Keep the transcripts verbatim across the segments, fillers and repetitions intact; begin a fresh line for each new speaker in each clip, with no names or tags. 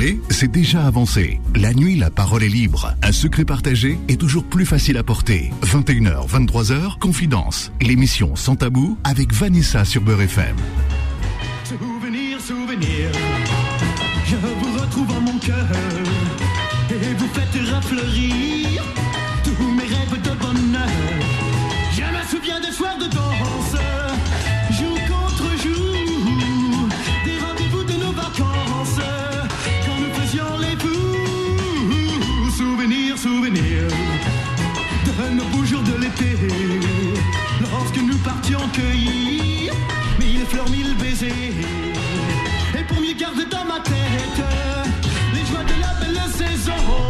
Parler, c'est déjà avancé. La nuit, la parole est libre. Un secret partagé est toujours plus facile à porter. vingt et une heures, vingt-trois heures, Confidence. L'émission Sans Tabou avec Vanessa sur Beurre F M.
Souvenir, souvenir, je vous retrouve en mon cœur et vous faites rafleurir tous mes rêves de bonheur. Je me souviens des soirs de danse, jour contre jour, des rendez-vous de nos vacances, quand nous faisions les fous. Souvenir, souvenir, de nos beaux jours de l'été, lorsque nous partions cueillir mille fleurs, mille baisers, et pour mieux garder dans ma tête les joies de la belle saison.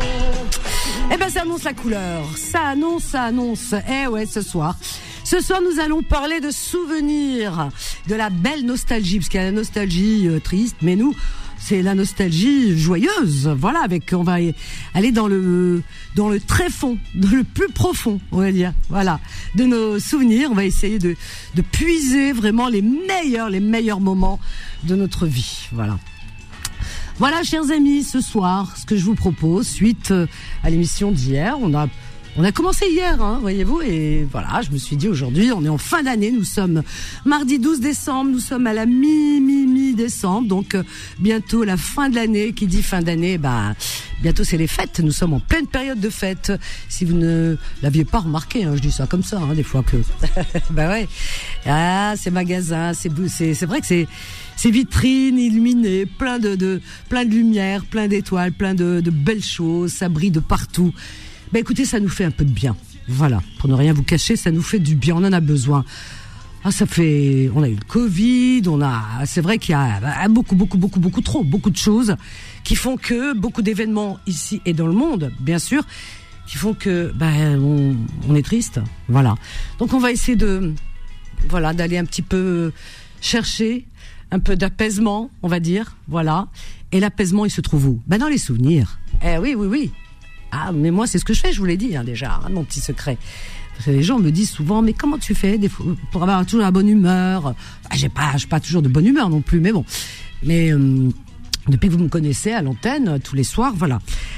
Eh ben, ça annonce la couleur. Ça annonce, ça annonce. Eh ouais, ce soir. Ce soir, nous allons parler de souvenirs, de la belle nostalgie, parce qu'il y a la nostalgie euh, triste, mais nous, c'est la nostalgie joyeuse. Voilà, avec, on va aller dans le, dans le tréfonds, dans le plus profond, on va dire. Voilà, de nos souvenirs. On va essayer de, de puiser vraiment les meilleurs, les meilleurs moments de notre vie. Voilà. Voilà, chers amis, ce soir, ce que je vous propose, suite à l'émission d'hier, on a, on a commencé hier, hein, voyez-vous, et voilà, je me suis dit aujourd'hui, on est en fin d'année, nous sommes mardi douze décembre, nous sommes à la mi, mi, mi-décembre, donc euh, bientôt la fin de l'année. Qui dit fin d'année, bah, bientôt c'est les fêtes, nous sommes en pleine période de fêtes. Si vous ne l'aviez pas remarqué, hein, je dis ça comme ça, hein, des fois que, bah ouais, ah, ces magasins, c'est, c'est, c'est vrai que c'est, ces vitrines illuminées, plein de, de, plein de lumière, plein d'étoiles, plein de, de belles choses, ça brille de partout. Ben écoutez, ça nous fait un peu de bien. Voilà, pour ne rien vous cacher, ça nous fait du bien, on en a besoin. Ah, ça fait, on a eu le Covid, on a, c'est vrai qu'il y a beaucoup, beaucoup, beaucoup, beaucoup trop, beaucoup de choses qui font que, beaucoup d'événements ici et dans le monde, bien sûr, qui font que, ben, on, on est triste. Voilà. Donc on va essayer de, voilà, d'aller un petit peu chercher un peu d'apaisement, on va dire, voilà. Et l'apaisement, il se trouve où? Ben dans les souvenirs. Eh oui, oui, oui. Ah, mais moi, c'est ce que je fais, je vous l'ai dit, hein, déjà, hein, mon petit secret. Parce que les gens me disent souvent, mais comment tu fais des fois, pour avoir toujours la bonne humeur? Ah, j'ai pas, j'ai pas toujours de bonne humeur non plus, mais bon. Mais euh, depuis que vous me connaissez à l'antenne, tous les soirs, voilà.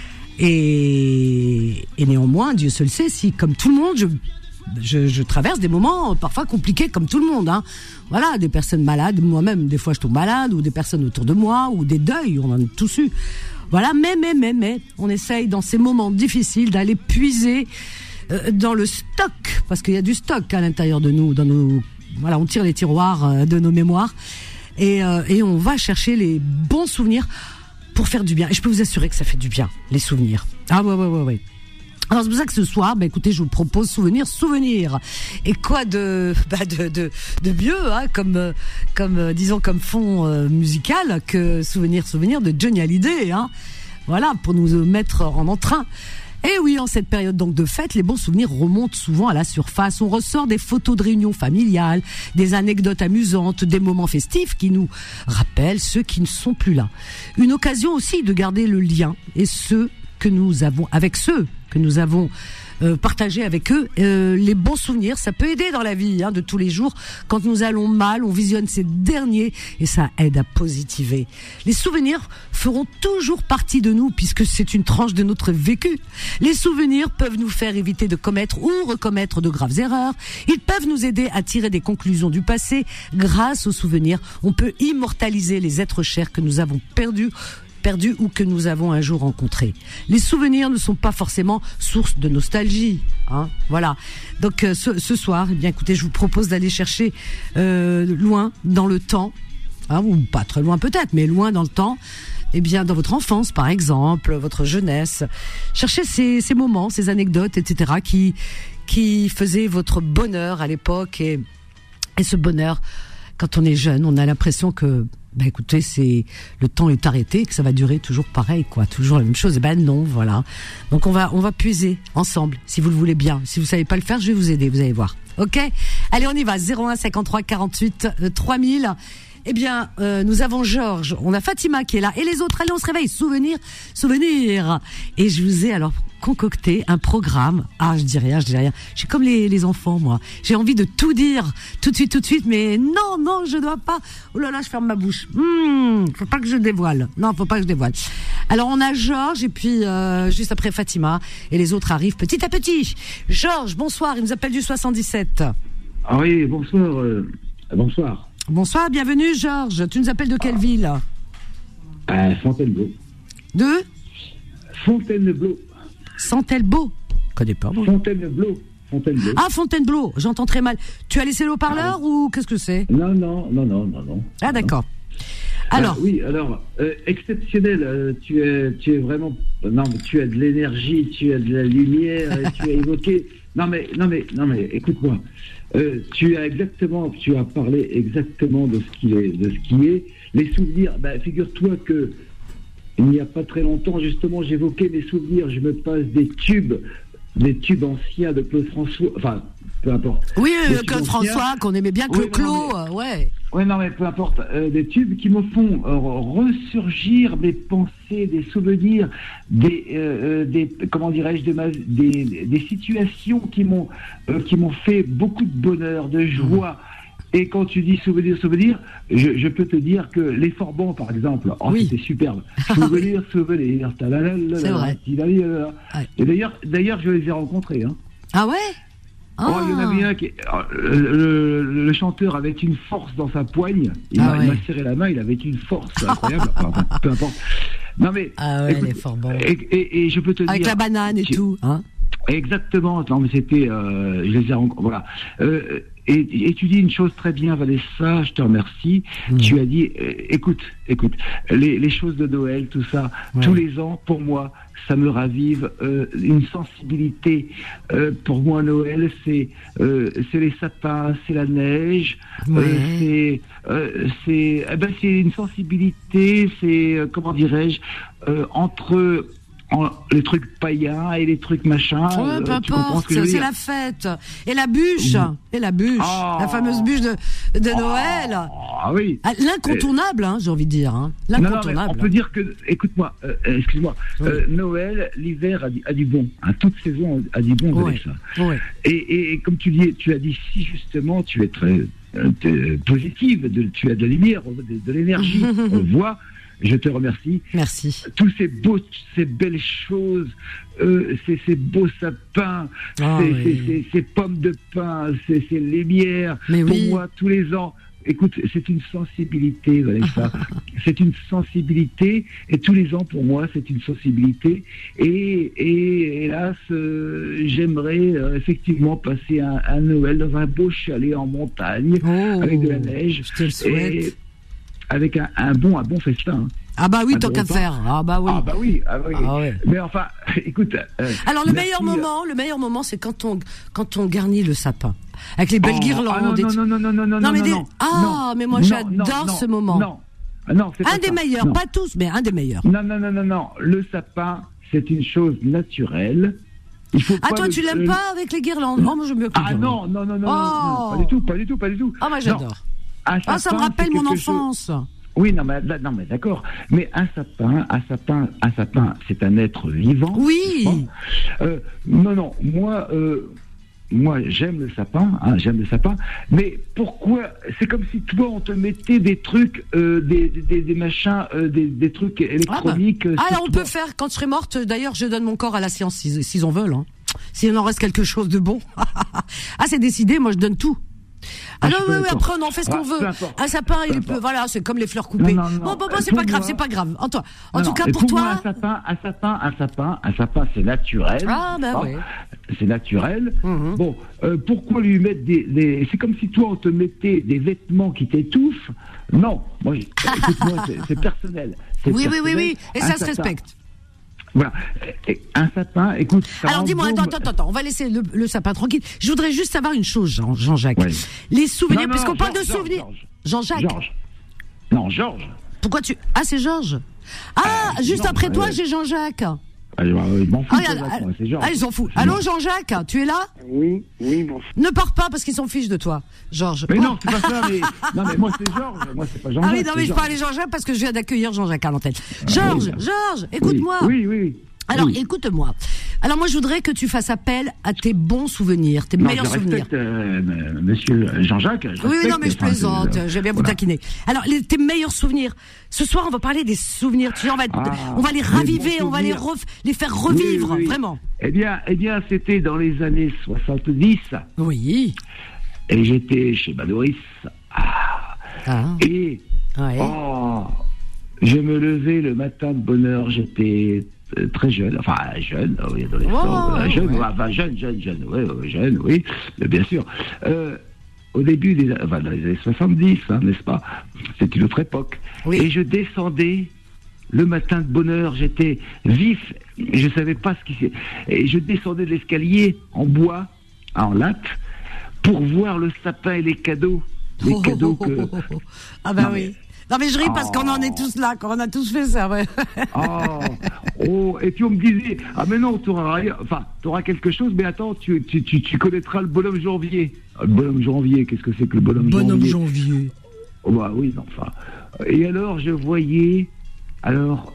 Et, et néanmoins, Dieu seul sait si, comme tout le monde, je Je, je traverse des moments parfois compliqués comme tout le monde, hein. Voilà, des personnes malades, moi-même, des fois je tombe malade, ou des personnes autour de moi, ou des deuils, on en a tous eu. Voilà, mais, mais, mais, mais, on essaye dans ces moments difficiles d'aller puiser euh, dans le stock, parce qu'il y a du stock à l'intérieur de nous, dans nos, voilà, on tire les tiroirs euh, de nos mémoires, et, euh, et on va chercher les bons souvenirs pour faire du bien. Et je peux vous assurer que ça fait du bien, les souvenirs. Ah ouais, ouais, ouais, ouais. Alors c'est pour ça que ce soir, bah écoutez, je vous propose souvenir, souvenir. Et quoi de, bah de, de, de mieux, hein, comme, euh, comme, euh, disons, comme fond euh, musical que souvenir, souvenir de Johnny Hallyday, hein. Voilà, pour nous mettre en entrain. Et oui, en cette période donc de fête, les bons souvenirs remontent souvent à la surface. On ressort des photos de réunions familiales, des anecdotes amusantes, des moments festifs qui nous rappellent ceux qui ne sont plus là. Une occasion aussi de garder le lien et ceux que nous avons avec ceux que nous avons euh, partagé avec eux. Euh, les bons souvenirs, ça peut aider dans la vie, hein, de tous les jours. Quand nous allons mal, on visionne ces derniers et ça aide à positiver. Les souvenirs feront toujours partie de nous puisque c'est une tranche de notre vécu. Les souvenirs peuvent nous faire éviter de commettre ou recommettre de graves erreurs. Ils peuvent nous aider à tirer des conclusions du passé. Grâce aux souvenirs, on peut immortaliser les êtres chers que nous avons perdus perdus ou que nous avons un jour rencontrés. Les souvenirs ne sont pas forcément source de nostalgie, hein, voilà. Donc euh, ce, ce soir, eh bien écoutez, je vous propose d'aller chercher euh, loin dans le temps, hein, ou pas très loin peut-être, mais loin dans le temps. Eh bien, dans votre enfance, par exemple, votre jeunesse, cherchez ces, ces moments, ces anecdotes, et cetera, qui qui faisaient votre bonheur à l'époque et et ce bonheur. Quand on est jeune, on a l'impression que, ben écoutez, c'est le temps est arrêté, que ça va durer toujours pareil, quoi, toujours la même chose. Et ben non, voilà. Donc on va on va puiser ensemble, si vous le voulez bien. Si vous savez pas le faire, je vais vous aider, vous allez voir. Ok ? Allez, on y va. zéro un cinquante-trois quarante-huit trois mille. Eh bien, euh, nous avons Georges, on a Fatima qui est là, et les autres, allez, on se réveille, souvenir, souvenir. Et je vous ai alors concocté un programme. Ah, je dis rien, je dis rien. Je suis comme les, les enfants, moi. J'ai envie de tout dire, tout de suite, tout de suite, mais non, non, je dois pas. Oh là là, je ferme ma bouche. Hmm, faut pas que je dévoile. Non, faut pas que je dévoile. Alors on a Georges et puis euh, juste après Fatima et les autres arrivent petit à petit. Georges, bonsoir, il nous appelle du soixante-dix-sept.
Ah oui, bonsoir. Euh, bonsoir.
Bonsoir, bienvenue Georges. Tu nous appelles de quelle ville?
euh, Fontainebleau.
De
Fontainebleau.
Santelbeau. Je connais pas. Moi.
Fontainebleau. Fontainebleau.
Ah, Fontainebleau, j'entends très mal. Tu as laissé le haut-parleur ah, ou qu'est-ce que c'est?
Non, non, non, non, non, non.
Ah, d'accord. Alors
ah, oui, alors euh, exceptionnel. Euh, tu es, tu es vraiment. Non, mais tu as de l'énergie, tu as de la lumière, et tu as évoqué. Non mais, non mais, non mais, écoute-moi. Euh, tu as exactement, tu as parlé exactement de ce qui est, de ce qui est. Les souvenirs. Ben, figure-toi que il n'y a pas très longtemps, justement, j'évoquais mes souvenirs. Je me passe des tubes, des tubes anciens de Claude François. Enfin, peu importe.
Oui, euh, Claude François, qu'on aimait bien, Claude Clos, euh, ouais.
Oui, non, mais peu importe. Euh, des tubes qui me font euh, ressurgir des pensées, des souvenirs, des, euh, des comment dirais-je, de ma, des, des situations qui m'ont, euh, qui m'ont fait beaucoup de bonheur, de joie. Mmh. Et quand tu dis souvenir, souvenir, je, je peux te dire que les Forbans, par exemple, oh,
oui.
C'était superbe. Souvenir, souvenir.
C'est vrai.
Et d'ailleurs, d'ailleurs, je les ai rencontrés. Hein.
Ah ouais?
Oh, il y en avait un qui, le, le, le chanteur avait une force dans sa poigne. Il ah m'a ouais. serré la main, il avait une force incroyable. Enfin, peu importe. Non mais.
Ah ouais, écoute, les Forbans.
Et, et, et je peux te
Avec
dire.
Avec la banane et
tu,
tout, hein.
Exactement. Non mais c'était, euh, je les ai rencontrés. Voilà. Euh, Et, et tu dis une chose très bien, Vanessa, je te remercie. Mmh. Tu as dit, euh, écoute, écoute, les, les choses de Noël, tout ça, ouais. tous les ans, pour moi, ça me ravive euh, une sensibilité. Euh, pour moi, Noël, c'est euh, c'est les sapins, c'est la neige, ouais. euh, c'est euh, c'est eh ben, c'est une sensibilité, c'est euh, comment dirais-je, euh, entre En, les trucs païens et les trucs machins.
Ouais, peu importe, c'est, c'est la fête. Et la bûche, mmh. et la bûche, oh. la fameuse bûche de, de oh. Noël.
Ah oui.
L'incontournable, hein, j'ai envie de dire. Hein. L'incontournable.
Non, non, on peut dire que, écoute-moi, euh, excuse-moi, oui. euh, Noël, l'hiver a, a du bon. Hein, toute saison a du bon avec ouais. ça. Ouais. Et, et, et comme tu, dis, tu as dit si justement, tu es très euh, positive, de, tu as de la lumière, de, de l'énergie, on voit. Je te remercie.
Merci.
Tous ces beaux, ces belles choses, euh, ces, ces beaux sapins, oh, ces, oui. ces, ces, ces pommes de pin, ces, ces lumières. Mais pour oui. moi, tous les ans, écoute, c'est une sensibilité, Vanessa. C'est une sensibilité, et tous les ans, pour moi, c'est une sensibilité. Et, et hélas, euh, j'aimerais euh, effectivement passer un, un Noël dans un beau chalet en montagne, oh, avec de la neige.
Je te le souhaite. Et,
avec un, un bon un bon festin.
Ah bah oui, tant qu'à faire. Ah bah oui.
Ah bah oui. Ah bah oui. Ah ouais. Mais enfin, écoute. Euh,
Alors le meilleur moment, le meilleur moment, c'est quand on quand on garnit le sapin avec les belles oh, guirlandes.
Ah non, non, non, non, non, non, non,
non, mais des...
non,
ah,
non,
mais moi
non,
j'adore
non,
ce moment.
Non, non, c'est
un
pas
des
ça.
meilleurs,
non.
pas tous, mais un des meilleurs.
Non, non, non, non, non. Le sapin, c'est une chose naturelle.
Il faut ah toi, le... tu l'aimes le... pas avec les guirlandes? Oh, moi j'aime mieux que les
ah
guirlandes.
non, non, non, non,
oh.
non, pas du tout, pas du tout, pas du tout.
Ah moi j'adore. Ah ça me rappelle mon enfance.
Chose... Oui, non, mais, non, mais d'accord. Mais un sapin, un sapin, un sapin, c'est un être vivant.
Oui.
Euh, non, non, moi, euh, moi, j'aime le sapin, hein, j'aime le sapin. Mais pourquoi? C'est comme si toi, on te mettait des trucs, euh, des, des, des machins, euh, des, des trucs électroniques.
Ah, bah. ah là, on toi. peut faire. Quand je serai morte, d'ailleurs, je donne mon corps à la science, s'ils, s'ils en veulent. Hein. S'il en reste quelque chose de bon. Ah, c'est décidé. Moi, je donne tout. Ah, ah non, oui, oui, après on en fait ce qu'on ah, veut. Un sapin, il peut, voilà, c'est comme les fleurs coupées. Non, non, non. Bon, bon, bon, c'est pas grave, moi... c'est pas grave. En, toi, en non, tout cas, pour, pour toi.
Moi, un sapin, un sapin, un sapin, un sapin, c'est naturel.
Ah, ben oui.
C'est naturel.
Mm-hmm.
Bon, euh, pourquoi lui mettre des, des. C'est comme si toi, on te mettait des vêtements qui t'étouffent. Non, moi, écoute-moi, c'est, c'est personnel. C'est
oui,
personnel.
oui, oui, oui, et un ça sapin. Se respecte.
Voilà. Et un sapin, écoute.
Alors dis-moi, attends, attends, attends, on va laisser le, le sapin tranquille. Je voudrais juste savoir une chose, Jean, Jean-Jacques. Ouais. Les souvenirs, non, non, puisqu'on non, parle Georges, de souvenirs. Georges. Jean-Jacques.
Georges. Non, Georges.
Pourquoi tu. Ah, c'est Georges. Ah, euh, juste non, après euh, toi, j'ai Jean-Jacques.
Allez, bah, ils m'en foutent.
Ah, regarde, c'est Georges. Ah, ils s'en foutent. Allô, Jean-Jacques, tu es là?
Oui, oui, bon.
Ne pars pas parce qu'ils s'en fichent de toi, Georges.
Mais oh. non, c'est pas ça, mais. Non, mais moi, c'est Georges. Moi, c'est pas Jean-Jacques.
Ah oui, non, mais je parlais Jean-Jacques parce que je viens d'accueillir Jean-Jacques à l'antenne. Georges, ah, oui, Georges, écoute-moi.
Oui, oui, oui.
Alors,
oui.
écoute-moi. Alors moi, je voudrais que tu fasses appel à tes bons souvenirs, tes
Non,
meilleurs
je
souvenirs.
respecte, euh, monsieur Jean-Jacques. je
Oui, oui,
respecte,
non, mais je
enfin,
plaisante,
c'est-
je vais bien vous
voilà.
taquiner. Alors, les, tes meilleurs souvenirs. Ce soir, on va parler des souvenirs. Tu sais, on va,
Ah,
on va les
les
raviver,
bons
on va les,
souvenirs.
ref- les faire revivre,
Oui, oui, oui.
vraiment.
Eh bien, eh bien, c'était dans les années soixante-dix,
Oui.
et j'étais chez Madoris. Ah,
Ah,
et
ouais.
oh, je me levais le matin de bonne heure. J'étais euh, très jeune, enfin jeune, oui, adolescent,
Oh,
euh, jeune,
ouais.
enfin jeune, jeune, jeune, oui, oui, jeune, oui, mais bien sûr. Euh, au début des, enfin, dans les années soixante-dix, hein, n'est-ce pas? C'est une autre époque.
Oui.
Et je descendais le matin de bonne heure, j'étais vif, je savais pas ce qui s'est. Et je descendais de l'escalier en bois, en latte, pour voir le sapin et les cadeaux. Les
Oh,
cadeaux
oh,
que.
oh, oh, oh. Ah bah
Non,
oui.
mais-
Non mais je ris parce
Oh.
qu'on en est tous là, qu'on a tous fait ça, ouais.
Oh, oh, et puis on me disait, ah mais non, tu auras rien, enfin, tu auras quelque chose, mais attends, tu, tu, tu, tu connaîtras le bonhomme janvier. Ah, le bonhomme janvier, qu'est-ce que c'est que le bonhomme
Bonhomme
janvier
janvier.
Oh, bah oui, non, enfin. Et alors, je voyais, alors,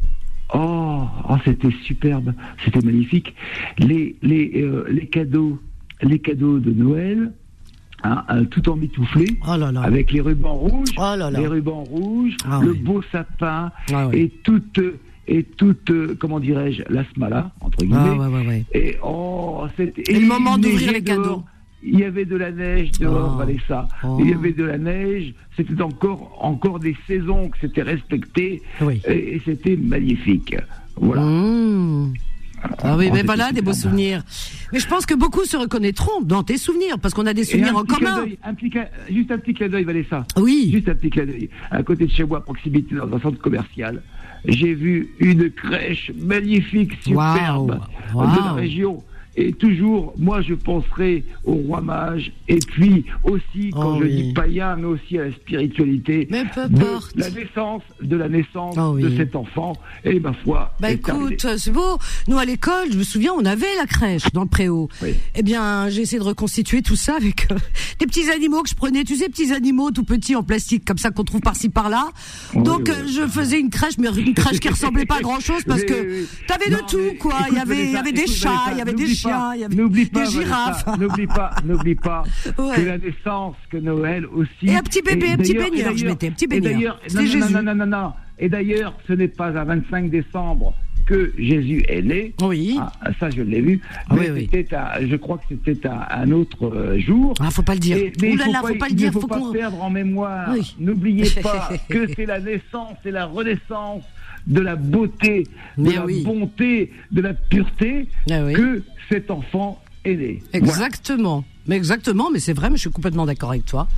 oh, oh c'était superbe, c'était magnifique. Les, les, euh, les cadeaux, les cadeaux de Noël, hein, euh, tout en mitouflé,
Oh là là.
avec les rubans rouges,
Oh là là.
les rubans rouges,
Ah
le
oui.
beau sapin,
Ah oui.
et toute, et toute, euh, comment dirais-je, la smala, entre guillemets.
Ah ouais, ouais, ouais.
Et oh, c'était.
Et le moment
il
d'ouvrir
neigeait
les cadeaux.
dehors. Il y avait de la neige dehors,
Oh.
Vanessa.
Oh.
Il y avait de la neige. C'était encore, encore des saisons que c'était respecté.
Oui.
Et, et c'était magnifique. Voilà.
Mmh. Ah oui,
Oh,
mais
c'était
voilà, des beaux
superbe.
souvenirs. Mais je pense que beaucoup se reconnaîtront dans tes souvenirs, parce qu'on a des
Et
souvenirs
un
en
petit clin
commun.
d'œil, un petit clin- juste un petit clin d'œil, Vanessa.
Oui.
Juste un petit clin d'œil. À côté de chez moi, à proximité, dans un centre commercial, j'ai vu une crèche magnifique, superbe,
Waouh.
de la
Waouh.
région. Et toujours, moi, je penserai au roi mage, et puis aussi, quand
Oh
je
oui.
dis païen, mais aussi à la spiritualité
Mais peu
de
importe.
la naissance, de la naissance
Oh oui.
de cet enfant. Et ma foi,
Bah
est terminée.
écoute, c'est beau. Nous à l'école, je me souviens, on avait la crèche dans le préau.
Oui.
Eh bien, j'ai essayé de reconstituer tout ça avec euh, des petits animaux que je prenais, tu sais, petits animaux tout petits en plastique comme ça qu'on trouve par-ci par-là.
Oui,
Donc
oui.
euh, je faisais une crèche, mais une crèche qui ressemblait pas à grand chose parce
Oui,
que
oui, oui.
t'avais de
Non,
tout
mais
quoi. Il y
écoute,
avait, il y
Vanessa,
avait des
écoute,
chats,
Vanessa,
il y avait des
n'oublie
chiens,
pas,
il y avait
n'oublie pas,
des
Vanessa,
girafes.
N'oublie pas, n'oublie pas
Ouais.
que la naissance, que Noël aussi.
Et un petit bébé, un petit
d'ailleurs-
baigneur,
et
je
d'ailleurs-
mettais, un petit
et
baigneur.
d'ailleurs-
C'était
non, non,
Jésus.
Non, non, non, non. Et d'ailleurs, ce n'est pas à vingt-cinq décembre que Jésus est né.
Oui.
Ah, ça, je l'ai vu.
Ah
mais
oui, oui.
c'était à- je crois que c'était un, un autre euh, jour.
Ah, faut pas le dire.
Et- mais
Ouh
il
là
faut
là,
pas,
faut pas le
il
dire,
ne faut,
faut
pas
qu'on-
perdre en mémoire.
Oui.
N'oubliez pas que c'est la naissance et la renaissance de la beauté, de
Mais
la
oui.
bonté, de la pureté
Ah oui.
que cet enfant est né. Voilà.
Exactement. Mais exactement, mais c'est vrai, mais je suis complètement d'accord avec toi.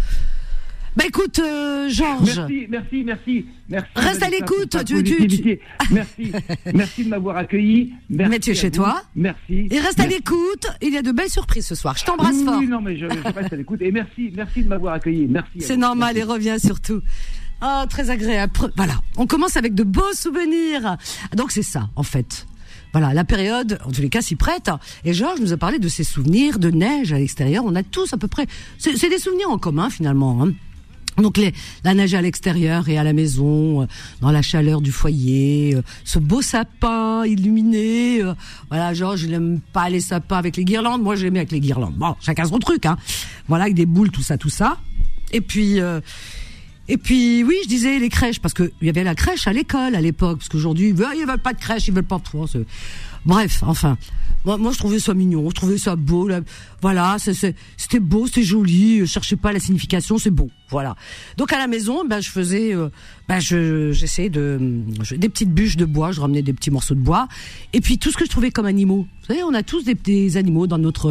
Bah écoute, euh, Georges.
Merci, merci, merci, merci.
Reste à
Vanessa,
l'écoute,
pour ta
tu- tu-
positivité. Merci, merci de m'avoir accueilli. Merci
Mais tu es
à
chez
vous.
toi.
Merci.
Et reste à
Merci.
l'écoute, il y a de belles surprises ce soir. Je t'embrasse
oui,
fort.
Oui, non, mais je, je reste à l'écoute. Et merci, merci de m'avoir accueilli. Merci. à
C'est
vous.
normal
Merci.
et reviens surtout. Oh, très agréable. Pre- Voilà, on commence avec de beaux souvenirs. Donc c'est ça, en fait. Voilà, la période, en tous les cas, s'y prête. Et Georges nous a parlé de ses souvenirs de neige à l'extérieur. On a tous à peu près... C'est c'est des souvenirs en commun, finalement, hein. Donc les, la neige à l'extérieur et à la maison, euh, dans la chaleur du foyer, euh, ce beau sapin illuminé. euh, voilà, Georges, il aime pas les sapins avec les guirlandes. Moi, j'aimais avec les guirlandes. Bon, chacun son truc, hein. Voilà, avec des boules, tout ça, tout ça. Et puis... Euh, Et puis oui, je disais les crèches parce que il y avait la crèche à l'école à l'époque parce qu'aujourd'hui ils veulent, ils veulent pas de crèche, ils veulent pas de c'est... Bref, enfin, moi, moi je trouvais ça mignon, je trouvais ça beau, là. Voilà, c'est, c'est, c'était beau, c'était joli, je cherchais pas la signification, c'est beau, voilà. Donc à la maison, ben je faisais, euh, ben je j'essayais de je, des petites bûches de bois, je ramenais des petits morceaux de bois et puis tout ce que je trouvais comme animaux. Vous savez, on a tous des, des animaux dans notre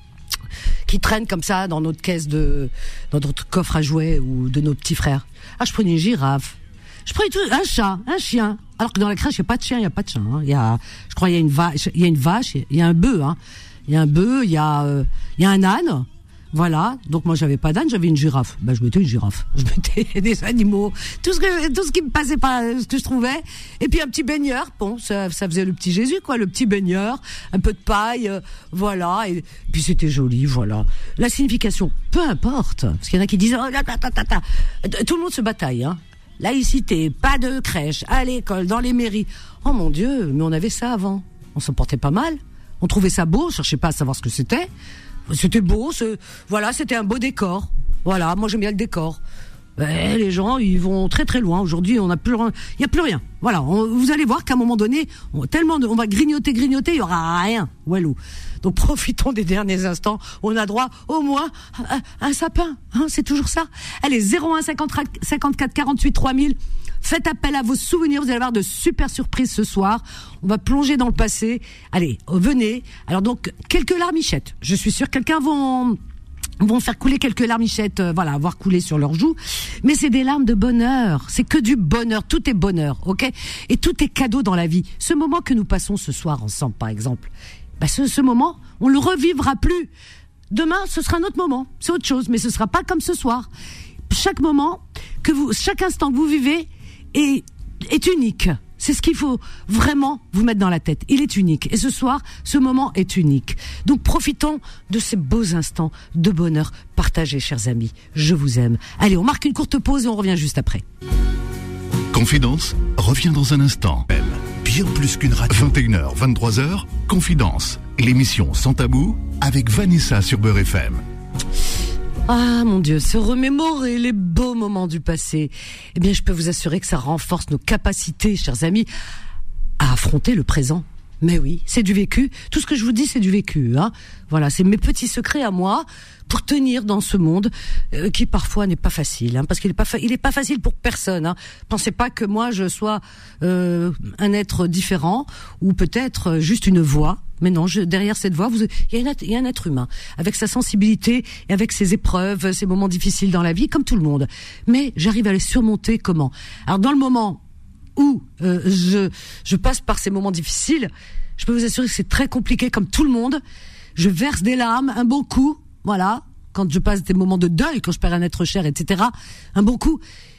qui traînent comme ça dans notre caisse de, dans notre coffre à jouets ou de nos petits frères. Ah, je prenais une girafe. Je prenais tout, un chat, un chien. Alors que dans la crèche, il n'y a pas de chien, il n'y a pas de chat. Hein. Il y a, je crois, il y a une vache, il y a une vache, il y a un bœuf, hein. Il y a un bœuf, il y a, euh, il y a un âne. Voilà. Donc moi, j'avais pas d'âne, j'avais une girafe. Ben, je mettais une girafe. Je mettais des animaux. Tout ce que, tout ce qui me passait par, ce que je trouvais. Et puis un petit baigneur. Bon, ça, ça faisait le petit Jésus, quoi. Le petit baigneur. Un peu de paille. Euh, voilà. Et puis c'était joli, voilà. La signification, peu importe. Parce qu'il y en a qui disent, oh, là, ta, ta, ta, ta. Tout le monde se bataille, hein. Laïcité, pas de crèche, à l'école, dans les mairies. Oh mon Dieu, mais on avait ça avant. On s'en portait pas mal. On trouvait ça beau, on cherchait pas à savoir ce que c'était. C'était beau, ce, voilà, c'était un beau décor. Voilà, moi j'aime bien le décor. Ben, les gens, ils vont très très loin. Aujourd'hui, on n'a plus, il y a plus rien. Voilà, on, vous allez voir qu'à un moment donné, on, tellement de, on va grignoter, grignoter, il y aura rien. Walou. Donc profitons des derniers instants. On a droit au moins à, à un sapin. Hein, c'est toujours ça. Allez, zéro un cinquante-quatre quarante-huit trois mille. Faites appel à vos souvenirs. Vous allez avoir de super surprises ce soir. On va plonger dans le passé. Allez, venez. Alors donc quelques larmichettes. Je suis sûre que quelqu'un vont vont faire couler quelques larmichettes, euh, voilà, voir couler sur leurs joues, mais c'est des larmes de bonheur, c'est que du bonheur, tout est bonheur, ok, et tout est cadeau dans la vie. Ce moment que nous passons ce soir ensemble, par exemple, bah ce, ce moment, on le revivra plus. Demain, ce sera un autre moment, c'est autre chose, mais ce sera pas comme ce soir. Chaque moment que vous, chaque instant que vous vivez est, est unique. C'est ce qu'il faut vraiment vous mettre dans la tête. Il est unique. Et ce soir, ce moment est unique. Donc profitons de ces beaux instants de bonheur partagés, chers amis. Je vous aime. Allez, on marque une courte pause et on revient juste après.
Confidence revient dans un instant. Bien plus qu'une radio. vingt et une heures, vingt-trois heures, Confidence. L'émission Sans Tabou avec Vanessa sur Beurre F M.
Ah mon Dieu, se remémorer les beaux moments du passé. Eh bien, je peux vous assurer que ça renforce nos capacités, chers amis, à affronter le présent. Mais oui, c'est du vécu. Tout ce que je vous dis, c'est du vécu. Hein. Voilà, c'est mes petits secrets à moi pour tenir dans ce monde euh, qui parfois n'est pas facile. Hein, parce qu'il est pas, fa- il est pas facile pour personne. Hein. Pensez pas que moi je sois euh, un être différent ou peut-être juste une voix. Mais non, je, derrière cette voix, vous, il y a une, il y a un être humain avec sa sensibilité et avec ses épreuves, ses moments difficiles dans la vie, comme tout le monde. Mais j'arrive à les surmonter comment ? Alors dans le moment où euh, je je passe par ces moments difficiles, je peux vous assurer que c'est très compliqué, comme tout le monde. Je verse des larmes, un bon coup, voilà. Quand je passe des moments de deuil, quand je perds un être cher, et cetera, un bon coup.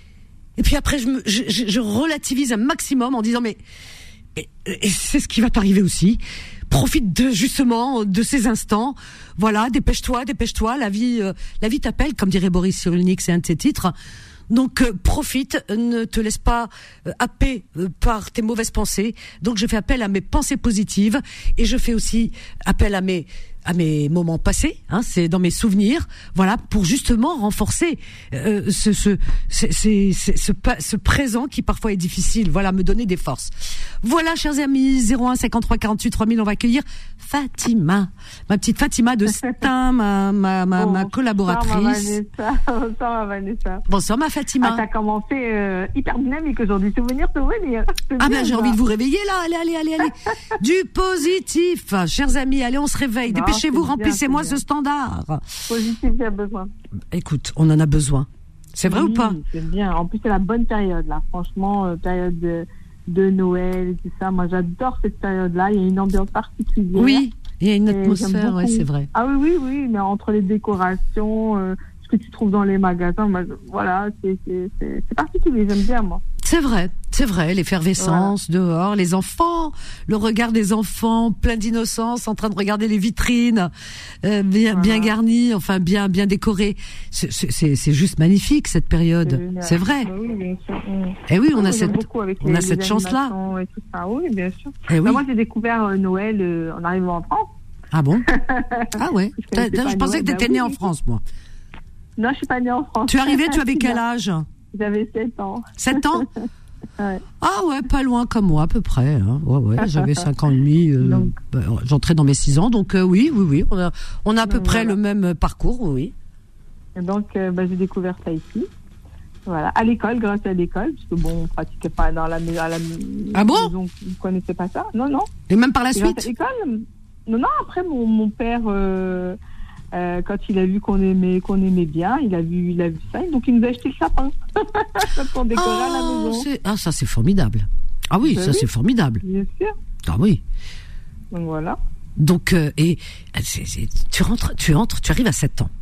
Et puis après, je me, je, je, je relativise un maximum en disant mais et, et c'est ce qui va t'arriver aussi. Profite de justement de ces instants. Voilà, dépêche-toi, dépêche-toi. La vie, euh, la vie t'appelle, comme dirait Boris Cyrulnik, c'est un de ses titres. Donc euh, profite, ne te laisse pas euh, happer euh, par tes mauvaises pensées. Donc je fais appel à mes pensées positives et je fais aussi appel à mes à mes moments passés, hein, c'est dans mes souvenirs, voilà, pour justement renforcer euh, ce ce ce, ce, ce, ce, ce présent qui parfois est difficile, voilà, me donner des forces. Voilà, chers amis, zéro un cinquante-trois quarante-huit trois mille, on va accueillir Fatima, ma petite Fatima de Stein, ma ma ma, ma collaboratrice.
Bonsoir ma Vanessa.
Bonsoir ma Fatima.
Ah, t'as commencé euh, hyper dynamique aujourd'hui, souvenir, souvenir.
Ah ben j'ai envie de vous réveiller là, allez allez allez allez. Du positif, chers amis, allez on se réveille, non, dépêchez-vous, remplissez-moi ce standard.
Positif, j'ai besoin.
Écoute, on en a besoin. C'est vrai
oui,
ou pas?
C'est bien. En plus c'est la bonne période là, franchement, euh, période de de Noël et tout ça. Moi, j'adore cette période-là. Il y a une ambiance particulière.
Oui, il y a une atmosphère, ouais, c'est vrai.
Ah oui, oui, oui. Mais entre les décorations, euh, ce que tu trouves dans les magasins, moi, voilà, c'est, c'est, c'est, c'est particulier. J'aime bien, moi.
C'est vrai, c'est vrai. L'effervescence voilà. Dehors, les enfants, le regard des enfants plein d'innocence, en train de regarder les vitrines, euh, bien, voilà. bien garnies, enfin bien, bien décorées. C'est, c'est, c'est juste magnifique cette période. C'est, c'est vrai.
Oui, bien sûr.
Et oui, on
oui,
a cette, on
les,
a cette chance-là.
Et tout ça. Oui, bien sûr.
Et oui.
Bah, moi, j'ai découvert euh, Noël euh, en arrivant en France.
Ah bon? Ah ouais. je, je pensais que tu étais bah, née oui, en France, moi.
Non, je suis pas née en France.
Tu es arrivée, tu avais quel âge?
J'avais sept ans.
sept ans?
Ouais.
Ah ouais, pas loin comme moi à peu près. Hein. Ouais, ouais, j'avais cinq ans et demi. Euh, donc, bah, j'entrais dans mes six ans, donc euh, oui, oui, oui. On a, on a à peu près voilà. le même parcours, oui.
Et donc, euh, bah, j'ai découvert ça ici. Voilà, à l'école, grâce à l'école, parce que bon, on pratiquait pas dans la, à la
ah bon
maison, vous connaissez pas ça? Non, non.
Et même par la
et
suite?
À l'école? Non, non. Après, mon, mon père. Euh, Euh, quand il a vu qu'on aimait qu'on aimait bien, il a vu il a vu ça, donc il nous a acheté le sapin pour décorer
ah,
à la maison.
C'est... Ah ça c'est formidable. Ah oui, ben ça oui. C'est formidable.
Bien sûr.
Ah oui.
Donc voilà.
Donc euh, et c'est, c'est, tu rentres tu entres tu arrives à sept ans.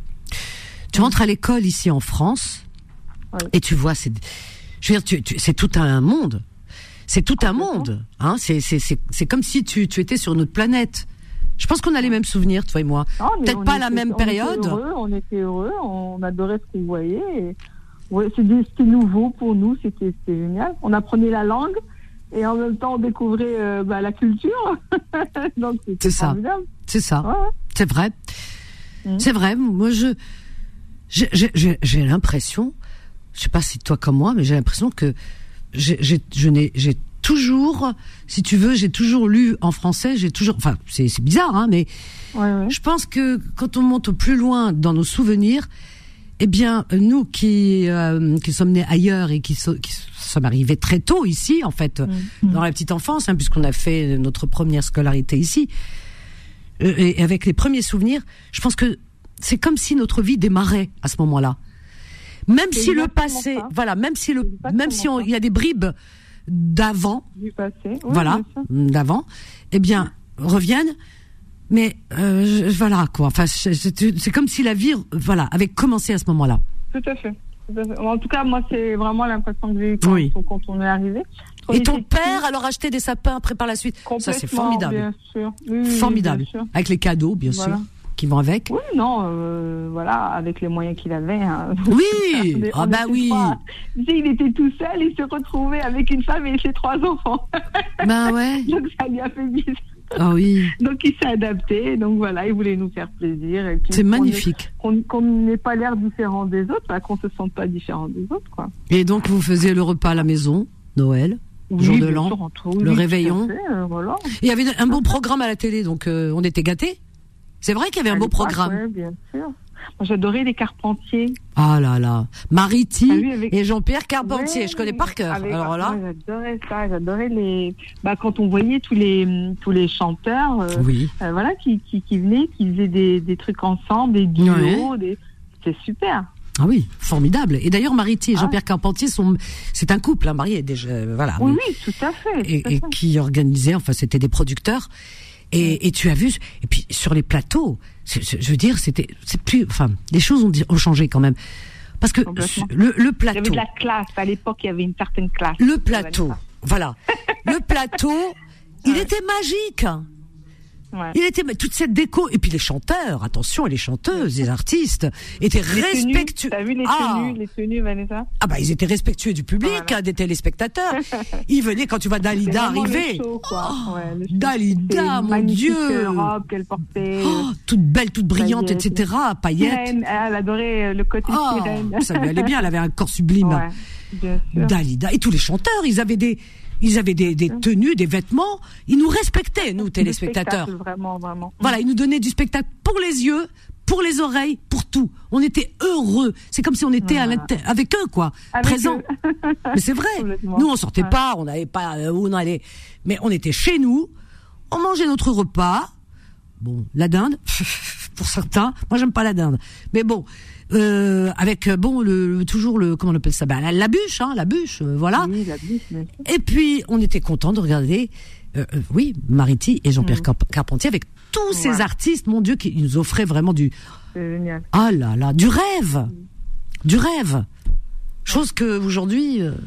Tu rentres à l'école ici en France oui. Et tu vois c'est je veux dire tu, tu, c'est tout un monde. C'est tout un monde, hein, c'est c'est c'est c'est comme si tu tu étais sur une autre planète. Je pense qu'on a les mêmes souvenirs, toi et moi. Non, peut-être pas était, la même
on
période.
Était heureux, on était heureux, on adorait ce qu'on voyait. Et ouais, c'était, c'était nouveau pour nous, c'était, c'était génial. On apprenait la langue et en même temps on découvrait euh, bah, la culture. Donc c'était
C'est ça.
formidable.
C'est ça.
Ouais.
C'est vrai.
Mmh.
C'est vrai. Moi, je, j'ai, j'ai, j'ai l'impression, je sais pas si toi comme moi, mais j'ai l'impression que j'ai, j'ai, je n'ai, j'ai toujours, si tu veux, j'ai toujours lu en français, j'ai toujours, enfin, c'est, c'est bizarre, hein, mais
Ouais, ouais.
je pense que quand on monte au plus loin dans nos souvenirs, eh bien, nous qui, euh, qui sommes nés ailleurs et qui, so, qui sommes arrivés très tôt ici, en fait,
Mmh.
dans la petite enfance, hein, puisqu'on a fait notre première scolarité ici, euh, et avec les premiers souvenirs, je pense que c'est comme si notre vie démarrait à ce moment-là. Même
C'est
si le
exactement
passé,
ça.
voilà, même si le,
Exactement
même si on-
ça.
il y a des bribes d'avant,
Du passé. Oui,
voilà,
bien sûr.
d'avant, eh bien, reviennent. Mais euh, je- voilà quoi. Enfin, c'est, c'est c'est comme si la vie, voilà, avait commencé à ce moment-là.
Tout à fait. Tout à fait. En tout cas, moi, c'est vraiment l'impression que j'ai eue quand,
Oui.
quand on est arrivé. On
Et ton
était
père alors achetait des sapins après par la suite. Ça c'est
complètement,
formidable,
Bien sûr. Oui, oui,
formidable.
bien sûr.
Avec les cadeaux, bien
Voilà.
sûr, qui vont avec.
Oui, non, euh, voilà, avec les moyens qu'il avait. Hein.
Oui,
On est-
ah
on
bah
était
oui.
trois. Tu sais, il était tout seul, il se retrouvait avec une femme et ses trois enfants.
Ben ouais.
Donc ça lui a fait bizarre.
Ah oui,
Donc il s'est adapté, donc voilà, il voulait nous faire plaisir. Et puis,
c'est
qu'on
magnifique.
ait- Qu'on qu'on n'ait pas l'air différent des autres, bah, qu'on se sente pas différent des autres, quoi.
Et donc vous faisiez le repas à la maison, Noël, jour
Oui,
de
bien
l'an,
sûr, entre- oui,
le
tout à
réveillon.
fait, euh, voilà.
Il y avait un bon programme à la télé, donc euh, on était gâtés. C'est vrai qu'il y avait un
À
beau
l'époque,
programme.
ouais, bien sûr. Moi, j'adorais les Carpentiers.
Ah là là, Mariti
Ah oui, avec-
et Jean-Pierre Carpentier,
Ouais,
je connais par cœur.
avec-
Alors là,
ouais, j'adorais ça, j'adorais les. Bah, quand on voyait tous les tous les chanteurs, euh,
oui.
euh, voilà, qui, qui qui venaient, qui faisaient des des trucs ensemble, des duos, des... c'était super.
Ah oui, formidable. Et d'ailleurs, Mariti et
Ah.
Jean-Pierre Carpentier sont, c'est un couple, hein, marié déjà, euh, voilà.
Oui, oui, tout à fait.
Et,
tout à
et
fait.
qui organisait, enfin, c'était des producteurs. Et, et tu as vu, et puis sur les plateaux, c'est- c'est- je veux dire, c'était, c'est plus, enfin, les choses ont, di- ont changé quand même, parce que
Complètement.
le, le
Il y avait
plateau,
de la classe à l'époque, il y avait une certaine classe.
le plateau, voilà, le plateau, il
Ouais.
était magique.
Ouais.
Il était toute cette déco et puis les chanteurs, attention, et les chanteuses, les artistes étaient
Les tenues,
respectueux.
t'as vu les
Ah.
tenues, les tenues, Vanessa?
Ah bah ils étaient respectueux du public,
Voilà.
hein, des téléspectateurs. Ils venaient quand tu vois Dalida
C'était vraiment
arriver.
le show, quoi. Ouais, le show.
Dalida,
C'était
mon
magnifique,
Dieu.
euh, robe qu'elle portait.
Oh, toute belle, toute brillante,
Paillettes.
et cetera. Paillettes.
Sirène, elle adorait euh, le côté
Oh,
sirène.
ça lui allait bien, elle avait un corps sublime.
Ouais, bien sûr.
Dalida. Et tous les chanteurs, ils avaient des, ils avaient des, des tenues, des vêtements. Ils nous respectaient, nous, téléspectateurs.
Du spectacle, Vraiment, vraiment.
Voilà, ils nous donnaient du spectacle pour les yeux, pour les oreilles, pour tout. On était heureux. C'est comme si on était à
Voilà.
l'inter- avec eux, quoi.
Avec
présents.
eux.
Mais c'est vrai.
Complètement.
Nous, on sortait
Ouais.
pas, on n'avait pas euh, où on allait. Mais on était chez nous. On mangeait notre repas. Bon, la dinde, pour certains. Moi, j'aime pas la dinde. Mais bon, euh, avec, euh, bon, le, le- toujours le, comment on appelle ça? Ben, la, la bûche, hein, la bûche, euh, voilà.
Oui, la bûche, bien sûr.
Et puis, on était content de regarder, euh, euh, oui, Mariti et Jean-Pierre
Mm.
Carp- Carpentier avec tous ces
Ouais.
artistes, mon Dieu, qui nous offraient vraiment du,
C'est génial.
ah là là, du rêve, du rêve. Chose que aujourd'hui, euh,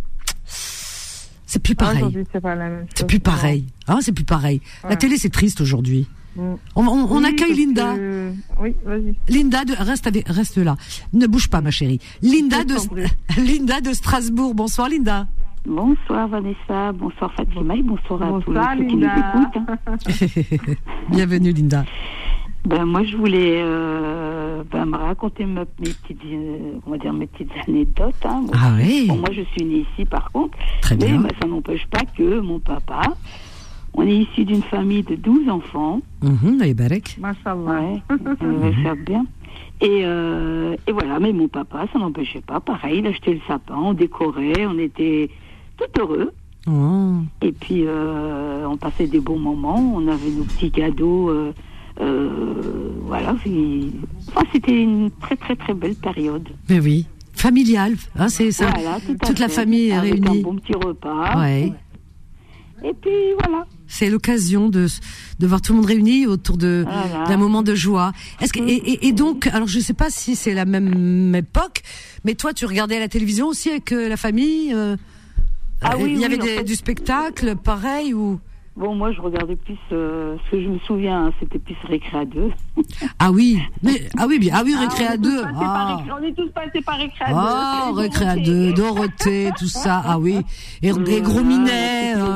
c'est plus
Ah,
pareil.
Aujourd'hui, c'est pas la même chose.
C'est plus pareil. Hein, c'est plus pareil. La
Ouais.
télé, c'est triste aujourd'hui.
Mm.
On, on, on
Oui,
accueille
parce
Linda.
que- Oui, vas-y.
Linda, de, reste, avec- reste là. Ne bouge pas, ma chérie. Linda de,
Je t'en prie.
Linda de Strasbourg. Bonsoir, Linda.
Bonsoir Vanessa, bonsoir Fatima et bonsoir à tous
Bonsoir,
ceux qui nous
Linda.
écoutent. hein.
Bienvenue, Linda.
Ben moi je voulais euh, ben, me raconter ma- mes petites, euh, on va dire mes petites anecdotes. Hein. Bon,
Ah oui.
bon, moi je suis née ici par contre,
Très
mais
bien.
ben, ça n'empêche pas que mon papa, on est issu d'une famille de douze enfants.
Mhm, et Barek.
Machallah.
Ouais, on va faire bien. Et, euh, et voilà, mais mon papa, ça n'empêchait pas. Pareil, il achetait le sapin, on décorait, on était tout heureux.
Oh.
Et puis, euh, on passait des bons moments, on avait nos petits cadeaux. Euh, euh, voilà, c'est- enfin, c'était une très, très, très belle période.
Mais oui. Familial. Hein, c'est ça.
Voilà, tout à
Toute la
fait.
famille est
Avec
réunie.
un bon petit repas.
Ouais.
Et puis, voilà.
C'est l'occasion de, de voir tout le monde réuni autour de
Voilà.
d'un moment de joie. Est-ce que, et, et, et donc, alors je sais pas si c'est la même époque, mais toi tu regardais la télévision aussi avec euh, la famille euh,
Ah
euh,
oui,
il y
oui,
avait
en
des-
fait.
du spectacle, pareil ou
Bon, moi, je regardais plus, euh, ce que je me souviens, hein, c'était plus Récré à deux.
ah oui, mais ah oui bien ah oui
Ah,
Récré
on est
à
tous
deux.
passés par
Ah.
Récré- On est tous passés par Récré à deux.
Ah, Récré à deux, Dorothée, tout ça, ah oui. Et, et Gros Minet,
Euh,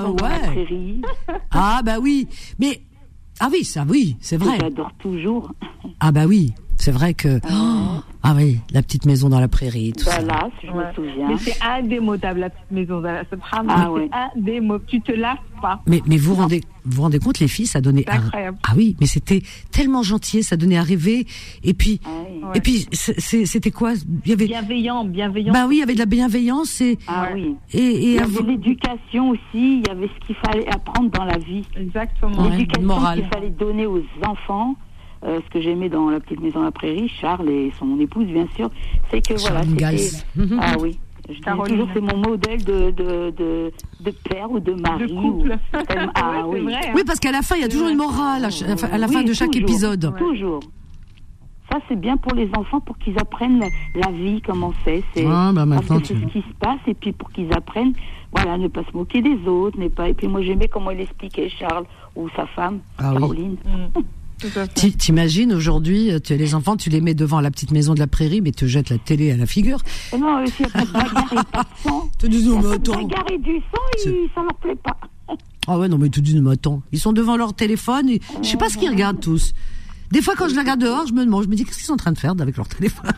Prairie.
Ah bah oui, mais ah oui, ça oui, c'est vrai.
J'adore toujours.
Ah bah oui, c'est vrai que oh, ah oui, la petite maison dans la prairie, tout
voilà,
ça.
si je
Ouais.
me souviens.
Mais c'est indémodable, la petite maison. Ah,
Ah ouais.
c'est indémodable. Tu te lasses pas.
Mais mais vous rendez vous rendez compte, les filles, ça donnait
C'est incroyable.
ah oui, mais c'était tellement gentil, ça donnait à rêver. Et puis
Ah oui.
Ouais.
et puis c'est- c'est- c'était quoi? Il y avait
Bienveillant, bienveillant.
bah oui, il y avait de la bienveillance et
Ah
Ouais.
oui.
et, et
Il y
av-
avait l'éducation aussi, il y avait ce qu'il fallait apprendre dans la vie.
Exactement.
Ouais.
L'éducation
morale.
qu'il fallait donner aux enfants. Euh, ce que j'aimais dans la petite maison à la prairie, Charles et son épouse, bien sûr, c'est que voilà,
Charles Gals.
c'était...
Mhm.
Ah oui. Je dis
Caroline.
toujours, c'est mon modèle de, de, de, de père ou de mari.
De couple.
Ou... tellement- Ah
Ouais, c'est
oui.
vrai, hein.
Oui, parce qu'à la fin, il y a toujours une morale à, ch- à la fin
Oui,
de chaque
toujours,
épisode.
Toujours. Ça, c'est bien pour les enfants, pour qu'ils apprennent la, la vie, comment c'est. c'est
Ah, bah,
parce
maintenant,
que c'est
tu-
ce qui se passe, et puis pour qu'ils apprennent, voilà, ne pas se moquer des autres, ne pas... Et puis moi, j'aimais comment il expliquait, Charles, ou sa femme,
Ah oui.
Caroline.
Mm. Tout à fait.
Ti- T'imagines aujourd'hui, tu, les enfants, tu les mets devant la petite maison de la prairie, mais te jettent la télé à la figure.
Et non, euh, s'il n'y a pas de bagarre et pas de sang,
Te disent, non,
s'il y
mais
a pas de
attends.
bagarre et du sang,
C'est-
ils, ça leur plaît pas.
Ah ouais, non, mais te disent, mais attends. Ils sont devant leur téléphone, et je sais pas ce qu'ils regardent tous. Des fois, quand je les regarde dehors, je me demande, je me dis, qu'est-ce qu'ils sont en train de faire avec leur téléphone?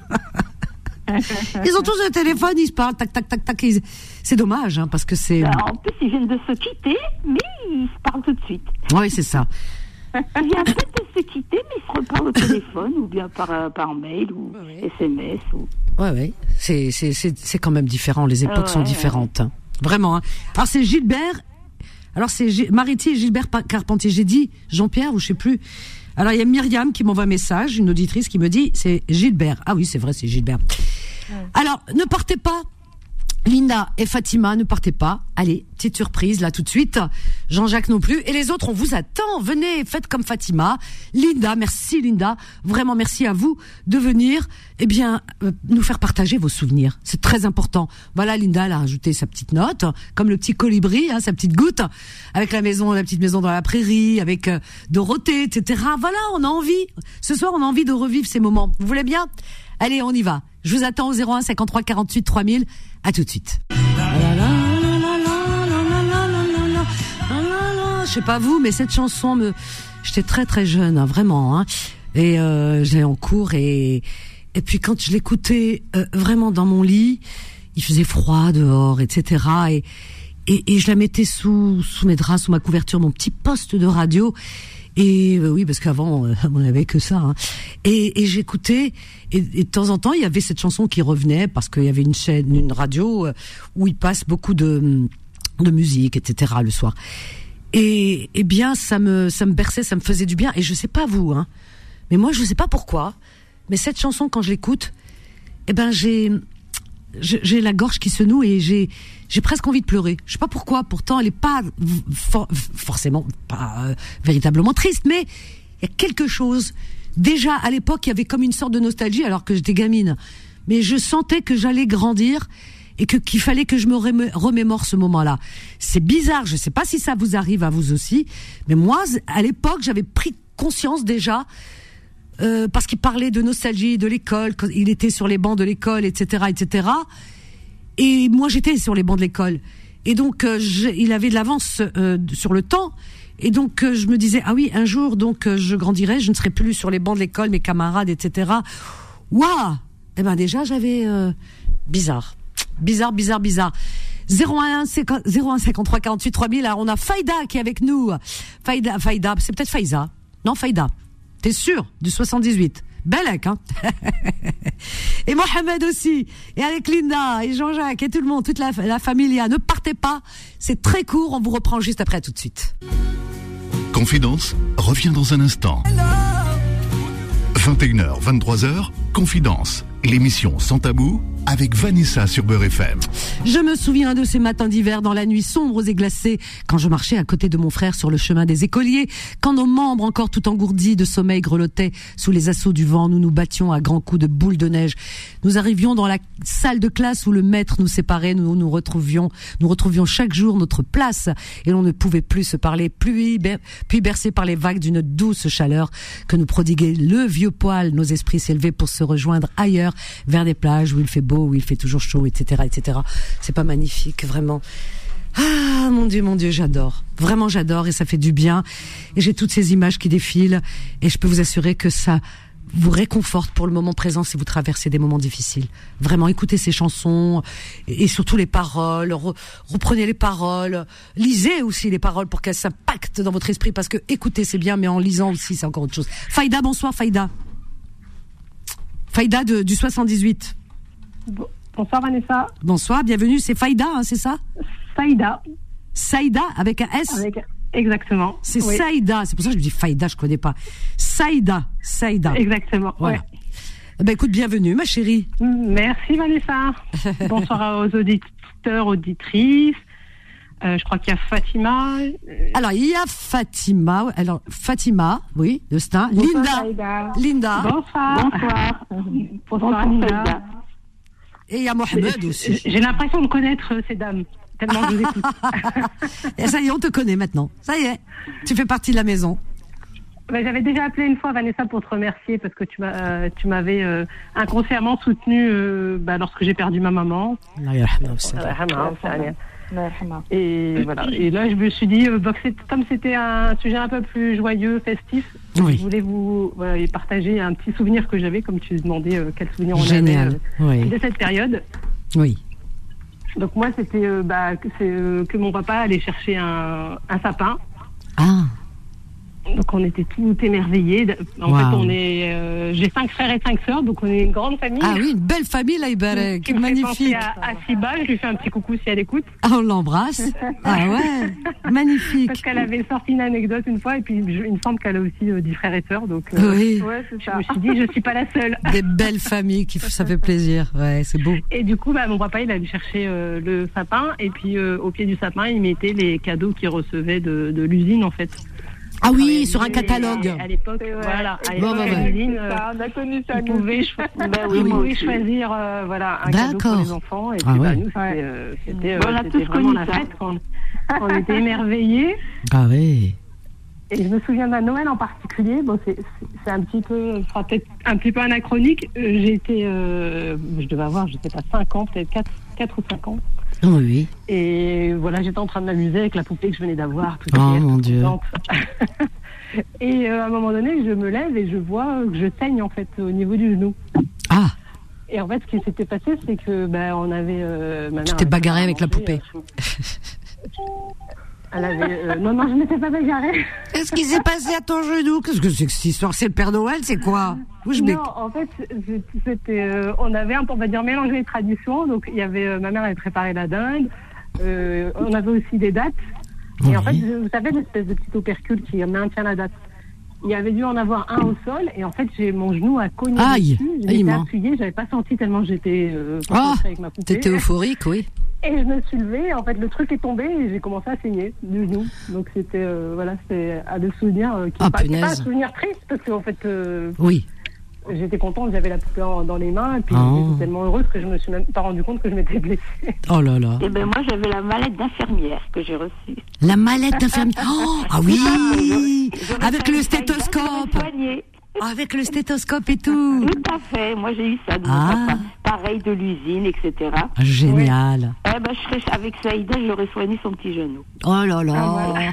Ils ont tous le téléphone, ils se parlent, tac, tac, tac, tac. ils- C'est dommage, hein, parce que c'est...
Alors, en plus, ils viennent de se quitter, mais ils se parlent tout de suite.
Oui, c'est ça.
Ils viennent peut-être de se quitter, mais ils se reparlent au téléphone, ou bien par, euh, par mail, ou
Ouais, ouais.
S M S. Ou...
Ouais, ouais. C'est, c'est, c'est, c'est quand même différent. Les époques
Ouais,
sont
ouais.
différentes. hein. Vraiment. Hein. Alors, c'est Gilbert. Alors, c'est G- Mariti et Gilbert Pa- Carpentier. J'ai dit Jean-Pierre ou je sais plus. Alors, il y a Myriam qui m'envoie un message, une auditrice qui me dit c'est Gilbert. Ah oui, c'est vrai, c'est Gilbert. Alors, ne partez pas. Linda et Fatima, ne partez pas. Allez, petite surprise là tout de suite. Jean-Jacques non plus. Et les autres, on vous attend. Venez, faites comme Fatima. Linda, merci Linda. Vraiment merci à vous de venir, eh bien, euh, nous faire partager vos souvenirs. C'est très important. Voilà, Linda, elle a rajouté sa petite note, comme le petit colibri, hein, sa petite goutte, avec la maison, la petite maison dans la prairie, avec euh, Dorothée, et cetera. Voilà, on a envie. Ce soir, on a envie de revivre ces moments. Vous voulez bien? Allez, on y va. Je vous attends au zéro un cinquante-trois quarante-huit trois mille. À tout de suite. Je sais pas vous, mais cette chanson me, j'étais très très jeune, hein, vraiment, hein, et euh, j'allais en cours et et puis quand je l'écoutais euh, vraiment dans mon lit, il faisait froid dehors, et cetera. Et et, et je la mettais sous sous mes draps, sous ma couverture, mon petit poste de radio. Et euh, oui, parce qu'avant euh, on n'avait que ça. Hein. Et, et j'écoutais, et, et de temps en temps il y avait cette chanson qui revenait parce qu'il y avait une chaîne, une radio euh, où il passe beaucoup de de musique, et cetera le soir. Et, et bien ça me ça me berçait, ça me faisait du bien. Et je sais pas vous, hein, mais moi je sais pas pourquoi, mais cette chanson quand je l'écoute, eh ben j'ai j'ai la gorge qui se noue et j'ai j'ai presque envie de pleurer. Je sais pas pourquoi. Pourtant, elle est pas for, forcément pas euh, véritablement triste, mais il y a quelque chose. Déjà à l'époque, il y avait comme une sorte de nostalgie, alors que j'étais gamine. Mais je sentais que j'allais grandir et que qu'il fallait que je me remé- remémore ce moment-là. C'est bizarre. Je sais pas si ça vous arrive à vous aussi, mais moi, à l'époque, j'avais pris conscience déjà. Euh, parce qu'il parlait de nostalgie de l'école, quand il était sur les bancs de l'école, et cetera, et cetera. Et moi, j'étais sur les bancs de l'école. Et donc, euh, il avait de l'avance euh, sur le temps. Et donc, euh, je me disais, ah oui, un jour, donc, euh, je grandirai, je ne serai plus sur les bancs de l'école, mes camarades, et cetera. Waouh! Eh ben déjà, j'avais euh, bizarre, bizarre, bizarre, bizarre. zéro un cinquante-trois quarante-huit trois mille. Alors, on a Faïda qui est avec nous. Faïda, Faïda, c'est peut-être Faïza. Non, Faïda. T'es sûr? Du soixante-dix-huit. Belek, hein? Et Mohamed aussi. Et avec Linda et Jean-Jacques et tout le monde, toute la, la familia. Ne partez pas. C'est très court. On vous reprend juste après, tout de suite.
Confidence revient dans un instant. vingt et une heures, vingt-trois heures, Confidence, l'émission Sans Tabou avec Vanessa sur Beurre F M.
Je me souviens de ces matins d'hiver dans la nuit sombre et glacée, quand je marchais à côté de mon frère sur le chemin des écoliers, quand nos membres encore tout engourdis de sommeil grelottaient sous les assauts du vent, nous nous battions à grands coups de boules de neige. Nous arrivions dans la salle de classe où le maître nous séparait, nous nous retrouvions, nous retrouvions chaque jour notre place et l'on ne pouvait plus se parler, puis, puis bercés par les vagues d'une douce chaleur que nous prodiguait le vieux poêle, nos esprits s'élevaient pour se rejoindre ailleurs, vers des plages où il fait beau, où il fait toujours chaud, et cetera, et cetera. C'est pas magnifique, vraiment. Ah, mon Dieu, mon Dieu, j'adore. Vraiment, j'adore et ça fait du bien. Et j'ai toutes ces images qui défilent et je peux vous assurer que ça vous réconforte pour le moment présent si vous traversez des moments difficiles. Vraiment, écoutez ces chansons et, et surtout les paroles. Re, reprenez les paroles. Lisez aussi les paroles pour qu'elles s'impactent dans votre esprit parce que écouter c'est bien, mais en lisant aussi c'est encore autre chose. Faïda, bonsoir Faïda. Faïda de, du soixante-dix-huit.
Bonsoir Vanessa.
Bonsoir, bienvenue. C'est Faïda, hein, c'est ça?
Saïda.
Saïda avec un S.
Avec... Exactement.
C'est
oui.
Saïda. C'est pour ça que je me dis Faïda, je connais pas. Saïda, Saïda.
Exactement.
Voilà.
Ouais.
Eh ben écoute, bienvenue ma chérie.
Merci Vanessa. Bonsoir aux auditeurs, auditrices. Euh, je crois qu'il y a Fatima.
Alors il y a Fatima. Alors Fatima, oui, de Stein. Linda.
Saïda.
Linda.
Bonsoir.
Bonsoir.
Bonsoir Linda.
Et il y a Mohamed aussi.
J'ai l'impression de connaître ces dames. Tellement je vous écoute.
Et ça y est, on te connaît maintenant. Ça y est, tu fais partie de la maison.
Ben, j'avais déjà appelé une fois Vanessa pour te remercier parce que tu m'as, euh, tu m'avais euh, inconsciemment soutenue euh, bah, lorsque j'ai perdu ma maman. Et voilà. Et là, je me suis dit, euh, bah, c'est, comme c'était un sujet un peu plus joyeux, festif,
Oui.
je voulais vous voilà, partager un petit souvenir que j'avais, comme tu demandais euh, quel souvenir on
Génial.
avait euh,
Oui.
de cette période.
Oui.
Donc moi, c'était euh, bah, que, c'est, euh, que mon papa allait chercher un, un sapin.
Ah.
Donc on était tout émerveillés. En
Wow.
fait, on est, euh, j'ai cinq frères et cinq sœurs, donc on est une grande famille.
Ah oui, une belle famille là, Ibarek.
Qui me fait
Magnifique.
penser à, à Siba, je lui fais un petit coucou si elle écoute.
Ah, on l'embrasse. Ah ouais, magnifique.
Parce qu'elle avait sorti une anecdote une fois, et puis je, il me semble qu'elle a aussi euh, dix frères et sœurs, donc euh,
Oui.
Ouais, c'est
je
ça.
me suis dit, je suis pas la seule.
Des belles familles, qui, ça fait plaisir. Ouais, c'est beau.
Et du coup, bah, mon papa, il allait chercher euh, le sapin, et puis euh, au pied du sapin, il mettait les cadeaux qu'il recevait de, de l'usine, en fait.
Ah oui,
Ouais,
sur un
et
catalogue.
À l'époque,
C'est vrai.
voilà, à
Et
l'époque,
Bon, bah,
à
ouais.
l'usine, euh,
Ça, on a connu ça.
ils
nous.
pouvaient, cho-
Ben
ils
oui, moi
pouvaient
aussi.
choisir euh, voilà, un cadeau pour
D'accord.
les enfants. Et
Ah
puis, bah,
ouais.
nous, c'était, euh, c'était, euh,
Bon, on a
c'était
tous
vraiment
connu
la
ça.
fête. On, on était émerveillés.
Ah oui.
Et je me souviens d'un Noël en particulier. Bon, c'est, c'est, c'est un petit peu, ce sera peut-être un petit peu anachronique. Euh, J'ai été, euh, je devais avoir, je sais pas, cinq ans, peut-être quatre ou cinq ans.
Oui.
Et voilà, j'étais en train de m'amuser avec la poupée que je venais d'avoir. Toute
Oh,
fière,
mon
toute
Dieu.
contente. Et euh, à un moment donné, je me lève et je vois que je saigne en fait au niveau du genou.
Ah,
Et en fait, ce qui s'était passé, c'est que ben on avait. Euh, ma mère
tu t'es
avait
bagarré
fait à
avec la
manger,
poupée.
euh, Elle avait. euh, non, non, je ne m'étais pas bagarrée.
Qu'est-ce qui s'est passé à ton genou? Qu'est-ce que c'est que cette histoire? C'est le Père Noël, c'est quoi? Où je
Non, en fait, c'était. Euh, on avait, un peu, on va dire, mélangé les traditions. Donc, il y avait. Euh, ma mère avait préparé la dinde. Euh, on avait aussi des dates. Et en fait,
Oui.
vous savez, l'espèce de petit opercule qui maintient la date. Il y avait dû en avoir un au sol, et en fait, j'ai mon genou a cogné
Aïe.
dessus. Je
Aïe,
m'étais
man.
appuyée, j'avais pas senti tellement j'étais euh,
Ah,
concentrée avec ma poupée.
t'étais euphorique, oui.
Et je me suis levée, et en fait, le truc est tombé, et j'ai commencé à saigner du genou. Donc c'était, euh, voilà, c'était un des souvenirs euh, qui
Ah,
n'est pas, qui est pas un
punaise.
souvenir triste, parce qu'en fait, euh,
Oui.
j'étais contente, j'avais la poupée en- dans les mains, et puis
Oh.
j'étais tellement heureuse que je me suis même pas rendu compte que je m'étais blessée.
Oh là là.
Et ben moi j'avais la mallette d'infirmière que j'ai reçue.
La mallette d'infirmière. Oh, ah oui.
J'aurais
Avec
fait
le
un
stéthoscope.
j'aurais soigné.
Avec le stéthoscope et tout.
Tout à fait. Moi j'ai eu ça de mon
Ah.
papa. Pareil de l'usine, et cetera.
Génial.
Eh ben je serais avec Saïda, j'aurais soigné son petit genou.
Oh là là.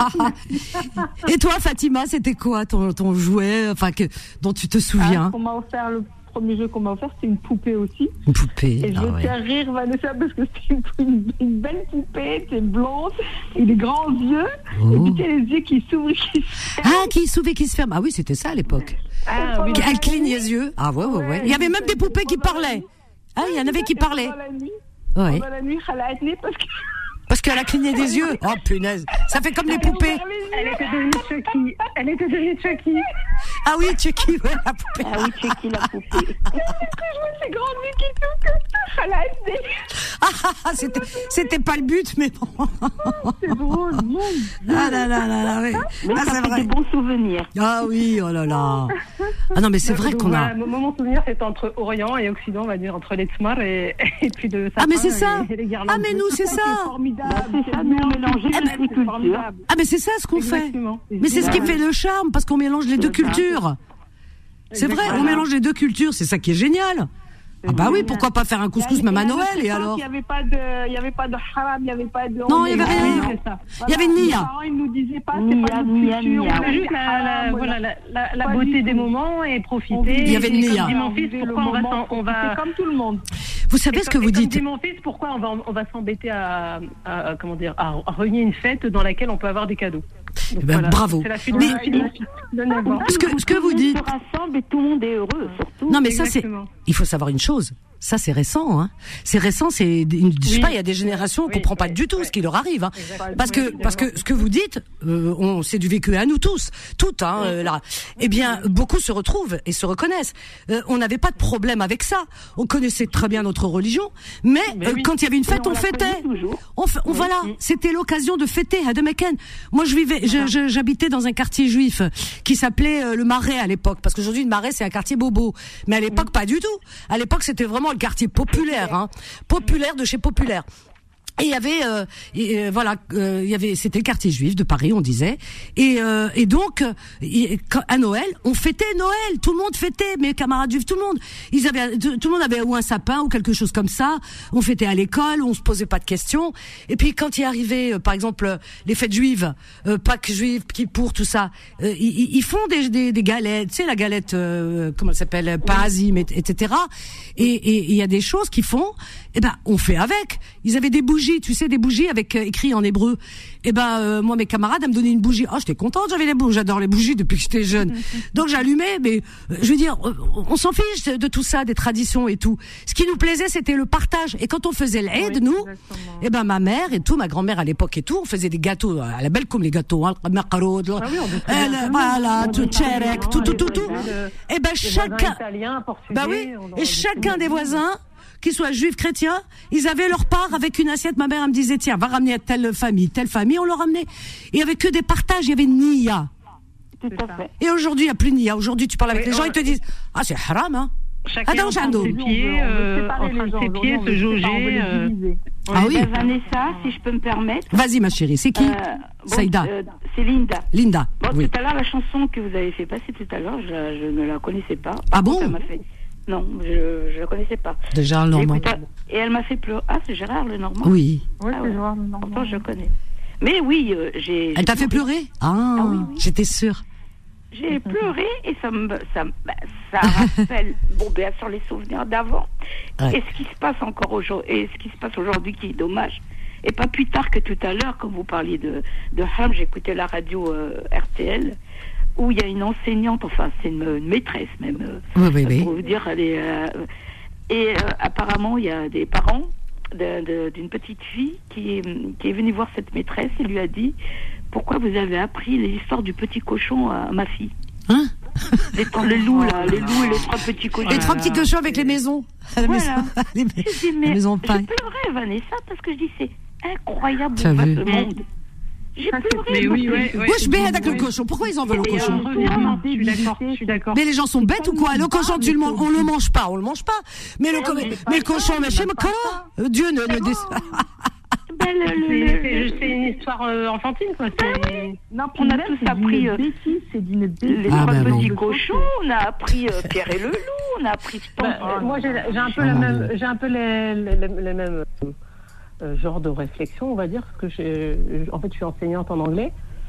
Et toi, Fatima, c'était quoi ton, ton jouet, enfin que dont tu te
Ah,
souviens?
qu'on m'a offert, le premier jeu qu'on m'a offert, c'était une poupée aussi.
Une poupée.
Et je
Ah
vais te
ouais.
faire rire, Vanessa, parce que c'est une, une, une belle poupée, t'es blonde, et des grands yeux,
Oh.
et puis t'as les yeux qui s'ouvrent, qui se ferment.
Ah, qui s'ouvre et qui se ferme. Ah oui, c'était ça à l'époque.
Ah oui.
Elle cligne les yeux. Ah ouais, ouais, ouais. Il y avait même des poupées qui parlaient. Ah, il y en avait qui
Et
parlaient.
pendant la nuit,
Ouais.
pendant la nuit, khalatni, parce que
Parce qu'elle a cligné des yeux. Oh punaise. Ça fait comme les poupées.
Elle était devenue Chucky. Elle était devenue Chucky.
Ah oui, Chucky, ouais, la poupée.
Ah oui, Chucky la poupée.
je vois ces grandes nuits qui tournent comme ça, khalatni.
Ah, ah, ah, c'était, c'était pas le but, mais bon.
C'est drôle, mon Dieu.
Ah là là là là, oui.
Mais
Ah,
ça
c'est
fait
vrai.
de bons souvenirs.
Ah oui, oh là là. Ah non, mais c'est vrai
Donc,
qu'on
voilà,
a.
Mon mon souvenir, c'est entre Orient et Occident, on va dire, entre les Tzmar et, et puis le
Ah mais
sapin
c'est ça.
et- et les guirlandes.
Ah mais nous c'est ça.
Formidable.
Bah, c'est ça, nous on mélangeait
Eh ben,
toutes les cultures.
Formidable.
Ah mais c'est ça ce qu'on fait.
Exactement.
Mais c'est ce qui
Ouais.
fait le charme parce qu'on mélange les deux
C'est ça.
cultures. C'est vrai, on
Exactement.
mélange les deux cultures, c'est ça qui est génial. Ah bah oui, pourquoi pas faire un couscous même à Noël, et alors?
Il n'y avait pas de, il y avait pas de haram, il n'y avait pas de.
Non, il n'y avait rien. Il y avait une nia.
Ils nous disaient pas, c'est pas notre culture.
C'est juste la, la, voilà, la, la, la beauté des moments et profiter.
Il y avait une nia.
Comme dit mon fils, pourquoi on va, on va.
C'est comme tout le monde.
Vous savez ce que vous dites?
Comme dit mon fils, pourquoi on va, on va s'embêter à, à, à, comment dire, à, à réunir une fête dans laquelle on peut avoir des cadeaux. Donc,
ben,
voilà.
Bravo.
C'est la philosophie de mon fils.
Ce que, ce que vous dites.
Tout le monde se rassemble et tout le monde est heureux, surtout.
Non, mais ça, c'est,
Exactement.
il faut savoir une chose. Ça, c'est récent, hein. C'est récent, c'est, une, je sais
Oui.
pas, il y a des générations, on
Oui,
comprend pas
oui,
du tout
oui.
ce qui leur arrive, hein.
Exactement.
Parce que,
Oui,
parce que ce que vous dites, euh, on, c'est du vécu à nous tous, toutes, hein, euh, là. Eh bien, beaucoup se retrouvent et se reconnaissent. Euh, on n'avait pas de problème avec ça. On connaissait très bien notre religion, mais,
Mais
euh,
oui.
quand il y avait une fête,
on
on,
la
fêtait.
connaît toujours.
On, f- on voilà, c'était l'occasion de fêter à Demeken. Moi, je vivais, je, je- j'habitais dans un quartier juif qui s'appelait euh, le Marais à l'époque, parce qu'aujourd'hui le Marais c'est un quartier bobo, mais à l'époque pas du tout. À l'époque c'était vraiment le quartier populaire, hein, populaire de chez populaire. Et il y avait, euh, et, euh, voilà, euh, il y avait, c'était le quartier juif de Paris, on disait, et euh, et donc euh, et, quand- à Noël, on fêtait Noël, tout le monde fêtait, mes camarades juifs, tout le monde, ils avaient, tout, tout le monde avait ou un sapin ou quelque chose comme ça. On fêtait à l'école, on se posait pas de questions. Et puis quand il est arrivé, euh, par exemple, euh, les fêtes juives, euh, Pâques juives, Kippour, tout ça, euh, ils, ils font des, des, des galettes, tu sais la galette, euh, comment elle s'appelle, pain azim, et, etc. Et il y a des choses qu'ils font. Eh ben, on fait avec. Ils avaient des bougies, tu sais, des bougies avec euh, écrit en hébreu. Eh ben, euh, moi, mes camarades, elles me donnaient une bougie. Oh, j'étais contente, j'avais les bougies. J'adore les bougies depuis que j'étais jeune. Donc, j'allumais, mais euh, je veux dire, euh, on s'en fiche de, de tout ça, des traditions et tout. Ce qui nous plaisait, c'était le partage. Et quand on faisait l'Aïd, nous, eh ben, ma mère et tout, ma grand-mère à l'époque et tout, on faisait des gâteaux, à la belle comme les gâteaux, hein, le macaroud,
Ah oui, on peut
euh, le- voilà, tout, tcherek, tout, tout, tout, tout. Eh ben, chacun,
Italien, portugais.
bah oui,
on en-
et chacun des voisins, qu'ils soient juifs, chrétiens, ils avaient leur part avec une assiette. Ma mère, elle me disait, tiens, va ramener à telle famille, telle famille, on leur ramenait. Et il y avait que des partages, il y avait Nia.
Tout à fait.
Et aujourd'hui, il n'y a plus Nia. Aujourd'hui, tu parles avec
Oui,
les gens,
on-
ils te disent, ah, c'est haram, hein.
Chacun
Attends,
en train de
Jando.
ses pieds, euh, en train de ses pieds, se jauger. euh,
Ah oui.
Ben, Vanessa, si je peux me permettre.
Vas-y, ma chérie, c'est qui?
euh, bon,
Saïda.
euh, c'est Linda.
Linda.
Bon,
Oui.
tout à l'heure, la chanson que vous avez fait passer tout à l'heure, je, je ne la connaissais pas. Par
Ah
contre,
bon
elle m'a fait... Non, je je la connaissais pas.
Déjà, le
Et,
Normand.
écoute, et elle m'a fait pleurer. Ah, c'est Gérard Lenormand.
Oui.
Oui,
Ah
c'est
ouais.
Gérard
Pourtant, je connais. Mais oui, euh, j'ai...
Elle
j'ai
t'a fait
pleuré.
pleurer? Ah,
Ah oui, oui.
j'étais sûre.
J'ai pleuré et ça me ça, me- bah, ça rappelle bon bien sûr les souvenirs d'avant
Ouais.
et ce qui se passe encore aujourd'hui et ce qui se passe aujourd'hui qui est dommage. Et pas plus tard que tout à l'heure quand vous parliez de de Ham, j'écoutais la radio euh, R T L où il y a une enseignante, enfin c'est une, une maîtresse même euh,
Oui, oui, oui.
pour vous dire elle est euh, et euh, apparemment il y a des parents de- de- d'une petite fille qui est, qui est venue voir cette maîtresse et lui a dit pourquoi vous avez appris l'histoire du petit cochon à ma fille.
Hein?
Les, les loups là, les loups et les trois petits cochons.
Les trois petits cochons avec les maisons. La
Voilà.
maison, les,
Je dis,
la
mais
maison de
je
paille.
pleurais Vanessa parce que je dis c'est incroyable
T'as
où va
vu?
ce monde. J'ai pleuré.
Mais oui,
parce
ouais,
que-
ouais.
Wesh, béhet avec le cochon. Pourquoi ils en veulent au
Et
cochon?
un revirement, je suis d'accord, je suis d'accord.
Mais les gens sont bêtes ou quoi? Le cochon, tu le manges, on le mange pas, on le mange pas. Mais le, co- mais le cochon, mais chez moi, quoi? Dieu ne, ne dé-
Ben, le- le-
C'est
le-
c'est- c'est une histoire euh, enfantine, quoi. C'est-
Non,
On a
même,
tous
c'est
appris,
d'une
euh,
bêtise, c'est d'une bêtise.
les
Ah,
trois
bah,
petits
bon.
cochons, on a appris euh, Pierre et le loup, on a appris
Bah,
Stan-
euh, moi, j'ai j'ai un peu
Ah,
le
mon
même,
Dieu.
j'ai un peu les, les, les- les mêmes euh, genre de réflexion, on va dire, parce que j'ai- en fait, je suis enseignante en anglais.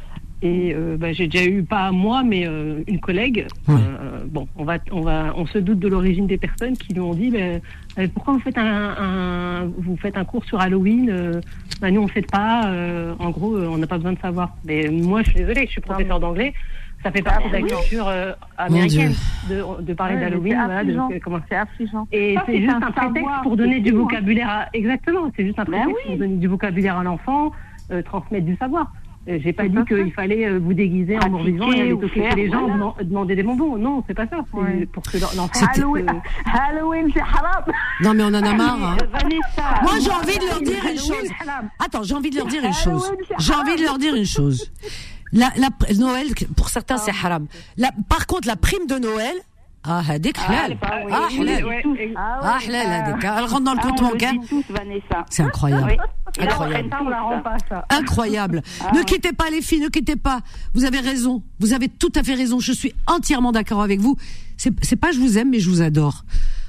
Et euh, bah, j'ai déjà eu, pas moi, mais euh, une collègue.
Ouais.
Euh, bon, on va, on va, on se doute de l'origine des personnes qui lui ont dit, ben, euh, pourquoi vous faites un, un, vous faites un cours sur Halloween euh, ben, nous on ne fait pas. euh, en gros, euh, on n'a pas besoin de savoir. Mais moi, je suis désolée, je suis professeur d'anglais. Ça fait partie de la culture euh, américaine de, de parler
Ouais, mais
d'Halloween.
c'est
Voilà, de,
affligeant.
de- comment
C'est affligeant.
et
Ça,
c'est
c'est
juste
un
un prétexte
savoir,
pour donner
c'est
du
tout, hein.
vocabulaire à... Exactement, c'est juste un
Ben
prétexte
oui.
pour donner du vocabulaire à l'enfant, euh, transmettre du savoir. Euh, J'ai pas
Tout
dit
à fait.
qu'il fallait euh, vous déguiser en
Pratiquer
mordisant et aller
ou
toquer
faire,
chez les gens,
voilà.
deman- demander des bonbons. Non, c'est pas ça. C'est
Ouais.
pour que l'enfant...
C'était-
Halloween, Halloween, c'est haram.
Non, mais on en a marre, hein.
Euh, Vanessa.
Moi, j'ai envie de leur dire une chose. Attends, j'ai envie de leur dire une chose. J'ai envie de leur dire une chose. La, la, Noël, pour certains, c'est haram. La, par contre, la prime de Noël, ah, hadik halal.
bah oui,
Ah,
oui,
halal.
oui, tous.
Ah, halal, hadik. Elle rentre dans le
Ah,
compte
on le
bancaire.
dit tous, Vanessa.
C'est incroyable.
Oui. Et là,
Incroyable.
on
on la rend pas, ça.
Incroyable.
Ah
ne
ouais.
quittez pas les filles, ne quittez pas. Vous avez raison. Vous avez tout à fait raison. Je suis entièrement d'accord avec vous. C'est, c'est pas je vous aime, mais je vous adore.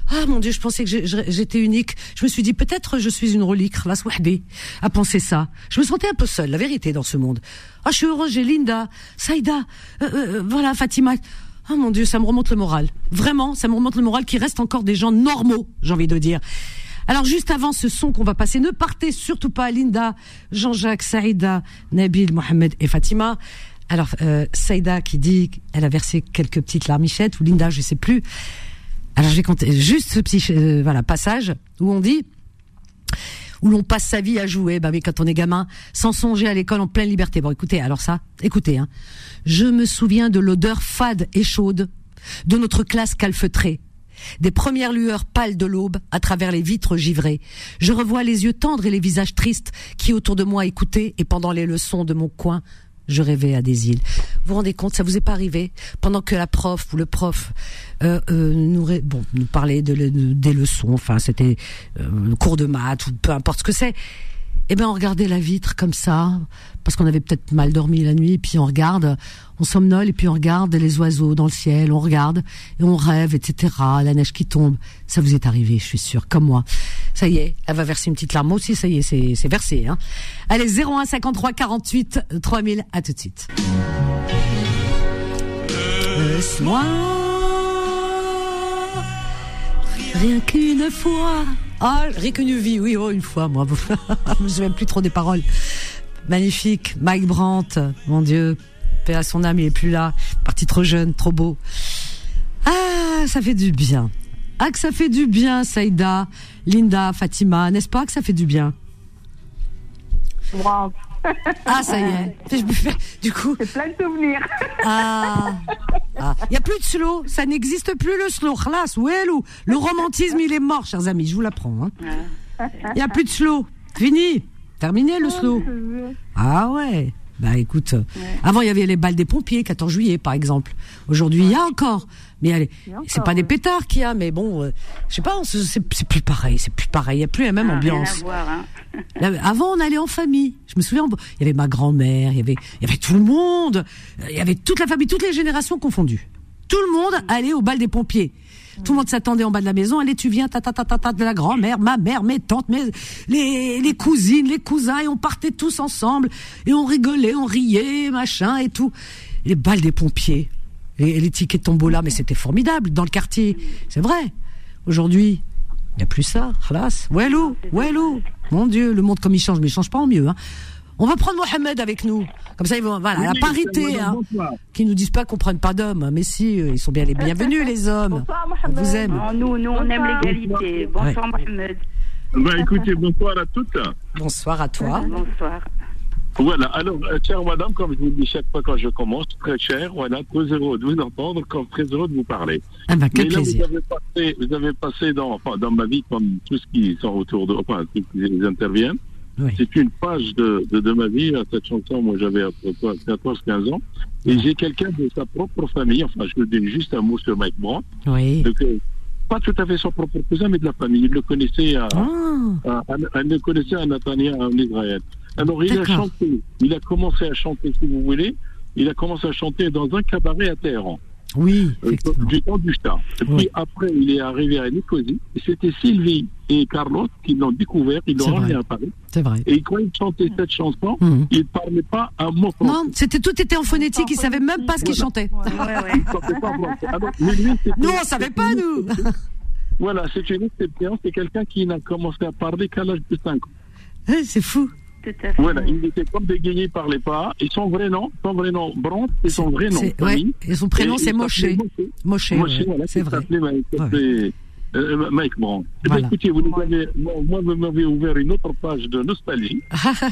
Ah mon Dieu, je pensais que j'ai- j'étais unique. Je me suis dit peut-être je suis une relique, la Swahdi, à penser ça. Je me sentais un peu seule, la vérité, dans ce monde. Ah, je suis heureuse, j'ai Linda, Saïda, euh, euh, voilà, Fatima. Ah mon Dieu, ça me remonte le moral. Vraiment, ça me remonte le moral qu'il reste encore des gens normaux, j'ai envie de dire. Alors juste avant ce son qu'on va passer, ne partez surtout pas, Linda, Jean-Jacques, Saïda, Nabil, Mohamed et Fatima. Alors euh, Saïda qui dit qu'elle a versé quelques petites larmichettes, ou Linda, je sais plus. Alors je vais compter juste ce petit euh, voilà passage où on dit, où l'on passe sa vie à jouer, bah oui, quand on est gamin, sans songer à l'école en pleine liberté. Bon, écoutez, alors ça, écoutez, hein. Je me souviens de l'odeur fade et chaude de notre classe calfeutrée, des premières lueurs pâles de l'aube à travers les vitres givrées. Je revois les yeux tendres et les visages tristes qui autour de moi écoutaient, et pendant les leçons de mon coin, je rêvais à des îles. Vous vous rendez compte, ça vous est pas arrivé pendant que la prof ou le prof euh, euh, nous ré... bon nous parlait de, de, des leçons, enfin c'était euh, cours de maths ou peu importe ce que c'est. Eh ben on regardait la vitre comme ça parce qu'on avait peut-être mal dormi la nuit, et puis on regarde, on somnole et puis on regarde les oiseaux dans le ciel, on regarde et on rêve, et cetera. La neige qui tombe, ça vous est arrivé, je suis sûre, comme moi. Ça y est, elle va verser une petite larme aussi, ça y est, c'est, c'est versé. Hein. Allez, zéro un cinquante-trois quarante-huit trois mille, à tout de suite. Laisse-moi rien qu'une fois. Ah, rien qu'une vie, oui, oh, une fois, moi. Je me souviens plus trop des paroles. Magnifique. Mike Brandt, mon Dieu. Paix à son âme, il est plus là. Parti trop jeune, trop beau. Ah, ça fait du bien. Ah, que ça fait du bien, Saïda, Linda, Fatima. N'est-ce pas que ça fait du bien?
Wow.
Ah, ça y est. Je me fais, du coup.
C'est plein de souvenirs.
Ah. Ah. Il y a plus de slow. Ça n'existe plus, le slow. Khlas, ouelou. Le romantisme, il est mort, chers amis. Je vous l'apprends, hein. Il y a plus de slow. Fini. Terminé, le slow. Ah ouais. Bah écoute, ouais. Avant il y avait les balles des pompiers, quatorze juillet par exemple. Aujourd'hui il ouais. y a encore, mais allez, encore, c'est pas ouais. des pétards qu'il y a, mais bon, euh, je sais pas, on se, c'est, c'est plus pareil, c'est plus pareil, il y a plus la même ah, ambiance.
Rien à voir, hein.
Là, avant on allait en famille. Je me souviens, il y avait ma grand-mère, il y avait, il y avait tout le monde, il y avait toute la famille, toutes les générations confondues. Tout le monde allait au bal des pompiers. Tout le monde s'attendait en bas de la maison. Allez, tu viens, ta ta ta ta ta de la grand-mère, ma mère, mes tantes, mes les les cousines, les cousins, et on partait tous ensemble et on rigolait, on riait, machin et tout. Les balles des pompiers, les, les tickets de tombola, mais c'était formidable dans le quartier. C'est vrai. Aujourd'hui, il y a plus ça. Khalas. Ouelou, ouelou. Mon Dieu, le monde comme il change, mais il change pas en mieux. Hein. On va prendre Mohamed avec nous. Comme ça, ils vont, voilà, oui, la parité, hein. Qu'ils nous disent pas qu'on prenne pas d'hommes. Mais si, ils sont bien les bienvenus, les hommes.
Bonsoir,
on vous aime.
Oh, nous, nous, on aime l'égalité. Bonsoir, ouais. Mohamed.
Bah, écoutez, bonsoir à toutes.
Bonsoir à toi.
Bonsoir.
Voilà, alors, euh, chère madame, comme je vous le dis chaque fois quand je commence, très cher, voilà, très heureux de vous entendre, comme très heureux de vous parler.
Ah bah, quel
Mais là,
plaisir.
vous avez passé, vous avez passé dans, enfin, dans ma vie, comme tout ce qui sont autour de, enfin, tous qui interviennent. Oui. C'est une page de, de, de ma vie, cette chanson. Moi, j'avais quatorze quinze ans. Et oui. J'ai quelqu'un de sa propre famille. Enfin, je vous donne juste un mot sur Mike Brandt.
Oui.
Donc, euh, pas tout à fait son propre cousin, mais de la famille. Il le connaissait à, oh. à, à, à, il le connaissait à Natania, en Israël. Alors, il D'accord. a chanté. Il a commencé à chanter, si vous voulez. Il a commencé à chanter dans un cabaret à Téhéran.
Oui, effectivement.
Du temps du Shah. Et puis oui. après, il est arrivé à Nicosie. Et c'était Sylvie et Carlos qui l'ont découvert. Ils l'ont ramené à Paris.
C'est vrai.
Et quand il chantait cette chanson, mmh. il ne parlait pas un mot français.
Non, c'était, tout était en phonétique. Il ne savait même pas ce qu'il chantait.
Ouais, ouais.
Il ne savait pas français. Alors, mais lui,
nous, on ne savait pas, nous.
Voilà, c'est une exception. C'est quelqu'un qui n'a commencé à parler qu'à l'âge de cinq ans.
C'est fou.
Voilà, il était comme dégayé, il parlait pas. Et son vrai nom, son vrai nom, Brandt, et son vrai nom.
Ouais, et son prénom, et c'est Moshe. Moshe,
Moshe, voilà, c'est vrai. Il s'appelait euh, Mike Brandt. Eh voilà. Bien, écoutez, vous nous avez, moi, vous m'avez ouvert une autre page de nostalgie.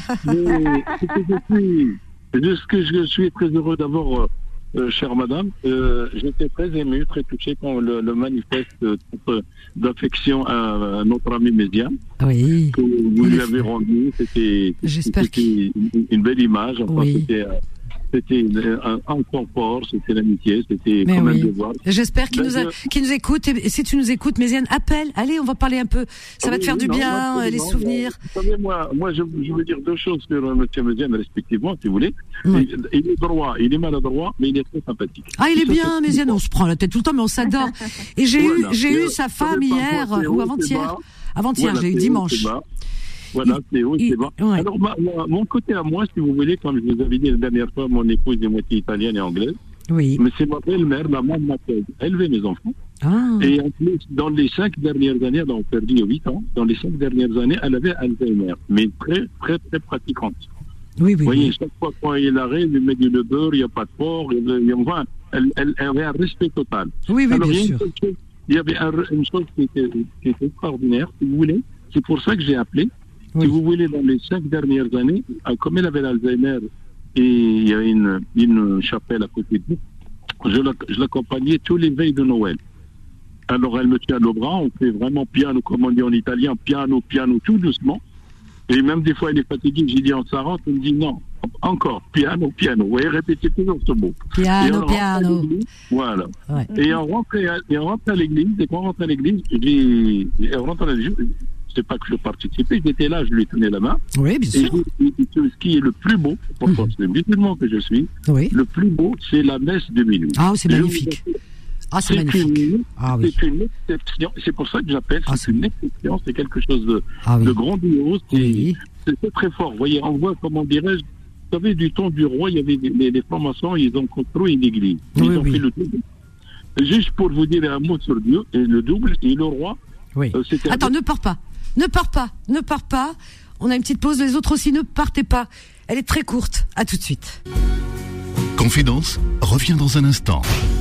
Mais je suis, ce que je suis très heureux d'avoir, euh, chère madame, euh, j'étais très ému, très touché quand le, le manifeste euh, d'affection à, à notre ami Médiane,
oui,
que vous lui avez rendu. C'était,
J'espère
c'était une, une belle image. Enfin,
oui.
c'était, euh, c'était un, un confort, c'était l'amitié, c'était
mais
comme
oui.
un devoir.
J'espère qu'il nous, a,
je...
qu'il nous écoute. Et si tu nous écoutes, Méziane, appelle. Allez, on va parler un peu. Ça
ah,
va
oui,
te faire
oui,
du
non,
bien,
non,
les
non,
souvenirs.
Vous savez, moi, moi je, je veux dire deux choses sur euh, M. Méziane, respectivement, si vous voulez.
Oui.
Il, il est droit, il est maladroit, mais il est très sympathique.
Ah, il est
ça,
bien, Méziane. On se prend la tête tout le temps, mais on s'adore. Et j'ai
voilà.
eu, j'ai
et
eu sa femme hier, ou avant-hier. Avant-hier,
voilà,
j'ai eu dimanche.
Voilà, c'est haut,
il,
c'est bas.
Ouais.
Alors, ma, ma, mon côté à moi, si vous voulez, comme je vous avais dit la dernière fois, mon épouse est moitié italienne et anglaise.
Oui.
Mais c'est ma belle-mère, maman de ma thèse. Elle élevait mes enfants.
Ah.
Et en plus, dans les cinq dernières années, elle a perdu huit ans, dans les cinq dernières années, elle avait Alzheimer. Mais très, très, très pratiquante.
Oui, oui.
Vous voyez,
oui.
chaque fois quand il arrive, il lui met du beurre, il n'y a pas de porc, il, il, enfin, elle, elle, elle avait un respect total.
Oui, oui,
Alors,
bien
il y a
sûr.
une chose, il y avait un, une chose qui était, qui était extraordinaire, si vous voulez. C'est pour ça que j'ai appelé.
Oui.
Si vous voulez, dans les cinq dernières années, comme elle avait l'Alzheimer et il y a une, une chapelle à côté de nous, je, la, je l'accompagnais tous les veilles de Noël. Alors elle me tient le bras, on fait vraiment piano, comme on dit en italien, piano, piano, tout doucement. Et même des fois, elle est fatiguée, j'ai dit en s'arrête, elle me dit non, encore, piano, piano. Vous voyez, répétez toujours ce mot.
Piano, piano.
Voilà.
Ouais.
Et on rentre, et on rentre à l'église, et quand on rentre à l'église, j'ai, on rentre à l'église, c'est pas que je participais, j'étais là, je lui tenais la main.
Oui, bien sûr.
Et, et, et ce qui est le plus beau, pourtant mmh. c'est le musulman que je suis,
oui.
le plus beau, c'est la messe de minuit.
Ah, c'est magnifique. Ah, c'est, c'est magnifique.
Une,
ah, oui.
C'est une exception, c'est pour ça que j'appelle, ah, c'est, c'est une exception, c'est quelque chose de,
ah, oui.
de grandiose, c'est,
oui.
c'est, c'est très fort. Vous voyez, on voit, comment dirais-je, vous savez, du temps du roi, il y avait des, les, les francs-maçons, ils ont construit une église. Ils
oui,
ont
oui.
fait le double. Juste pour vous dire un mot sur Dieu, et le double, et le roi.
Oui. Euh, Attends, un... ne pars pas. Ne pars pas, ne pars pas. On a une petite pause, les autres aussi, ne partez pas. Elle est très courte. À tout de suite.
Confidence revient dans un instant.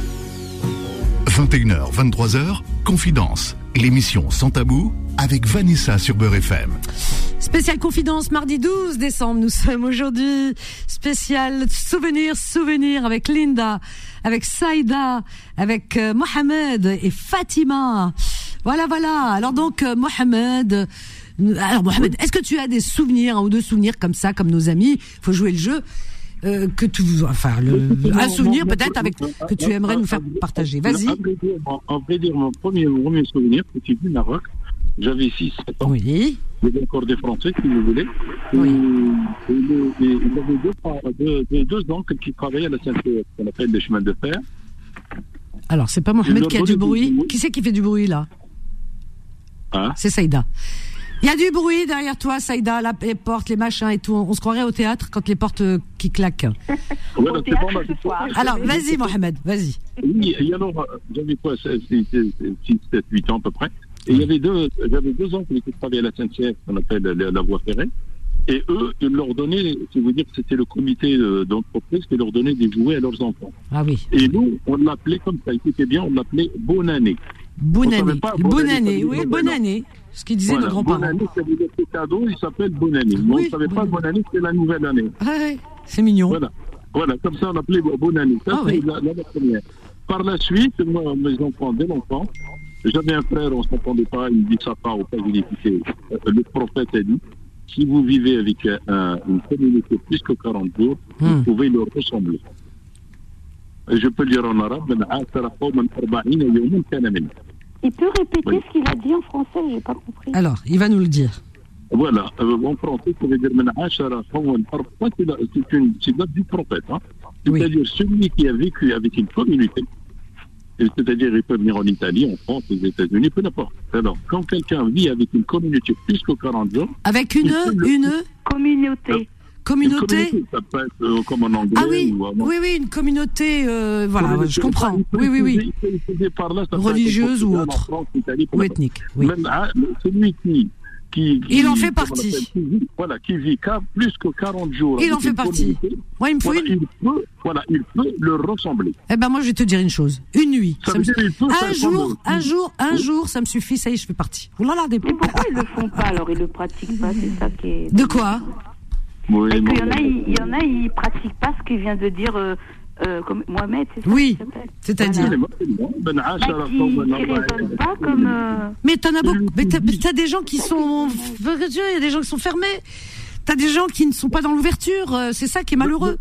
vingt et une heures, vingt-trois heures, Confidence, l'émission Sans Tabou avec Vanessa sur Beurre F M.
Spécial Confidence, mardi douze décembre. Nous sommes aujourd'hui spécial souvenir, souvenir avec Linda, avec Saïda, avec euh, Mohamed et Fatima. Voilà, voilà. Alors donc, euh, Mohamed, euh, alors Mohamed, est-ce que tu as des souvenirs, un ou deux souvenirs comme ça, comme nos amis? Il faut jouer le jeu. Euh, que tu, enfin, le, un souvenir peut-être avec que tu aimerais nous faire partager. Vas-y.
En vrai dire, mon premier, mon premier souvenir, c'était du Maroc. J'avais six sept ans.
Oui.
Il y avait encore des Français, si vous voulez.
Oui.
Et, et, et, et il y avait deux, deux, deux oncles qui travaillaient à la S N C F, qu'on appelle les chemins de fer.
Alors, c'est pas Mohamed qui a du bruit. Du qui c'est qui fait du bruit là?
Hein?
C'est Saïda. Il y a du bruit derrière toi, Saïda, la, les portes, les machins et tout. On se croirait au théâtre quand les portes euh, qui claquent.
Ouais, au théâtre bon, ce soir.
Alors, vas-y, Mohamed, vas-y.
Oui, et alors, j'avais quoi, six, sept, huit ans à peu près. Et il y avait deux, j'avais deux oncles qui travaillaient à la S N C F, qu'on appelle la, la voie ferrée. Et eux, ils leur donnaient, si vous dire que c'était le comité d'entreprise qui leur donnait des jouets à leurs enfants.
Ah oui.
Et nous, on l'appelait comme ça, écoutez bien, on l'appelait Bonne Année.
Bonne Année. Bonne Année, oui, Bonne Année. Ce qu'ils disaient
voilà,
nos grands-parents.
Bonne Année, ça veut dire que ce cadeau, il s'appelle Bonne Année. Moi, oui, on ne savait pas Bonne Année, c'est la nouvelle année.
Ah oui, c'est mignon.
Voilà. Voilà, comme ça, on appelait Bonne Année. Ça, ah c'est oui. la, la, la première. Par la suite, moi, mes enfants, dès l'enfant, j'avais un frère, on ne s'entendait pas, il me dit ça part au cas où il écoutait. Le prophète a dit, si vous vivez avec un, une communauté plus que quarante jours, hmm. vous pouvez leur ressembler. Et je peux le dire en arabe,
il peut répéter oui. ce qu'il a dit en français, j'ai pas compris.
Alors, il va nous le dire.
Voilà, euh, en français, ça veut dire c'est une c'est date du prophète. Hein. C'est-à-dire oui. celui qui a vécu avec une communauté, c'est-à-dire il peut venir en Italie, en France, aux États-Unis, peu n'importe. Alors, quand quelqu'un vit avec une communauté plus que quarante jours...
Avec une, une
communauté.
Euh, communauté,
communauté ça peut être euh, comme en anglais.
Ah oui,
ou, euh,
oui, oui, une communauté, euh, voilà, communauté, je comprends. Oui, oui, oui.
Il peut, il peut par là, ça
religieuse ou autre,
France, Italie,
ou ethnique. Oui.
Même hein, celui qui... Qui, qui,
il en fait partie.
Qui vit, voilà, qui vit plus que quarante jours.
Il en fait partie. Moi, il me faut
voilà,
une...
il peut, voilà, il peut le ressembler.
Eh ben, moi, je vais te dire une chose. Une nuit.
Ça
ça
me...
dire, un, jour,
de...
un jour, un
oui.
jour, ça me suffit, ça y est, je fais partie. Oh là là, des...
Mais pourquoi ils le font pas alors? Ils le pratiquent pas, c'est ça qui est...
De quoi?
Oui,
Parce qu'il y en a, il y en a, ils pratiquent pas ce qu'il vient de dire... Euh... Euh, comme Mohamed, c'est ça?
Oui, c'est-à-dire.
Bah, qui, qui raisonnent pas comme. Euh...
Mais t'en as beaucoup. Mais t'as, t'as des gens qui sont. Il y a des gens qui sont fermés. T'as des gens qui ne sont pas dans l'ouverture. C'est ça qui est malheureux.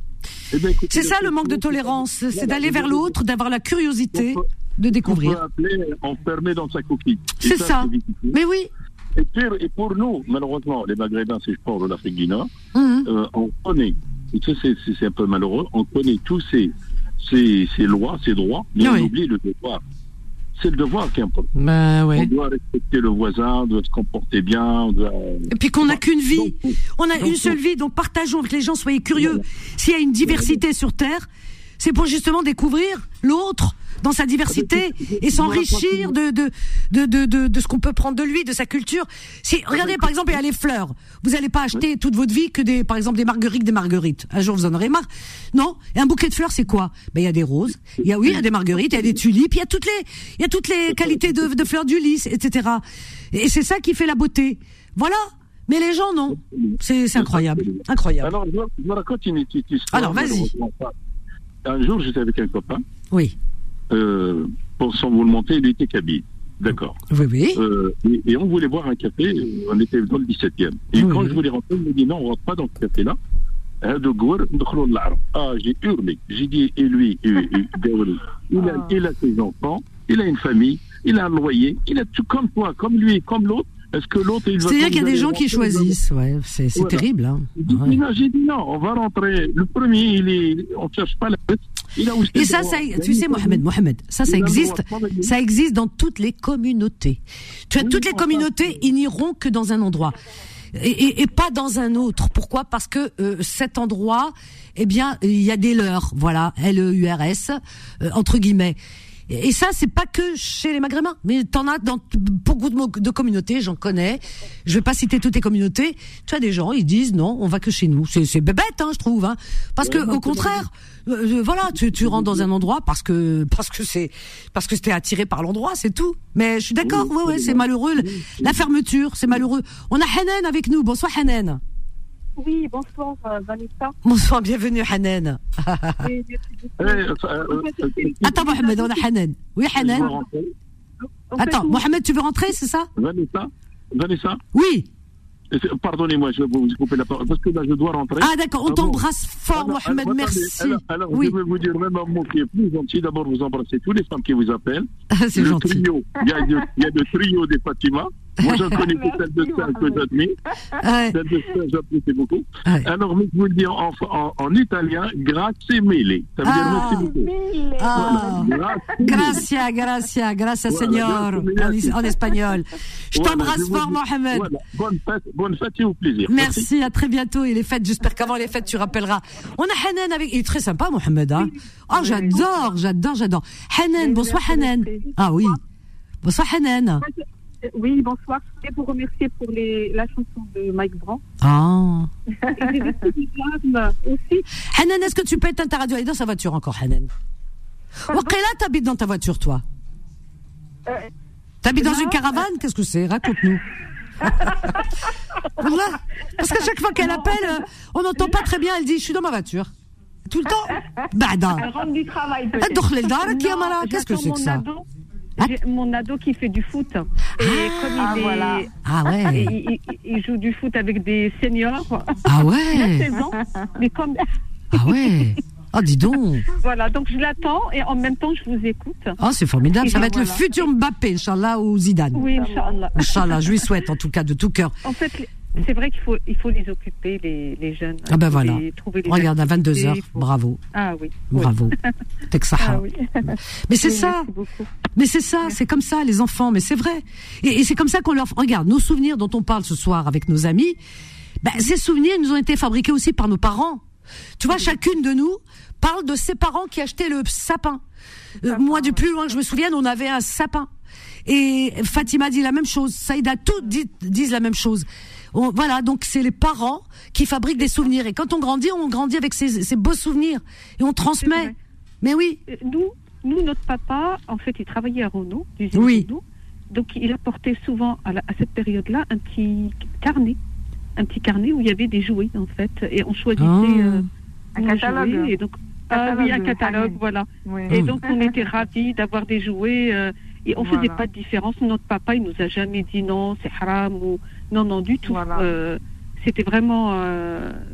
Eh ben, écoutez,
c'est ça le manque de tolérance, c'est d'aller vers l'autre, d'avoir la curiosité de découvrir.
On peut appeler enfermé dans sa coquille.
C'est ça. Mais oui.
Et, pire, et pour nous, malheureusement, les Maghrébins, si je parle de l'Afrique du Nord,
Mmh.
euh, on connaît, et ça c'est, c'est, c'est un peu malheureux, on connaît tous ces, ces, ces lois, ces droits, mais
Oui.
on oublie le devoir. C'est le devoir qui importe.
Bah ouais.
On doit respecter le voisin, on doit se comporter bien, on doit...
Et puis qu'on n'a qu'une vie,
Donc,
on a
donc,
une seule vie, donc partageons avec les gens, soyez curieux.
Voilà.
S'il y a une diversité sur Terre, c'est pour justement découvrir l'autre dans sa diversité et s'enrichir de de, de de de de ce qu'on peut prendre de lui, de sa culture. Si regardez par exemple, il y a les fleurs. Vous n'allez pas acheter toute votre vie que des par exemple des marguerites, des marguerites. Un jour vous en aurez marre. Non, et un bouquet de fleurs c'est quoi? Ben il y a des roses, il y a oui, il y a des marguerites, il y a des tulipes, il y a toutes les il y a toutes les qualités de de fleurs du lys, et cetera. Et c'est ça qui fait la beauté. Voilà. Mais les gens non. C'est c'est incroyable, incroyable.
Alors, je me raconte une petite histoire.
Alors, vas-y.
Un jour, j'étais avec un copain.
Oui.
Euh, pour sans vous le monter, il était kabyle. D'accord.
Oui, oui.
Euh, et, et on voulait boire un café, on était dans le dix-septième. Et
Oui.
quand je voulais rentrer, il me dit non, on rentre pas dans ce café-là. Ah, j'ai hurlé. J'ai dit, et lui, et, et, il, a, il a ses enfants, il a une famille, il a un loyer, il a tout comme toi, comme lui, comme l'autre. Est-ce que l'autre, il va...
C'est-à-dire qu'il y a des gens qui choisissent, ouais, c'est, c'est
Voilà.
terrible, hein.
J'ai dit,
Ouais.
non, j'ai dit non, on va rentrer. Le premier, il est, on cherche pas la tête. Il a aussi
Et
le
ça,
droit.
ça,
Il a
tu
une
sais,
famille.
Mohamed, Mohamed, ça, ça
Il a le
existe,
droit de travailler.
ça existe dans toutes les communautés. Tu as
Oui,
toutes les
enfin,
communautés, ils n'iront que dans un endroit. Et, et, et pas dans un autre. Pourquoi? Parce que euh, cet endroit, eh bien, il y a des leurs, voilà, L E U R S, euh, entre guillemets. Et, et ça, c'est pas que chez les Maghrébins, mais t'en as dans t- beaucoup de, mo- de communautés, j'en connais. Je vais pas citer toutes les communautés. Tu as des gens, ils disent non, on va que chez nous. C'est, c'est bête, hein, je trouve, hein. Parce que au contraire, euh, voilà, tu, tu rentres dans un endroit parce que parce que c'est parce que t'es attiré par l'endroit, c'est tout. Mais je suis d'accord, ouais, ouais, c'est malheureux. La fermeture, c'est malheureux. On a Hanan avec nous. Bonsoir Hanan.
Oui, bonsoir euh, Vanessa.
Bonsoir, bienvenue Hanan.
Et merci beaucoup.
Eh, euh, euh, euh,
Attends Mohamed, on a Hanan. Oui
je veux
Hanan.
rentrer.
En fait,
Attends,
moi,
Mohamed, tu veux rentrer, c'est ça?
Vanessa, Vanessa,
Oui.
pardonnez-moi, je vais vous couper la parole parce que là, je dois rentrer.
Ah d'accord, on
Ah bon.
t'embrasse fort
Alors,
Mohamed,
alors,
merci.
attendez, Alors, alors
Oui,
je vais vous dire même un mot qui est plus gentil. D'abord, vous embrassez toutes les femmes qui vous appellent.
c'est
le
gentil.
trio, il y a, le- il y a le trio des Fatima. Moi, j'en connais que celle de ça que j'admire.
Ouais.
Celle de ça, j'apprécie beaucoup.
Ouais.
Alors, mais je vous le dis en, en, en italien, grazie mille. Ça veut
Ah.
dire merci beaucoup.
mille.
Ah.
Voilà, grazie.
Gracias, gracias, gracias
Voilà,
Señor,
grazie,
en, en espagnol. Je
Voilà,
t'embrasse
je vous
fort
dis-
Mohamed.
Voilà, bonne fête, bonne fête et au plaisir.
Merci, à très bientôt. Et les fêtes, j'espère qu'avant les fêtes, tu rappelleras. On a Hanan avec, il est très sympa, Mohamed, hein. Oh, j'adore, j'adore, j'adore. Hanan, bonsoir Hanan. Ah oui. Bonsoir Hanan.
Oui, bonsoir. Je voulais vous remercier pour les, la chanson de Mike Brand.
Ah.
Et j'ai vécu des larmes aussi.
Hanan, est-ce que tu peux éteindre ta radio? Elle est dans sa voiture encore, Hanan. Wakela, t'habites dans ta voiture, toi?
Euh,
T'habites dans
non.
une caravane? Qu'est-ce que c'est? Raconte-nous. Voilà. Parce qu'à chaque fois qu'elle appelle, euh, on n'entend pas très bien. Elle dit, je suis dans ma voiture. Tout le temps. Bada.
Elle rentre du travail,
Elle
peut-être.
dort les dards, qui a
Non,
malade. Qu'est-ce que
j'attends
c'est que
mon
ça?
ado.
Hein
J'ai mon ado qui fait du foot. Et comme il,
Ah,
est,
voilà.
Ah
et
ouais.
il, il- il joue du foot avec des seniors.
Ah
Il a
ouais.
seize ans. Mais comme,
Ah ouais. Oh, dis donc.
voilà, donc je l'attends et en même temps je vous écoute.
Oh, c'est formidable. Ça va être le
Voilà.
futur Mbappé, Inch'Allah, ou Zidane.
Oui, Inch'Allah.
Inch'Allah, je lui souhaite, en tout cas, de tout cœur.
En fait, c'est vrai qu'il faut, il faut les occuper, les, les jeunes.
Ah ben
Il faut
voilà.
les- trouver les
Regarde, à
activités,
vingt-deux heures.
il faut-
Bravo.
Ah oui.
Bravo.
Oui.
Texaha.
Ah oui.
Mais c'est
Oui,
ça.
merci beaucoup.
Mais c'est ça, c'est comme ça, les enfants, mais c'est vrai. Et, et c'est comme ça qu'on leur... Regarde, nos souvenirs dont on parle ce soir avec nos amis, ben, ces souvenirs nous ont été fabriqués aussi par nos parents. Tu vois, chacune de nous parle de ses parents qui achetaient le sapin. Euh, moi, du plus loin que je me souvienne, on avait un sapin. Et Fatima dit la même chose, Saïda, toutes dit- disent la même chose. On- voilà, donc c'est les parents qui fabriquent des souvenirs. Et quand on grandit, on grandit avec ces, ces beaux souvenirs. Et on transmet.
vrai.
Mais oui.
Euh, Nous, nous, notre papa, en fait, il travaillait à Renault, l'usine
Oui.
Renault. Donc, il apportait souvent, à, la- à cette période-là, un petit carnet. Un petit carnet où il y avait des jouets, en fait. Et on choisissait
Ah.
euh,
Un
nos
catalogue.
jouets. Et donc, ah oui, un
Catalogue,
catalogue,
ah,
voilà.
Oui.
Et
Mm.
donc, on était ravis d'avoir des jouets. euh, et on
Voilà.
faisait pas de différence. Notre papa, il nous a jamais dit non, c'est haram ou non, non, du tout.
Voilà.
Euh, c'était vraiment. euh,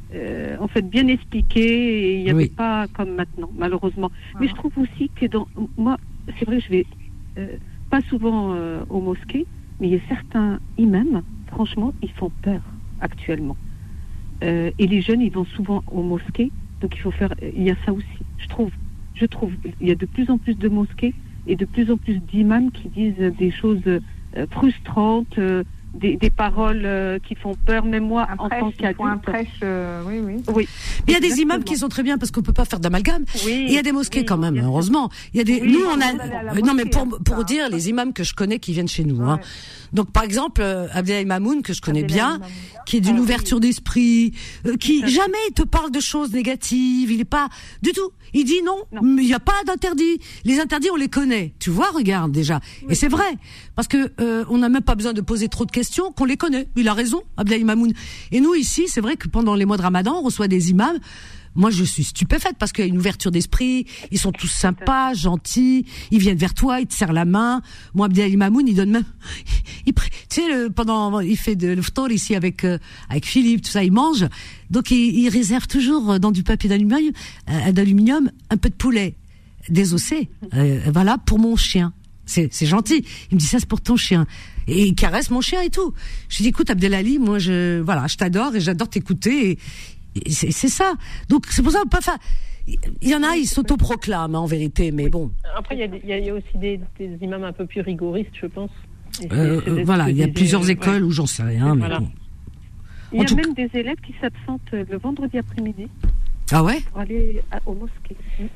euh, en fait bien expliqué et il n'y avait
Oui.
pas comme maintenant, malheureusement. Mais je trouve aussi que dans moi, c'est vrai, je vais euh, pas souvent euh, aux mosquées, mais il y a certains imams, franchement, ils font peur actuellement. Euh, et les jeunes, ils vont souvent aux mosquées, donc il faut faire. Il y a ça aussi, je trouve. Je trouve. Il y a de plus en plus de mosquées et de plus en plus d'imams qui disent des choses euh, frustrantes. Euh, Des, des paroles euh, qui font peur, même moi
Un
en
prêche,
tant
il faut
qu'adulte.
un prêche, euh, oui, oui.
Oui.
Il y a des
Exactement.
imams qui sont très bien parce qu'on peut pas faire d'amalgame.
Oui,
Et il y a des mosquées
oui,
quand même,
bien sûr.
heureusement. Il y a des,
Oui,
nous on
on
a,
peut aller à la
euh, non mais
mosquée,
pour
hein,
pour
ça,
dire
hein.
les imams que je connais qui viennent chez nous. Hein.
Ouais.
Donc par exemple euh, Abdelhaï Mamoun que je connais
Abdelhaï
bien,
Mamoun.
qui est d'une
Ah, oui.
ouverture d'esprit, euh, qui
Tout à fait.
jamais il te parle de choses négatives. Il est pas du tout. Il dit non,
Non.
mais il n'y a pas d'interdit. Les interdits on les connaît. Tu vois, regarde déjà. Et c'est vrai parce que euh, on n'a même pas besoin de poser trop de questions, qu'on les connaît. Il a raison, Abdelhaï Mamoun. Et nous ici, c'est vrai que pendant les mois de Ramadan, on reçoit des imams. Moi, je suis stupéfaite parce qu'il y a une ouverture d'esprit. Ils sont tous sympas, gentils. Ils viennent vers toi, ils te serrent la main. Moi, Abdelhaï Mamoun, il donne même. Il, tu sais, le, pendant, il fait de l'iftar ici avec euh, avec Philippe, tout ça. Il mange. Donc, il, il réserve toujours dans du papier d'aluminium, euh, d'aluminium, un peu de poulet désossé. Euh, voilà pour mon chien. C'est c'est gentil. Il me dit ça, c'est pour ton chien. Et il caresse mon chien et tout. Je lui dis, écoute, Abdelali, moi, je, voilà, je t'adore et j'adore t'écouter. Et, et c'est, c'est ça. Donc, c'est pour ça qu'on peut pas faire. Il y en a, ils s'autoproclament, hein, en vérité, mais bon.
Après, il y a des- il y, a- il y a aussi des, des imams un peu plus rigoristes, je pense. Et c'est-
Euh,
c'est des-
voilà,
c'est
il y a
des-
plusieurs
ouais.
écoles où j'en sais rien, mais
Voilà.
bon.
Il y
En
a
tout
même des élèves qui s'absentent le vendredi après-midi
Ah ouais?
pour aller à, aux mosquées.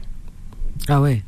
Ah ouais.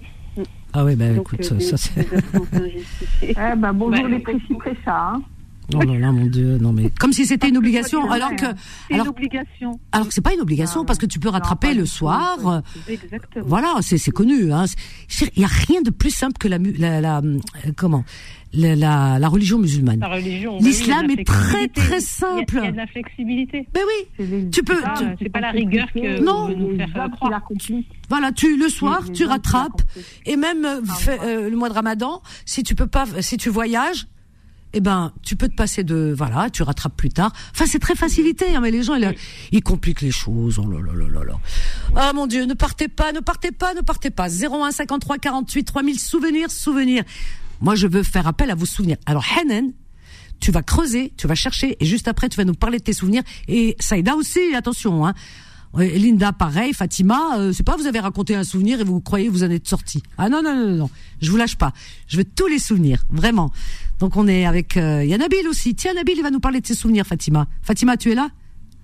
Ah ouais, bah
Donc,
écoute,
euh, des-
ça c'est.
des absences injustifiées.
Eh ben, bonjour
Bah,
les précis préchats. Hein.
Oh là là, mon Dieu, non mais comme si c'était une obligation, alors que,
C'est une
alors,
obligation.
alors que c'est pas une obligation
Ah,
parce que tu peux rattraper
pas
le
du tout,
soir.
oui.
euh,
Exactement.
Voilà, c'est c'est connu. Hein. C'est- Il y a rien de plus simple que la mu- la, la euh, comment la, la la religion musulmane.
La religion.
L'islam
bah oui, il y a de
est
la
très,
flexibilité.
très
Il y a-
simple.
Il y a de la flexibilité.
Mais oui,
C'est les-
tu peux.
pas-
tu-
c'est pas la rigueur que
Non.
vous nous faire
Les hommes qui
croire.
l'accomplissent.
Voilà, tu le soir,
Les- les
tu
hommes qui
rattrapes.
l'accomplissent.
Et même euh,
Ah,
fait,
ouais.
euh, le mois de Ramadan, si tu peux pas, si tu voyages, eh ben, tu peux te passer de, voilà, tu rattrapes plus tard. Enfin, c'est très facilité, hein, mais les gens, ils, ils compliquent les choses. Oh là là là là là. Ah mon Dieu, ne partez pas, ne partez pas, ne partez pas. zéro un cinquante-trois quarante-huit trois mille souvenirs, souvenirs. Moi, je veux faire appel à vos souvenirs. Alors, Hanan, tu vas creuser, tu vas chercher, et juste après, tu vas nous parler de tes souvenirs. Et Saïda aussi, attention, hein. Ouais, Linda, pareil, Fatima, euh, c'est pas vous avez raconté un souvenir et vous croyez que vous en êtes sorti. Ah non, non, non, non, non, je vous lâche pas. Je veux tous les souvenirs, vraiment. Donc on est avec, euh, il y a Nabil aussi. Tiens, Nabil, il va nous parler de ses souvenirs, Fatima. Fatima, tu es là?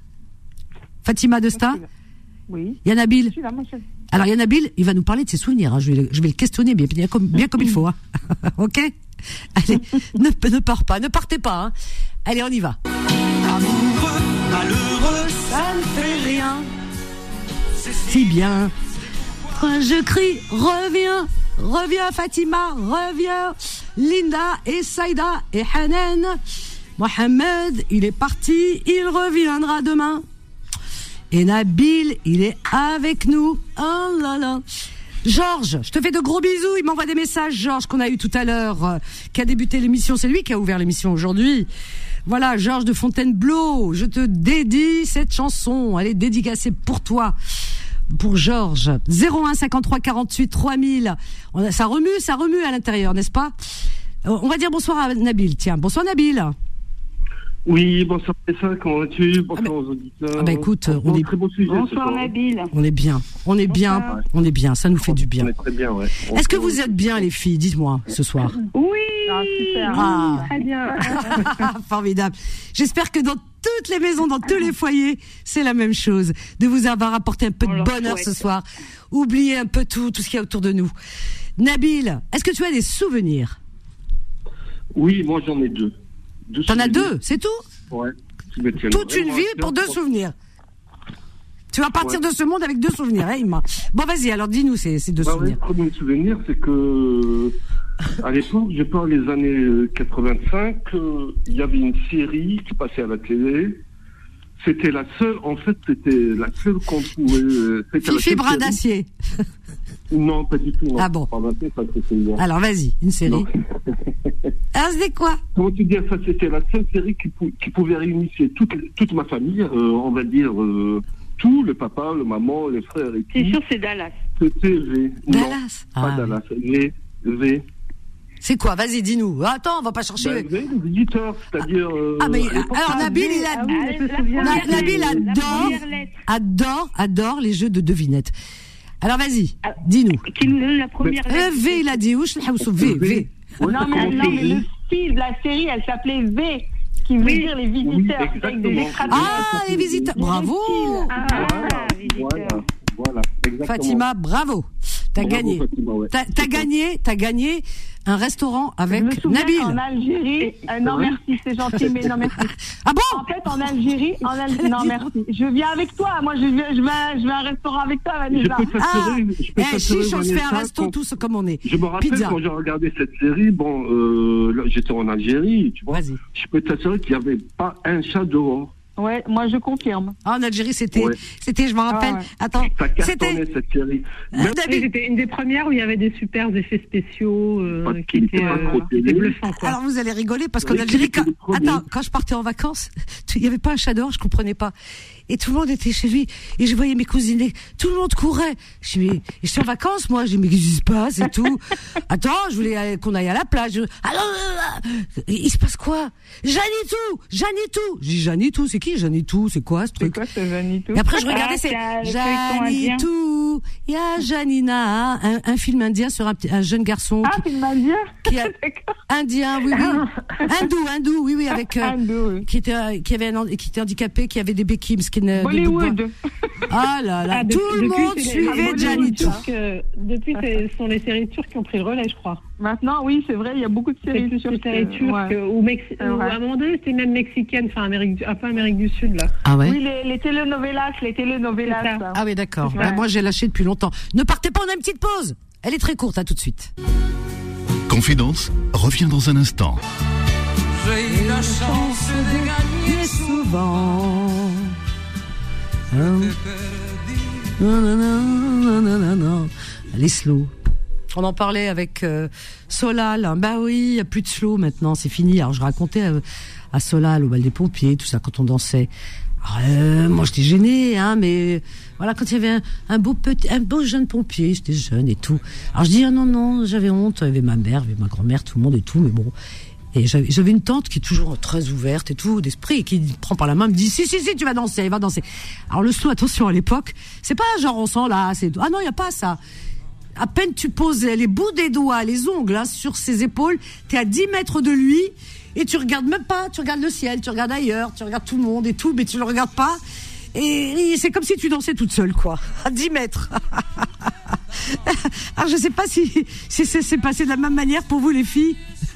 Fatima Desta?
Oui.
Il y a
Je
Nabil.
suis là, moi, je-
Alors il y a Nabil, il va nous parler de ses souvenirs. Hein. Je, vais, le- je vais le questionner bien, bien, comme, bien comme il faut. Hein. Ok? Allez, ne, ne pars pas, ne partez pas. Hein. Allez, on y va.
Amoureux, malheureux,
Ça ne fait rien. Si bien. Quand je crie, reviens, reviens Fatima, reviens. Linda et Saïda et Hanan. Mohamed, il est parti, il reviendra demain. Et Nabil, il est avec nous. Oh là là. Georges, je te fais de gros bisous. Il m'envoie des messages, Georges, qu'on a eu tout à l'heure, euh, qui a débuté l'émission. C'est lui qui a ouvert l'émission aujourd'hui. Voilà, Georges de Fontainebleau, je te dédie cette chanson. Elle est dédicacée pour toi, pour Georges. zéro un cinquante-trois quarante-huit trois mille. On a, ça remue, ça remue à l'intérieur, n'est-ce pas? Euh, On va dire bonsoir à Nabil. Tiens, bonsoir Nabil.
Oui, bonsoir Tessa, comment vas-tu? Bonsoir
Ah ben-
aux auditeurs.
ah ben écoute, on est-
Très beau sujet. ce
Bonsoir
soir.
Nabil.
On est bien, on est bien,
Bonsoir.
on est bien. Ça nous fait du bien.
On est très bien, ouais.
Est-ce que vous êtes bien, les filles? Dites-moi ce soir.
Oui.
Ah, super.
Ah.
Très bien.
Formidable. J'espère que dans toutes les maisons, dans tous les foyers, c'est la même chose. De vous avoir apporté un peu
On
de
leur
bonheur
souhaite.
ce soir. Oubliez un peu tout, tout ce qu'il y a autour de nous. Nabil, est-ce que tu as des souvenirs?
Oui, moi j'en ai deux. deux
T'en as
souvenirs.
deux, c'est tout?
Ouais. qui me tiennent
Toute une
vraiment
vie
à cœur.
pour deux souvenirs. Tu vas partir
Ouais.
de ce monde avec deux souvenirs, hein, Imma. Bon, vas-y, alors dis-nous ces, ces deux
Bah ouais,
souvenirs.
le premier souvenir, c'est que à l'époque, je parle les années euh, quatre-vingt-cinq, euh, il y avait une série qui passait à la télé. C'était la seule, en fait, c'était la seule qu'on pouvait. euh, c'était la
Fifi
seule
Bras
série-
d'acier.
Non, pas du tout. Non.
Ah bon.
Pas vingt ans, ça c'était hier.
Alors vas-y, une série.
Non.
Alors c'était quoi?
Comment tu dis ça? C'était la seule série qui, pou- qui pouvait réunir toute, toute ma famille, euh, on va dire euh, tout, le papa, le maman, les frères et tout.
C'est sûr, c'est Dallas.
C'était V.
Dallas.
Non, pas
Ah,
Dallas. V. V.
C'est quoi? Vas-y, dis-nous. Attends, on va pas chercher.
Ben, V, les visiteurs, c'est-à-dire. Euh,
Ah, mais
à l'époque,
alors Nabil, il
Ah
a.
oui, je me souviens.
Na-
La première
Nabil
lettre, la
adore,
première lettre.
adore, adore les jeux de devinettes. Alors vas-y,
Ah,
dis-nous.
Qui nous donne la première
Euh,
lettre.
V, il a dit. Ouch, V, V.
Ouais,
Non,
ça
mais,
commence
non,
par
mais
V.
le film, la série, elle s'appelait V, qui veut dire les visiteurs.
Oui,
avec des
exactement.
extraterrestres.
Ah, les visiteurs. Bravo.
Ah,
Voilà,
visiteur.
voilà, voilà, exactement.
Fatima, bravo. T'as
Bravo,
gagné.
Fatima, ouais.
T'as, t'as gagné, t'as gagné un restaurant
Je me
avec
souviens
Nabil.
qu'en Algérie, euh, non merci, c'est gentil, mais non merci.
Ah bon?
En fait, en Algérie, en Al- non merci. Je viens avec toi, moi je vais, je vais, je vais à un restaurant avec toi,
Je
Vanessa.
peux
Ah,
t'assurer, je peux
eh,
t'assurer,
chiche, on se fait un
Vanessa,
resto
quand-
tous comme on est.
Je me rappelle
Pizza.
quand j'ai regardé cette série, bon, euh, là, j'étais en Algérie, tu vois.
Vas-y.
Je peux t'assurer qu'il n'y avait pas un chat dehors.
Ouais, moi je confirme.
Ah, en Algérie, c'était,
Ouais.
c'était, je me rappelle.
Ah ouais.
Attends,
Ça cartonnait
c'était.
cette série.
Euh,
Même
Oui,
Nabil.
c'était une des premières où il y avait des super effets spéciaux euh,
Parce
qui
qu'il
étaient,
était pas
euh,
trop
qui étaient
télé.
bluffants, quoi.
Alors vous allez rigoler parce qu'en
Oui,
Algérie,
c'était
quand,
le premier.
attends, quand je partais en vacances, il y avait pas un chat dehors, je comprenais pas. Et tout le monde était chez lui et je voyais mes cousines, et tout le monde courait. Je suis, et je suis en vacances moi, j'ai dit mais qu'est-ce qui se passe et tout. Attends, je voulais aller- qu'on aille à la plage. Je- Alors, euh, il se passe quoi? Janitou, Janitou. J'ai dit Janitou, c'est qui Janitou? C'est quoi ce
C'est
truc?
quoi ce Janitou?
Et après je regardais,
Ah,
c'est
t'as le feuilleton indien.
Janitou, ya Janina, un, un film indien sur un, petit- un jeune garçon
Ah,
qui,
film indien?
qui a,
D'accord.
indien, oui oui, hindou, hindou, oui oui, avec euh,
Hindou, oui.
qui était euh, qui avait un, qui était handicapé, qui avait des béquilles, parce qu'il ne- des bouts de bois.
Bollywood.
Ah là là,
Ah,
tout
depuis-
le
depuis,
monde
c'est les-
suivait
les
Janitou.
Turcs, euh, Depuis, c'est- ce sont les séries turques qui ont pris le relais, je crois.
Maintenant, oui, c'est vrai, il y a beaucoup de
C'est
séries
plus
turques.
les séries turques
ouais.
euh, ou, Mex-
C'est
ou
vrai.
à un moment donné, c'était même mexicaine, enfin Amérique, du- un peu Amérique du Sud, là.
Ah ouais.
Oui, les, les telenovelas, les telenovelas.
C'est ça.
ça.
Ah oui, d'accord.
Ouais.
Bah, moi j'ai lâché depuis longtemps. Ne partez pas, on a une petite pause. Elle est très courte, à tout de suite.
Confidence revient dans un instant.
J'ai eu la chance de gagner
souvent. Hein. Non, non, non, non, non, non. Les slow. On en parlait avec euh, Solal. Hein. Bah oui, il n'y a plus de slow maintenant, c'est fini. Alors je racontais euh, à Solal, au bal des pompiers, tout ça, quand on dansait. Alors, euh, moi j'étais gênée, hein, mais voilà, quand il y avait un, un beau petit, un beau jeune pompier, j'étais jeune et tout. Alors je dis ah non non, j'avais honte, il y avait ma mère, il y avait ma grand-mère, tout le monde et tout, mais bon. Et j'avais, j'avais une tante qui est toujours très ouverte et tout, d'esprit, et qui me prend par la main, me dit si si si, tu vas danser, va danser. Alors le slow, attention à l'époque, c'est pas genre on sent là, c'est ah non, il y a pas ça. À peine tu poses les bouts des doigts, les ongles hein, sur ses épaules, t'es à dix mètres de lui et tu regardes même pas, tu regardes le ciel, tu regardes ailleurs, tu regardes tout le monde et tout, mais tu le regardes pas. Et, et c'est comme si tu dansais toute seule, quoi, à dix mètres. Alors je sais pas si, si c'est, c'est passé de la même manière pour vous les filles.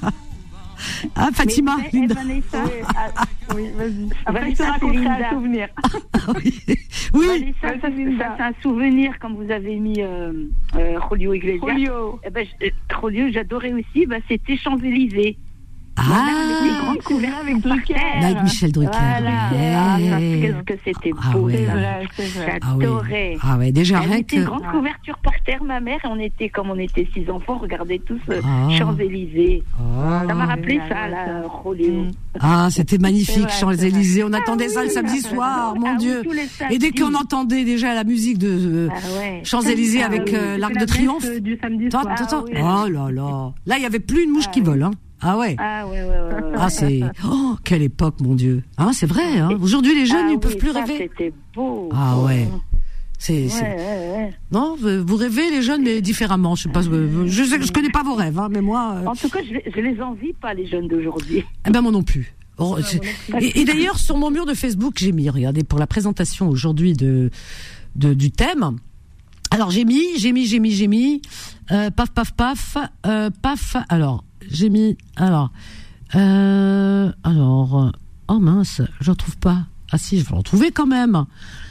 Ah Fatima,
Mais, eh,
Linda.
Vanessa,
Oui, ah, oui, vas-y. Après, je te
Vanessa, c'est
raconterai
Linda.
un souvenir.
oui, oui.
Vanessa, ça,
Ouais, c'est
ça,
ça.
c'est un souvenir quand vous avez mis euh, euh, Julio Iglesias.
Julio.
Eh ben, je- euh, Julio, j'adorais aussi. Bah, c'était Champs-Élysées.
Ah,
Grande couverture
avec Drucker.
avec Michel Drucker.
Voilà.
Ouais.
Ah, ça, qu'est-ce que c'était
Ah
beau.
ouais.
C'est
ça.
vrai, c'est vrai.
Ah oui.
J'adorais.
Ah ouais, déjà
Elle
rien
était
que.
grande couverture par terre, ma mère, et on était, comme on était six enfants, on regardait tous euh,
Ah.
Champs-Élysées.
Ah.
Ça m'a rappelé
génial,
ça,
ouais,
là,
ça.
Julio.
Mm.
Ah, c'était magnifique,
C'est vrai,
Champs-Élysées. On attendait
Ah
ça le
oui.
samedi soir, mon
Ah oui,
Dieu.
tous les
Et dès
samedis.
qu'on entendait déjà la musique de euh,
Ah ouais.
Champs-Élysées
Ah
avec
oui.
euh, l'Arc de
C'était la
Triomphe.
messe, euh, du samedi
Attends,
soir.
attends,
Ah oui.
oh là là. Là, il y avait plus une mouche qui vole, hein. Ah ouais.
Ah ouais, ouais, ouais. ouais.
Ah, c'est. Oh, quelle époque, mon Dieu. Hein, c'est vrai, hein. Aujourd'hui, les jeunes,
Ah
ils peuvent
oui,
plus
ça,
rêver.
C'était beau.
Ah ouais. C'est,
Ouais,
c'est...
ouais, ouais.
Non, vous rêvez, les jeunes, mais différemment. Je sais pas, je sais que je connais pas vos rêves, hein, mais moi. euh,
En tout cas, je, les- je les envie pas, les jeunes d'aujourd'hui.
Eh ben moi non plus. Oh, c'est- et, et d'ailleurs sur mon mur de Facebook j'ai mis, regardez, pour la présentation aujourd'hui de, de du thème. Alors j'ai mis, j'ai mis, j'ai mis, j'ai mis, euh, paf paf paf, euh, paf. Alors j'ai mis, alors, euh, alors, oh mince, je ne retrouve pas. Ah si, je vais le retrouver quand même.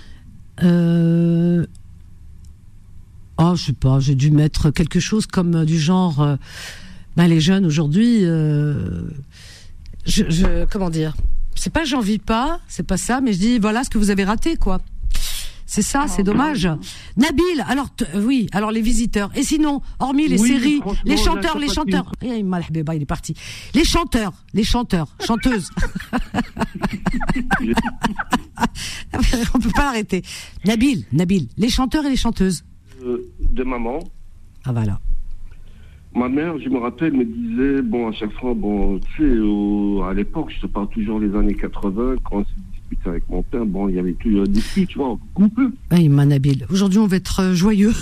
Euh, oh je sais pas, j'ai dû mettre quelque chose comme euh, du genre, euh, ben les jeunes aujourd'hui. Euh, Je, je, comment dire, c'est pas j'en vis pas, c'est pas ça, mais je dis voilà ce que vous avez raté, quoi. C'est ça, c'est dommage. Nabil, alors t- oui, alors les visiteurs. Et sinon, hormis les
Oui,
séries, les
franchement,
chanteurs,
là,
les
ça passe
chanteurs. Eh, il m'a le bébé, il est parti. Les chanteurs, les chanteurs, chanteuses. On peut pas l'arrêter. Nabil, Nabil, les chanteurs et les chanteuses.
Euh, de maman.
Ah voilà.
Ma mère, je me rappelle, me disait, bon, à chaque fois, bon, tu sais, au- à l'époque, je te parle toujours des années quatre-vingts, quand on s'est disputé avec mon père, bon, il y avait toujours des disputes, tu vois, couple.
Oui, ma Nabil. Aujourd'hui, on va être euh, joyeux.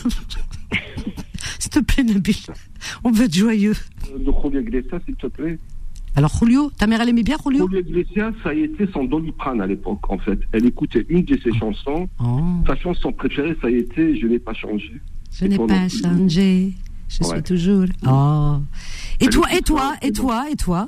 S'il te plaît, Nabil. On veut être joyeux.
Euh, de Julio Iglesias, s'il te plaît.
Alors, Julio, ta mère, elle aimait bien Julio?
Julio Iglesias, ça a été son Doliprane à l'époque, en fait. Elle écoutait une de ses chansons.
Oh.
Sa chanson préférée, ça a été Je n'ai pas changé.
Je n'ai pas changé. Je
Ouais.
suis toujours. Oh. Et
Elle
toi,
écoute
et toi,
ça,
et
c'est
toi, et toi?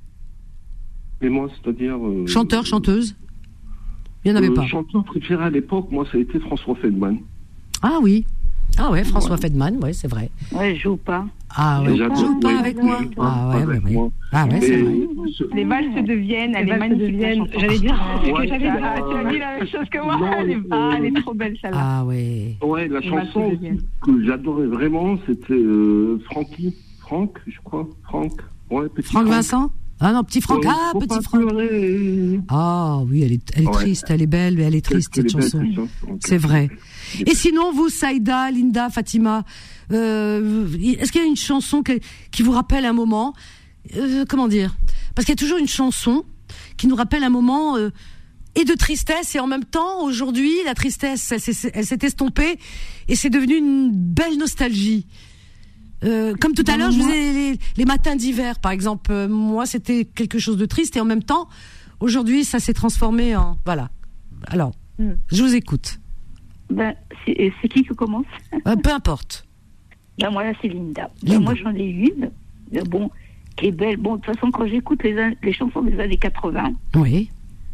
Et moi, c'est-à-dire... euh,
Chanteur, chanteuse? Il n'y en avait
euh,
pas.
Chanteur préféré à l'époque, moi, ça a été François Feldman.
Ah oui. Ah ouais, François Feldman, ouais, c'est vrai.
Ouais, je joue pas.
Ah ouais,
J'adore,
joue pas
oui,
avec
oui,
moi.
joue pas
Ah ouais, ouais,
avec
ouais.
moi.
Ah ouais, c'est
Et
vrai.
ce-
Les valses de Vienne, elle
Les
est
valses de
magnifique.
Vienne,
la chanson.
j'allais dire,
Ah,
c'est ce que
ouais,
j'allais
tu
dire.
as- tu as dit la même chose que moi.
Non,
Elle est,
euh,
ah, elle est trop belle, celle-là.
Ah ouais.
Ouais, la
Les
chanson
valses de
aussi
Vienne.
que j'adorais vraiment, c'était euh, Francky. Franck, je crois. Franck. Ouais, petit
Franck Vincent? Ah non, petit Franck.
Ouais,
Ah,
faut
petit
pas
Franck.
pleurer.
Ah oui, elle est, elle est
Ouais.
triste, elle est belle, mais elle est triste,
Elle est
cette
belle,
chanson.
cette chanson.
C'est vrai. Et sinon, vous, Saïda, Linda, Fatima, euh, est-ce qu'il y a une chanson que- qui vous rappelle un moment, euh, comment dire? Parce qu'il y a toujours une chanson qui nous rappelle un moment euh, et de tristesse, et en même temps, aujourd'hui, la tristesse, elle s'est, elle s'est estompée, et c'est devenu une belle nostalgie. Euh, comme tout à l'heure, je vous ai les, les matins d'hiver, par exemple. Euh, moi, c'était quelque chose de triste, et en même temps, aujourd'hui, ça s'est transformé en... Voilà. Alors,
Mm.
je vous écoute.
Ben, c'est c'est qui qui commence?
Euh, peu importe.
Ben, moi, là, c'est Linda. Ben,
Linda.
moi, j'en ai une, mais bon, qui est belle. Bon, de toute façon, quand j'écoute les, an- les chansons des années quatre-vingts,
Oui.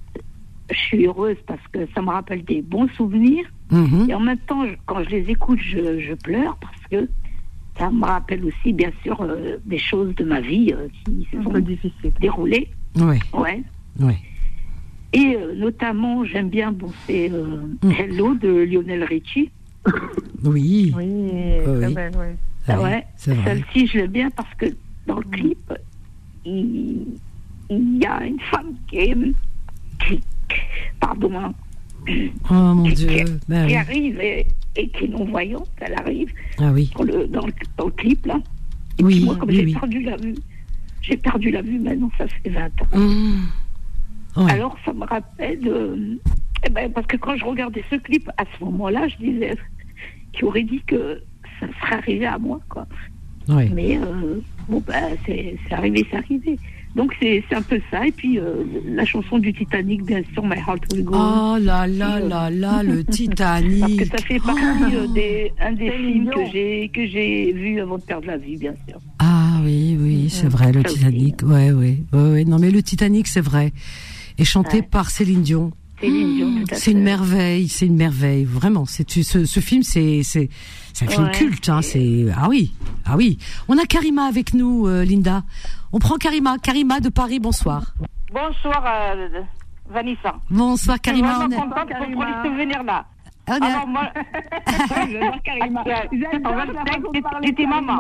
je suis heureuse parce que ça me rappelle des bons souvenirs.
Mhm.
Et en même temps, je- quand je les écoute, je, je pleure parce que ça me rappelle aussi, bien sûr, euh, des choses de ma vie euh, qui se
Un
sont
peu difficile.
déroulées.
Oui.
Ouais.
Oui.
Et euh, notamment, j'aime bien, bon, c'est euh,
Mm.
Hello de Lionel Richie.
Oui.
Oui,
Oui.
très belle, oui.
Ah oui,
Ouais,
c'est vrai.
celle-ci, je l'aime bien parce que dans le clip, il, il y a une femme qui est. Qui, pardon, hein,
Oh mon
qui,
Dieu.
qui-
Ben
qui
oui.
arrive et, et qui est non-voyante, elle arrive
Ah oui.
dans le, dans le, dans le clip, là. Et
Oui,
puis moi, comme
oui,
j'ai
oui.
perdu la vue, j'ai perdu la vue maintenant, ça fait vingt ans.
Mmh. Ouais.
Alors, ça me rappelle de. Eh ben, parce que quand je regardais ce clip, à ce moment-là, je disais qui aurait dit que ça serait arrivé à moi, quoi.
Ouais.
Mais euh, bon, ben, c'est c'est arrivé, c'est arrivé. Donc, c'est c'est un peu ça. Et puis, euh, la chanson du Titanic, bien sûr, My Heart Will Go.
Oh là là là là, le
Parce que
Titanic.
ça fait partie euh, des, un des
C'est
films
mignon.
que j'ai que j'ai vu avant de perdre la vie, bien sûr.
Ah oui, oui, c'est vrai, le
Ça aussi.
Titanic. Ouais, ouais, ouais, ouais. Non mais le Titanic, c'est vrai. Et chanté
Ouais.
par Céline Dion.
Céline Dion, tout à
C'est une
fait.
merveille, c'est une merveille, vraiment. C'est ce, ce film, c'est c'est c'est un film
Ouais.
culte, hein. C'est ah oui, ah oui. On a Karima avec nous, euh, Linda. On prend Karima, Karima de Paris. Bonsoir.
Bonsoir, euh, Vanessa.
Bonsoir Karima.
Je suis
On
vraiment
est-
contente pour, pour les souvenirs là.
on est-
Alors moi,
J'adore Karima.
en vingt-cinq, j'étais maman.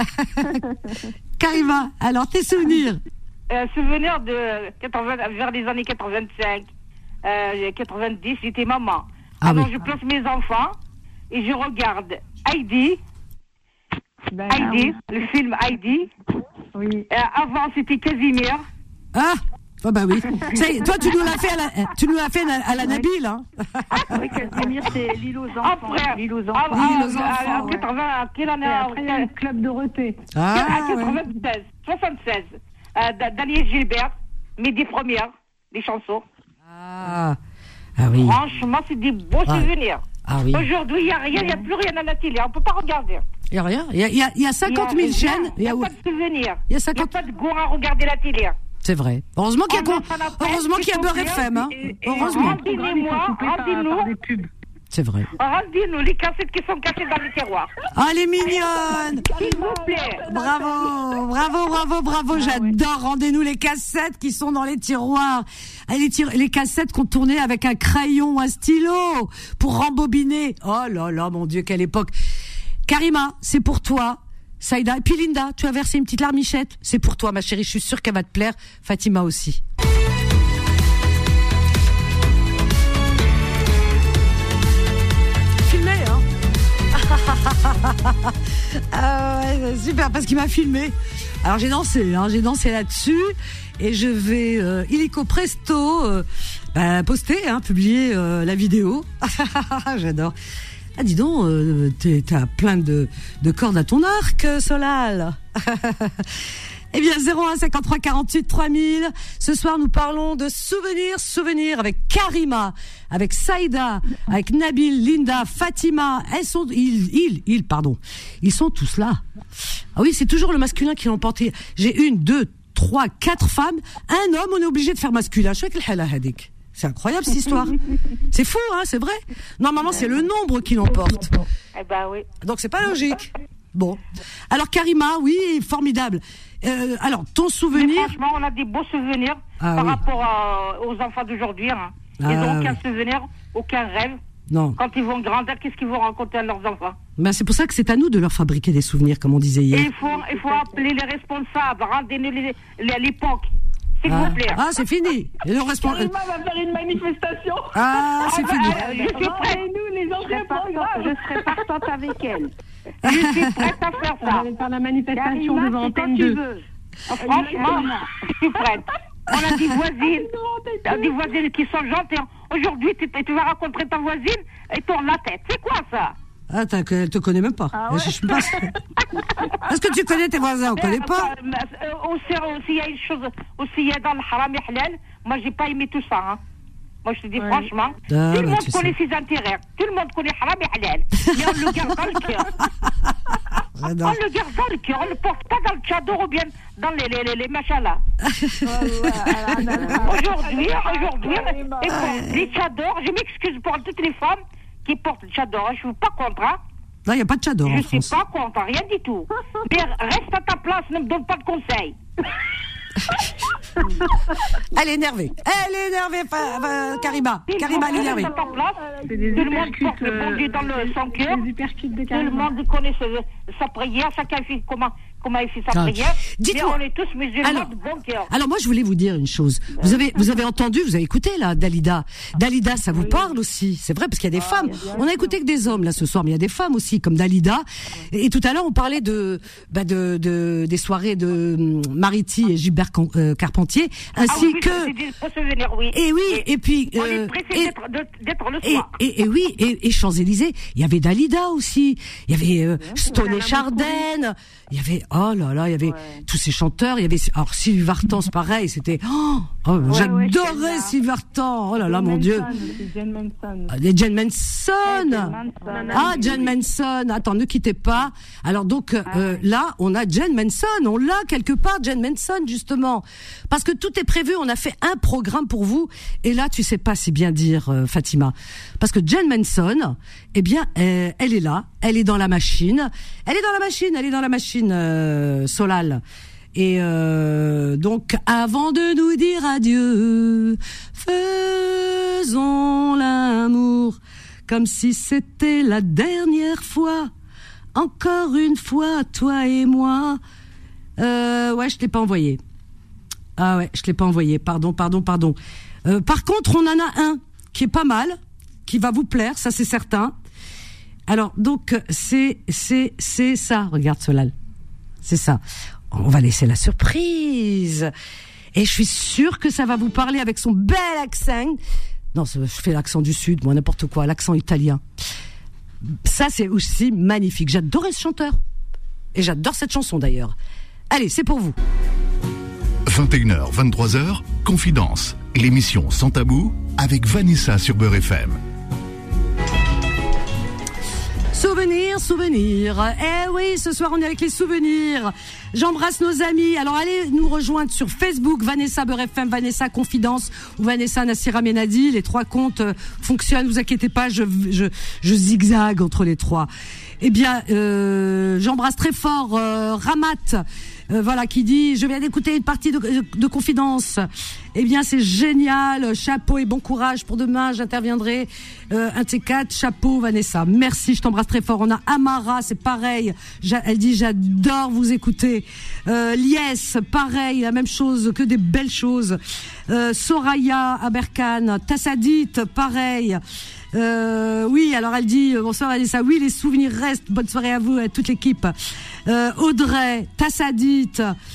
Karima, alors tes souvenirs.
Euh, souvenir de quatre-vingts, vers les années quatre-vingt-cinq, euh, quatre-vingt-dix, j'étais maman.
Ah
Alors
oui.
je place mes enfants et je regarde Heidi,
Ben,
Heidi, le film Heidi.
oui.
Euh, avant c'était Casimir.
Ah, ah bah oui. Ça y est, toi tu nous l'as fait à la, tu nous l'as fait à la Nabil, hein.
Oui, Casimir, c'est l'île aux enfants.
Après,
L'île aux
en,
enfants.
en-
aux
en-
enfants,
en
ouais.
quatre-vingts, à quelle année
Et
à-
après, il y a le club Dorothée.
Ah,
à
ouais.
quatre-vingt-seize, soixante-seize. Euh, Da- Daniel Gilbert, mes des premières, les chansons.
Ah, ah oui.
Franchement, c'est des beaux
Ah.
souvenirs.
Ah oui.
Aujourd'hui, il n'y a rien, il n'y a plus rien à la télé. On ne peut pas regarder.
Il y a rien. Il y a, il y a, il y a cinquante mille
Il y a-
chaînes.
Il n'y a,
Il y a-
pas de souvenirs.
il y a
Il n'y a
cinquante.
pas de goût à regarder la télé.
C'est vrai. Heureusement qu'il y a,
On
con-
met ça à la presse,
heureusement qu'il y a
c'est
Beurre
bien,
F M, hein.
Et- et-
Heureusement.
et les programmes, ils sont coupés par-
Rendez-nous.
par des pubs.
C'est vrai.
Rendez-nous les cassettes qui sont cachées dans les tiroirs.
Ah, elle est mignonne.
S'il vous plaît.
Bravo, bravo, bravo, bravo. Ah, j'adore. Ouais. Rendez-nous les cassettes qui sont dans les tiroirs. Les, tir- les cassettes qu'on tournait avec un crayon ou un stylo pour rembobiner. Oh là là, mon Dieu, quelle époque. Karima, c'est pour toi. Saïda. Et puis Linda, tu as versé une petite larmichette. C'est pour toi, ma chérie. Je suis sûre qu'elle va te plaire. Fatima aussi. ah ouais, super, parce qu'il m'a filmé. Alors j'ai dansé, hein, j'ai dansé là-dessus et je vais euh, illico presto euh, bah, poster, hein, publier euh, la vidéo. J'adore. Ah dis donc, euh, t'as plein de, de cordes à ton arc, Solal. Eh bien, zéro un cinquante-trois quarante-huit trois mille. Ce soir, nous parlons de souvenirs, souvenirs avec Karima, avec Saïda, avec Nabil, Linda, Fatima. Elles sont, ils, ils, ils, pardon. Ils sont tous là. Ah oui, c'est toujours le masculin qui l'emporte. J'ai une, deux, trois, quatre femmes. Un homme, on est obligé de faire masculin. Je sais quel hal hadik. C'est incroyable, cette histoire. C'est fou, hein, c'est vrai. Normalement, c'est le nombre qui l'emporte.
Eh ben oui.
Donc, c'est pas logique. Bon. Alors, Karima, oui, formidable. Euh, alors, ton souvenir...
Mais franchement, on a des beaux souvenirs ah, par oui. rapport à, aux enfants d'aujourd'hui. Hein. Ils n'ont ah, aucun oui. souvenir, aucun rêve.
Non.
Quand ils vont grandir, qu'est-ce qu'ils vont raconter à leurs enfants?
Ben, c'est pour ça que c'est à nous de leur fabriquer des souvenirs, comme on disait hier.
Et il faut, il faut appeler les responsables, rendez-nous les, les, à l'époque. S'il
ah.
vous plaît.
Ah, c'est fini. Et le responsable...
Karima va faire une manifestation.
Ah, c'est
ah,
fini.
Bah, je suis prête.
Nous, les anciens programmes.
Je serai partante avec elle. Je suis prête à faire ça.
On va faire la manifestation
Karima,
devant Antenne
deux.
deux.
Franchement, je suis prête. On a des voisines, on a des voisines qui sont gentilles. Aujourd'hui, tu, tu vas rencontrer ta voisine et tourne la tête. C'est quoi ça?
Ah, elle te connaît même pas.
Ah ouais.
je, je pense... Est-ce que tu connais tes voisins? On ne connaît pas.
Aussi, il y a une chose, aussi il y a dans le haram et halal. Moi, j'ai pas aimé tout ça. Hein. Moi, je te dis ouais. franchement, ah, tout le bah, monde connaît sais. ses intérêts. Tout le monde connaît haram et halal. Mais on le garde dans le cœur. On le garde dans le cœur. On ne le porte pas dans le tchador ou bien dans les, les, les, les machins là. Aujourd'hui, aujourd'hui, les tchadors, je m'excuse pour toutes les femmes qui portent le tchador. Je ne suis pas contre. Hein.
Là, il n'y a pas de tchador.
Je ne suis pas contre, rien du tout. Mais reste à ta place, ne me donne pas de conseils.
Elle est énervée. Elle est énervée, euh, Karima. Karima, elle est énervée.
Tout le monde porte le bon Dieu dans le, son cœur. Tout le monde connaît sa prière. Chacun fait comment, comment il fait sa ah. prière.
Dites-moi.
Mais on est tous musulmans
alors,
de bon cœur.
Alors moi, je voulais vous dire une chose. Vous avez, vous avez entendu, vous avez écouté là, Dalida. Dalida, ça vous oui. parle aussi. C'est vrai, parce qu'il y a des ah, femmes. On a écouté que des hommes là ce soir, mais il y a des femmes aussi, comme Dalida. Et, et tout à l'heure, on parlait de, bah, de, de, des soirées de Mariti et Gilbert euh, Carpentier, ainsi
ah, oui,
que.
C'est des souvenirs, oui.
Et oui, et, et puis.
On euh, est pressé et, d'être, d'être le soir.
Et, et, et oui, et, et Champs-Élysées, il y avait Dalida aussi. Il y avait euh, Stone et Chardin. Il y avait, oh là là, il y avait ouais. tous ces chanteurs. Il y avait, alors Sylvie Vartan, c'est pareil, c'était, oh, oh ouais, j'adorais ouais, Sylvie Vartan. Oh là là,
Jen
mon
Manson,
Dieu.
Jen Manson.
Ah, les Jen Manson.
Hey, Jen Manson.
Ah, Jen Manson. Attends, ne quittez pas. Alors donc, ah, euh, ouais. là, on a Jen Manson. On l'a quelque part, Jen Manson, justement. Parce que tout est prévu. On a fait un programme pour vous. Et là, tu sais pas si bien dire, euh, Fatima. Parce que Jen Manson, eh bien, euh, elle est là. Elle est dans la machine. Elle est dans la machine. Elle est dans la machine. Euh, Solal. Et euh, donc, avant de nous dire adieu, faisons l'amour comme si c'était la dernière fois. Encore une fois, toi et moi. Euh, ouais, je t'ai pas envoyé. Ah ouais, je l'ai pas envoyé. Pardon, pardon, pardon. Euh, par contre, on en a un qui est pas mal, qui va vous plaire, ça c'est certain. Alors donc c'est c'est c'est ça. Regarde Solal, c'est ça. On va laisser la surprise. Et je suis sûre que ça va vous parler avec son bel accent. Non, je fais l'accent du Sud, moi n'importe quoi, l'accent italien. Ça c'est aussi magnifique. J'adorais ce chanteur et j'adore cette chanson d'ailleurs. Allez, c'est pour vous.
vingt et une heures, vingt-trois heures, Confidence, l'émission Sans Tabou avec Vanessa sur Beurre F M.
Souvenirs, souvenirs. Eh oui, ce soir on est avec les souvenirs. J'embrasse nos amis. Alors allez nous rejoindre sur Facebook, Vanessa Beurre F M, Vanessa Confidence ou Vanessa Nassira Menadi. Les trois comptes euh, fonctionnent. Vous inquiétez pas, je, je, je zigzague entre les trois. Eh bien, euh, j'embrasse très fort euh, Ramat. Euh, voilà, qui dit, je viens d'écouter une partie de, de, de Confidence. Eh bien, c'est génial. Chapeau et bon courage pour demain. J'interviendrai euh, un T quatre. Chapeau, Vanessa. Merci, je t'embrasse très fort. On a Amara, c'est pareil. J'a, elle dit, j'adore vous écouter. Euh, Lies, pareil, la même chose, que des belles choses. Euh, Soraya, Aberkan, Tassadit, pareil. Euh, oui, alors elle dit bonsoir Vanessa. Oui, les souvenirs restent. Bonne soirée à vous, à toute l'équipe. Euh, Audrey, Tassadit,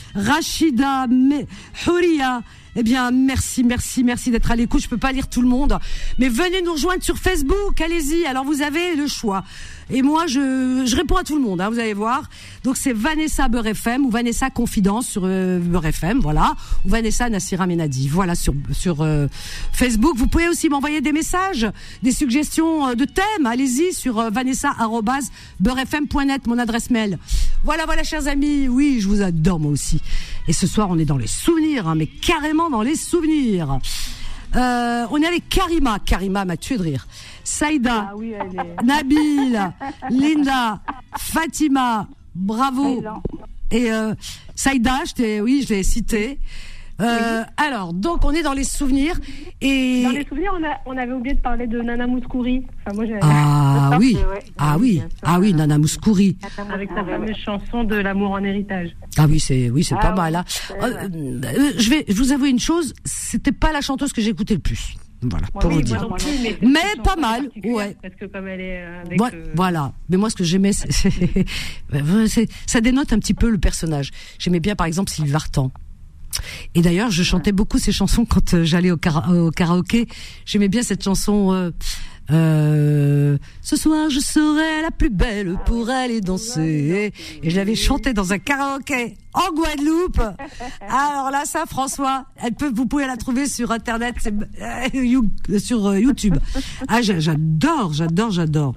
Rachida, Me- Houria. Eh bien, merci, merci, merci d'être à l'écoute. Je peux pas lire tout le monde, mais venez nous rejoindre sur Facebook. Allez-y. Alors vous avez le choix. Et moi, je, je réponds à tout le monde. Hein, vous allez voir. Donc c'est Vanessa Beurre F M ou Vanessa Confidence sur euh, Beurre F M, voilà. Ou Vanessa Nassira Menadi, voilà sur sur euh, Facebook. Vous pouvez aussi m'envoyer des messages, des suggestions euh, de thèmes. Allez-y sur euh, vanessa arobase beurre f m point net, mon adresse mail. Voilà, voilà, chers amis. Oui, je vous adore moi aussi. Et ce soir, on est dans les souvenirs, hein, mais carrément dans les souvenirs. Euh, on est avec Karima. Karima m'a tué de rire. Saïda, ah oui, est... Nabil, Linda, Fatima, bravo. Et euh, Saïda, je t'ai, oui, je l'ai cité. Euh, oui. Alors, donc on est dans les souvenirs et
dans les souvenirs, on, a, on avait oublié de parler de Nana Mouskouri. Enfin, moi, j'avais...
Ah oui, ah oui, ah oui, Nana Mouskouri.
Avec sa fameuse chanson de l'amour en héritage.
Ah oui, c'est oui, c'est ah, pas oui, mal. Hein. Euh, euh, je vais vous avouer une chose, c'était pas la chanteuse que j'écoutais le plus. Voilà, pour oui, vous dire. Plus, mais mais pas mal, ouais.
Parce que comme elle est avec
Bon, euh... Voilà, mais moi ce que j'aimais, c'est, c'est, c'est, ça dénote un petit peu le personnage. J'aimais bien par exemple Sylvie Vartan. Et d'ailleurs, je chantais beaucoup ces chansons quand euh, j'allais au, kara- au karaoké. J'aimais bien cette chanson. Euh, euh, ce soir, je serai la plus belle pour aller danser. Et je l'avais chantée dans un karaoké en Guadeloupe. Alors là, ça, François, elle peut, vous pouvez la trouver sur Internet, c'est, euh, you, sur euh, YouTube. Ah, j'adore, j'adore, j'adore.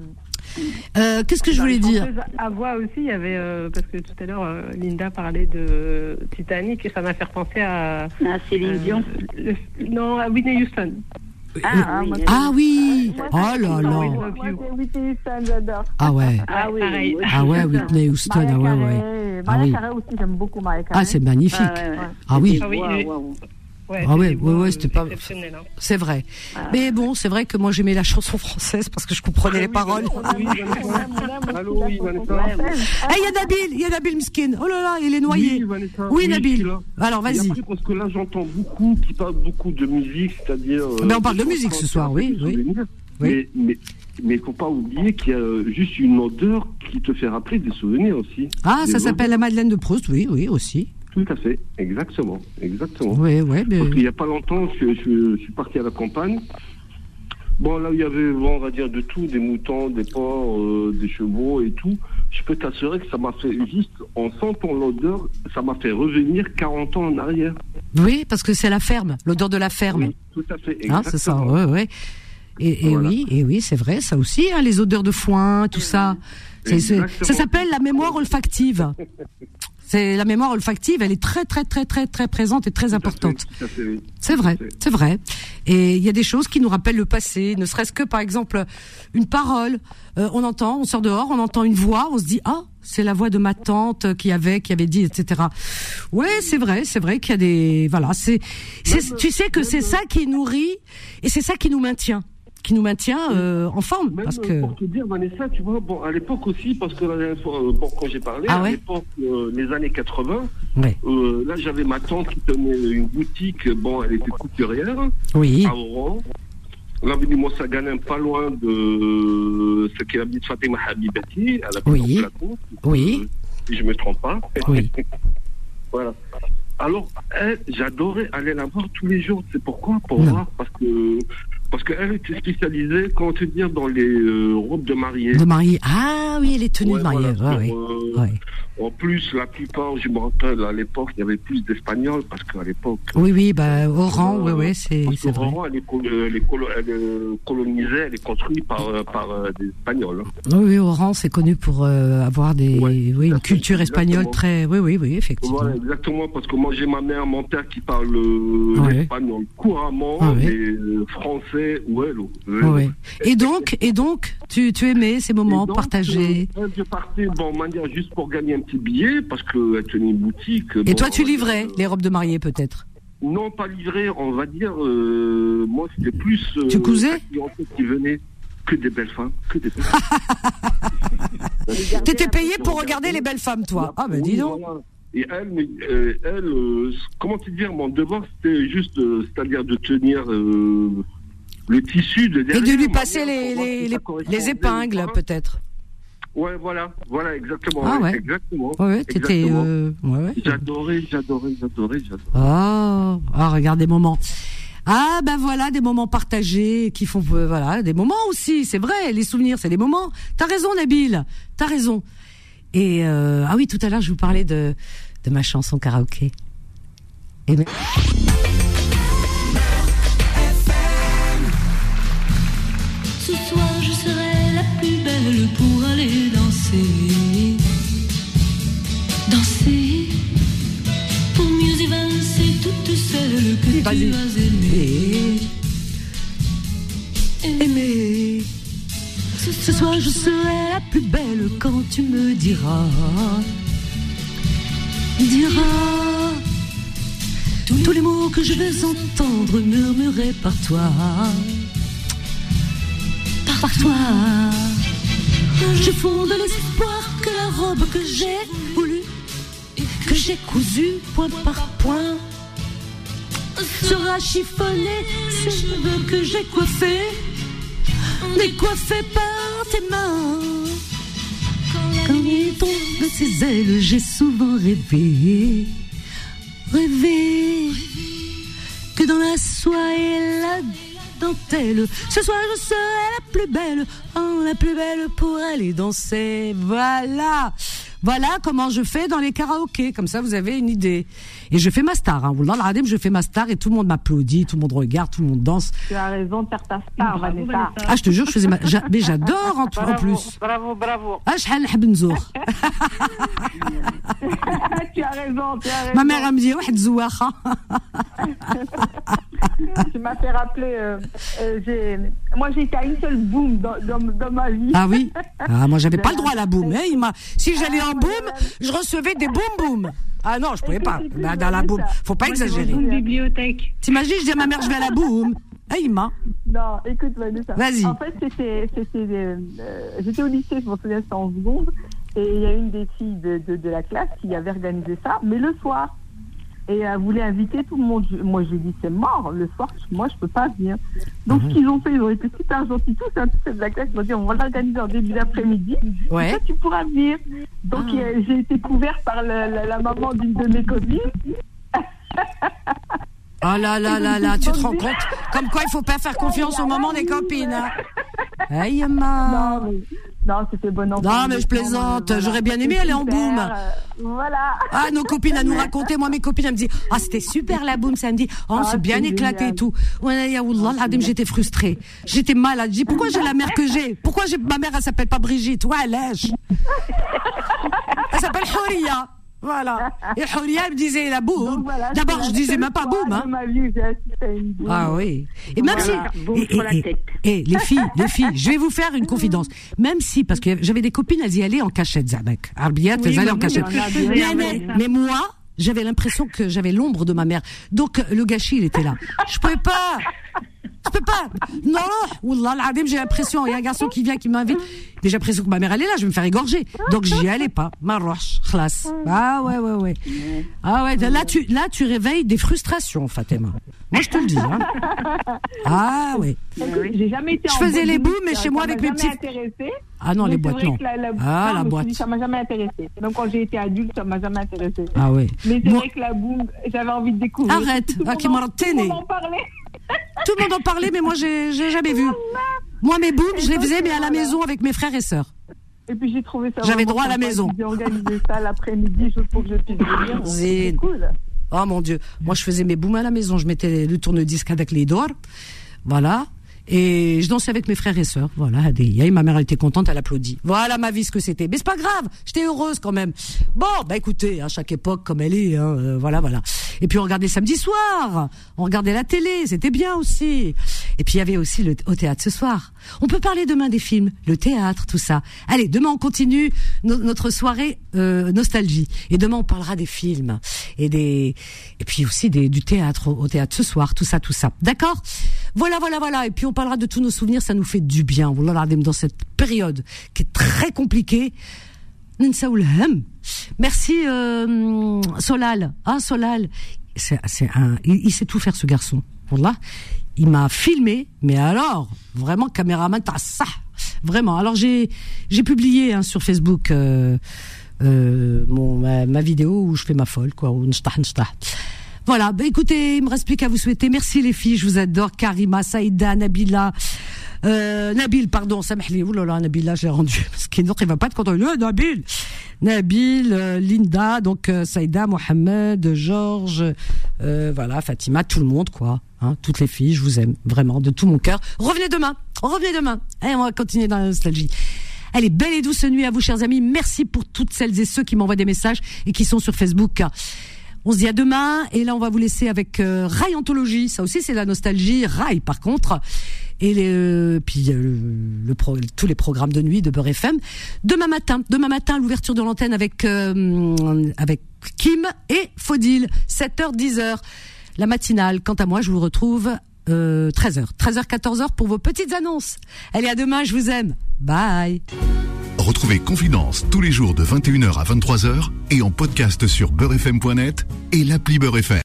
Euh, qu'est-ce que je voulais dire?
À voix aussi, il y avait euh, parce que tout à l'heure euh, Linda parlait de Titanic et ça m'a fait penser à,
à Céline Dion.
Euh, le, non, à Whitney Houston.
Ah, oui. Ah oui. Oh là là.
Moi, c'est Whitney Houston, j'adore.
Ah ouais.
Ah oui. Pareil.
Ah ouais, Whitney Houston. Ah ouais, ouais.
Maria Carey aussi, j'aime beaucoup Maria Carey.
Ah, c'est magnifique. Ah, ouais, ouais. Ah oui.
Ah oui.
Ouais, ah ouais, ouais, ouais, c'était pas. Hein. C'est vrai. Ah. Mais bon, c'est vrai que moi j'aimais la chanson française parce que je comprenais ah, les oui, paroles. Oui, Allô, oui, Vanessa. Eh, il y a Nabil, il y a Nabil Miskin. Oh là là, il est noyé. Oui, Vanessa, oui, oui Nabil. Alors, vas-y.
Après, parce que là, j'entends beaucoup qui parlent beaucoup de musique, c'est-à-dire.
Mais on parle de musique ce soir, oui, oui.
Mais, mais, mais il ne faut pas oublier qu'il y a juste une odeur qui te fait rappeler des souvenirs aussi.
Ah, ça s'appelle la Madeleine de Proust, oui, oui, aussi.
Tout à fait, exactement, exactement.
Oui, oui, mais...
Parce qu'il n'y a pas longtemps, je, je, je suis parti à la campagne. Bon, là, il y avait, bon, on va dire, de tout, des moutons, des porcs, euh, des chevaux et tout. Je peux t'assurer que ça m'a fait, juste en sentant l'odeur, ça m'a fait revenir quarante ans en arrière.
Oui, parce que c'est la ferme, l'odeur de la ferme.
Oui, tout à fait, exactement.
Hein, c'est ça, oui, oui. Et, et voilà. oui, et oui, c'est vrai, ça aussi, hein, les odeurs de foin, tout ça. C'est, c'est, ça s'appelle la mémoire olfactive. C'est la mémoire olfactive, elle est très très très très très présente et très tout importante.
Fait, fait, oui.
C'est vrai, c'est vrai. Et il y a des choses qui nous rappellent le passé, ne serait-ce que par exemple une parole. Euh, on entend, on sort dehors, on entend une voix, on se dit ah c'est la voix de ma tante qui avait qui avait dit et cetera. Ouais, c'est vrai, c'est vrai qu'il y a des voilà, c'est, c'est même, tu sais que c'est ça qui nourrit et c'est ça qui nous maintient. qui nous maintient euh, en forme.
Même
parce que...
pour te dire, Vanessa, tu vois, bon, à l'époque aussi, parce que la dernière fois, euh, bon, quand j'ai parlé,
ah
à
ouais
l'époque, euh, les années quatre-vingts,
ouais.
euh, là, j'avais ma tante qui tenait une boutique, bon, elle était couturière,
oui.
à Oran. L'avenue Moussa Ganem, pas loin de ce qui habite Fatima Habibati, à la
oui.
plateau,
oui.
Euh, si je me trompe pas.
Oui.
Voilà. Alors, elle, j'adorais aller la voir tous les jours. C'est pourquoi? Pour
non.
voir, parce que parce qu'elle était spécialisée, comment te dire, dans les euh, robes de mariée.
De mariée. Ah oui, les tenues
ouais,
de mariée.
Voilà,
ouais,
sur,
ouais.
Euh,
ouais.
En plus, la plupart, je me rappelle, à l'époque, il y avait plus d'Espagnols, parce qu'à l'époque...
Oui, oui, bah, Oran,
euh,
oui, oui, c'est,
parce
c'est
que
vrai.
Oran, elle est, col- elle est colo- elle est colonisée, elle est construite par, euh, par euh, des Espagnols.
Oui, oui, Oran, c'est connu pour euh, avoir des,
Ouais,
oui, une culture espagnole
exactement.
très... Oui, oui, oui, effectivement.
Voilà, exactement, parce que moi, j'ai ma mère, mon père qui parle euh,
Ouais.
l'espagnol couramment,
Ah ouais.
mais euh, français, ouais, l'eau.
Oui, oui. Et donc, et donc tu, tu aimais ces moments
Et donc,
partagés
euh, je partais, bon, manière juste pour gagner un petit billet, parce qu'elle tenait une boutique.
Et
bon,
toi, tu
on va dire,
livrais les robes de mariée, peut-être?
Non, pas livré, on va dire. Euh, moi, c'était plus. Euh,
Tu cousais
la clientèle qui venait, que des belles femmes, que des belles femmes.
T'étais payé pour regarder les belles femmes, toi. Ah, ben dis donc.
Voilà. Et elle, mais, euh, elle euh, comment te dire, mon devoir, c'était juste, euh, c'est-à-dire de tenir euh, le tissu de
Et
derrière.
de lui
ma
passer
mère,
les,
pour voir
les,
si
les,
ça correspondait
les
ou
épingles,
pas.
peut-être.
Ouais, voilà, voilà, exactement.
Ah
ouais,
ouais.
Exactement.
Ouais, ouais, t'étais,
exactement.
euh, ouais, ouais.
J'adorais, j'adorais, j'adorais, j'adorais.
Ah, ah, regarde des moments. Ah, ben voilà, des moments partagés qui font, euh, voilà, des moments aussi, c'est vrai, les souvenirs, c'est des moments. T'as raison, Nabil, t'as raison. Et, euh, ah oui, tout à l'heure, je vous parlais de, de ma chanson karaoké. Et mais...
Ce soir je serai la plus belle pour aller danser. Danser pour mieux évincer toutes celles que tu
Vas-y.
as aimées.
Aimer. Ce soir je serai la plus belle quand tu me diras. Diras tous les mots que je vais entendre murmurés par toi. Par toi. Je fonde l'espoir que la robe que j'ai voulu, que j'ai cousue point par point, sera chiffonnée. Ces cheveux que j'ai coiffés, décoiffés par tes mains. Quand il tombe de ses ailes, j'ai souvent rêvé, rêvé que dans la soie et la dentelle, ce soir je serai la plus belle, oh, la plus belle pour aller danser. Voilà, voilà comment je fais dans les karaokés. Comme ça, vous avez une idée. Et je fais ma star. Hein. Wallah al-Adim, je fais ma star et tout le monde m'applaudit, tout le monde regarde, tout le monde danse.
Tu as raison de faire ta star, Vanessa.
Ah, je te jure, je faisais ma... j'a- mais j'adore en, en plus.
Bravo, bravo.
Ah, شحال نحب نزور.
Tu as raison, tu as raison.
Ma mère elle me dit واحد زواخة.
Tu m'as fait rappeler, euh, euh, j'ai... moi j'ai été à une seule boum dans, dans, dans ma vie.
Ah oui. Ah, moi j'avais pas le droit à la boum. Hein, il m'a... Si j'allais en boum, je recevais des boum boum. Ah non, je pouvais pas. Bah, dans la boum, faut pas exagérer.
Une bibliothèque.
T'imagines, je dis à ma mère, je vais à la boum. Ah, il m'a.
Non, écoute, Vanessa.
Vas-y.
En fait, c'était, c'était, euh, euh, j'étais au lycée, je m'en souviens, c'était en seconde, et il y a une des filles de, de, de la classe qui avait organisé ça, mais le soir. Et elle voulait inviter tout le monde. Je- Moi, j'ai dit, c'est mort, le soir, moi, je peux pas venir. Donc,
Mhm.
ce qu'ils ont fait, ils ont été super gentils, tous, hein, tous ceux de la classe, ils m'ont dit, on va l'organiser en début d'après-midi.
Ouais.
Toi, tu pourras venir. Donc,
Ah.
euh, j'ai été couverte par le- la, la maman d'une de mes copines.
Oh là là là là, tu te rends compte? Comme quoi, il faut pas faire confiance aux mamans des copines. Hein. Aïe, ma.
Non, mais, non, c'était bon enfant.
Non, mais je plaisante.
Voilà.
J'aurais bien aimé aller en
Super,
boum.
euh, voilà.
Ah, nos copines à nous raconter. Moi, mes copines, elles me disent, ah, c'était super la boum samedi. Oh, on
Ah,
s'est bien
c'est
éclaté et
génial.
tout. Ouais, ya Wallah, l'Adim, j'étais frustrée. J'étais malade. Je dis, pourquoi j'ai la mère que j'ai? Pourquoi j'ai, ma mère, elle s'appelle pas Brigitte? Ouais, elle lèche. Elle s'appelle Houria. Voilà. Et Houria, elle me disait la boum.
Donc, voilà,
D'abord,
c'est
je
la
disais
seule
même pas
fois
boum, hein.
de ma vie où j'ai assisté à une boum.
Ah oui. Et même
Voilà,
si,
boum
et,
sur la
et-
tête.
et- et les filles, les filles, je vais vous faire une confidence. Même si, parce que j'avais des copines, elles y allaient en cachette, Zabek. Arbiat,
Oui,
elles allaient en
mais oui,
cachette.
mais c'est ce que je
Mais,
faisais,
mais,
hein,
mais moi, j'avais l'impression que j'avais l'ombre de ma mère. Donc, le gâchis, il était là. Je pouvais pas. Je peux pas. Non, Wallah, l'Adim, j'ai l'impression, il y a un garçon qui vient, qui m'invite. Mais j'ai l'impression que ma mère, elle est là, je vais me faire égorger. Donc, j'y allais pas. Marroche, khlas. Ah ouais, ouais, ouais. Ah ouais, là, tu, là, tu réveilles des frustrations, Fatima. Moi, je te le dis, hein. Ah ouais.
Écoute, j'ai jamais été
Je
en
faisais
boîte
les
de
boules,
nuit,
mais
ça-
chez moi,
ça
avec
m'a
mes
jamais
petits-
intéressée.
Ah non,
Mais
les
c'est
boîtes,
vrai
non.
que la- la-
Ah,
non,
la
je me suis
boîte.
dit, ça m'a jamais intéressée. Même quand j'ai été adulte, ça m'a jamais intéressée.
Ah ouais.
Mais c'est
Moi-
vrai que la boum, j'avais envie de découvrir.
Arrête,
Tout le
ah,
monde
qui
en-
m'a
tout le
retenu.
monde en parlait.
Tout le monde en parlait, mais moi, j'ai, j'ai jamais vu. Moi, mes booms, je les faisais, mais à la maison avec mes frères et sœurs.
Et puis j'ai trouvé ça.
J'avais droit à la maison.
J'ai organisé ça l'après-midi juste pour que je puisse venir. C'est cool.
Oh mon Dieu. Moi, je faisais mes booms à la maison. Je mettais le tourne-disque avec les doigts. Voilà. Et je dansais avec mes frères et sœurs. Voilà. Et ma mère, elle était contente, elle applaudit. Voilà ma vie, ce que c'était. Mais c'est pas grave. J'étais heureuse quand même. Bon, bah écoutez, à chaque époque comme elle est, hein, euh, voilà, voilà. Et puis on regardait samedi soir. On regardait la télé. C'était bien aussi. Et puis il y avait aussi le au théâtre ce soir. On peut parler demain des films, le théâtre, tout ça. Allez, demain on continue no- notre soirée euh, nostalgie. Et demain on parlera des films et des et puis aussi des du théâtre au, au théâtre ce soir, tout ça, tout ça. D'accord ? Voilà, voilà, voilà. Et puis on parlera de tous nos souvenirs. Ça nous fait du bien. Voilà, dans cette période qui est très compliquée. Merci euh, Solal. Ah Solal, c'est, c'est un, il, il sait tout faire ce garçon. Voilà. Il m'a filmé, mais alors, vraiment, caméraman, t'as ça, vraiment. Alors j'ai, j'ai publié hein, sur Facebook euh, euh, mon ma, ma vidéo où je fais ma folle, quoi. Où n'stah, n'stah. Voilà. Bah, écoutez, il me reste plus qu'à vous souhaiter. Merci les filles, je vous adore. Karima, Saïda, Nabila, euh, Nabil, pardon, Samahli. Ouh là là, Nabila, j'ai rendu. Parce qu'il il va pas être content. Le Nabil, Nabil, euh, Linda, donc euh, Saïda, Mohamed, Georges, euh, voilà, Fatima, tout le monde, quoi. Hein, toutes les filles, je vous aime vraiment de tout mon cœur. Revenez demain, revenez demain. Allez, on va continuer dans la nostalgie. Allez, belle et douce nuit à vous, chers amis. Merci pour toutes celles et ceux qui m'envoient des messages et qui sont sur Facebook. On se dit à demain. Et là, on va vous laisser avec euh, Rai Anthologie. Ça aussi, c'est la nostalgie. Rai, par contre. Et les, euh, puis euh, le pro, tous les programmes de nuit de Beurre F M. Demain matin, demain matin, l'ouverture de l'antenne avec euh, avec Kim et Faudil. sept heures, dix heures. La matinale. Quant à moi, je vous retrouve euh, treize heures. treize heures, quatorze heures pour vos petites annonces. Allez, à demain, je vous aime. Bye.
Retrouvez Confidence tous les jours de vingt et une heures à vingt-trois heures et en podcast sur beurre f m point net et l'appli Beurre F M.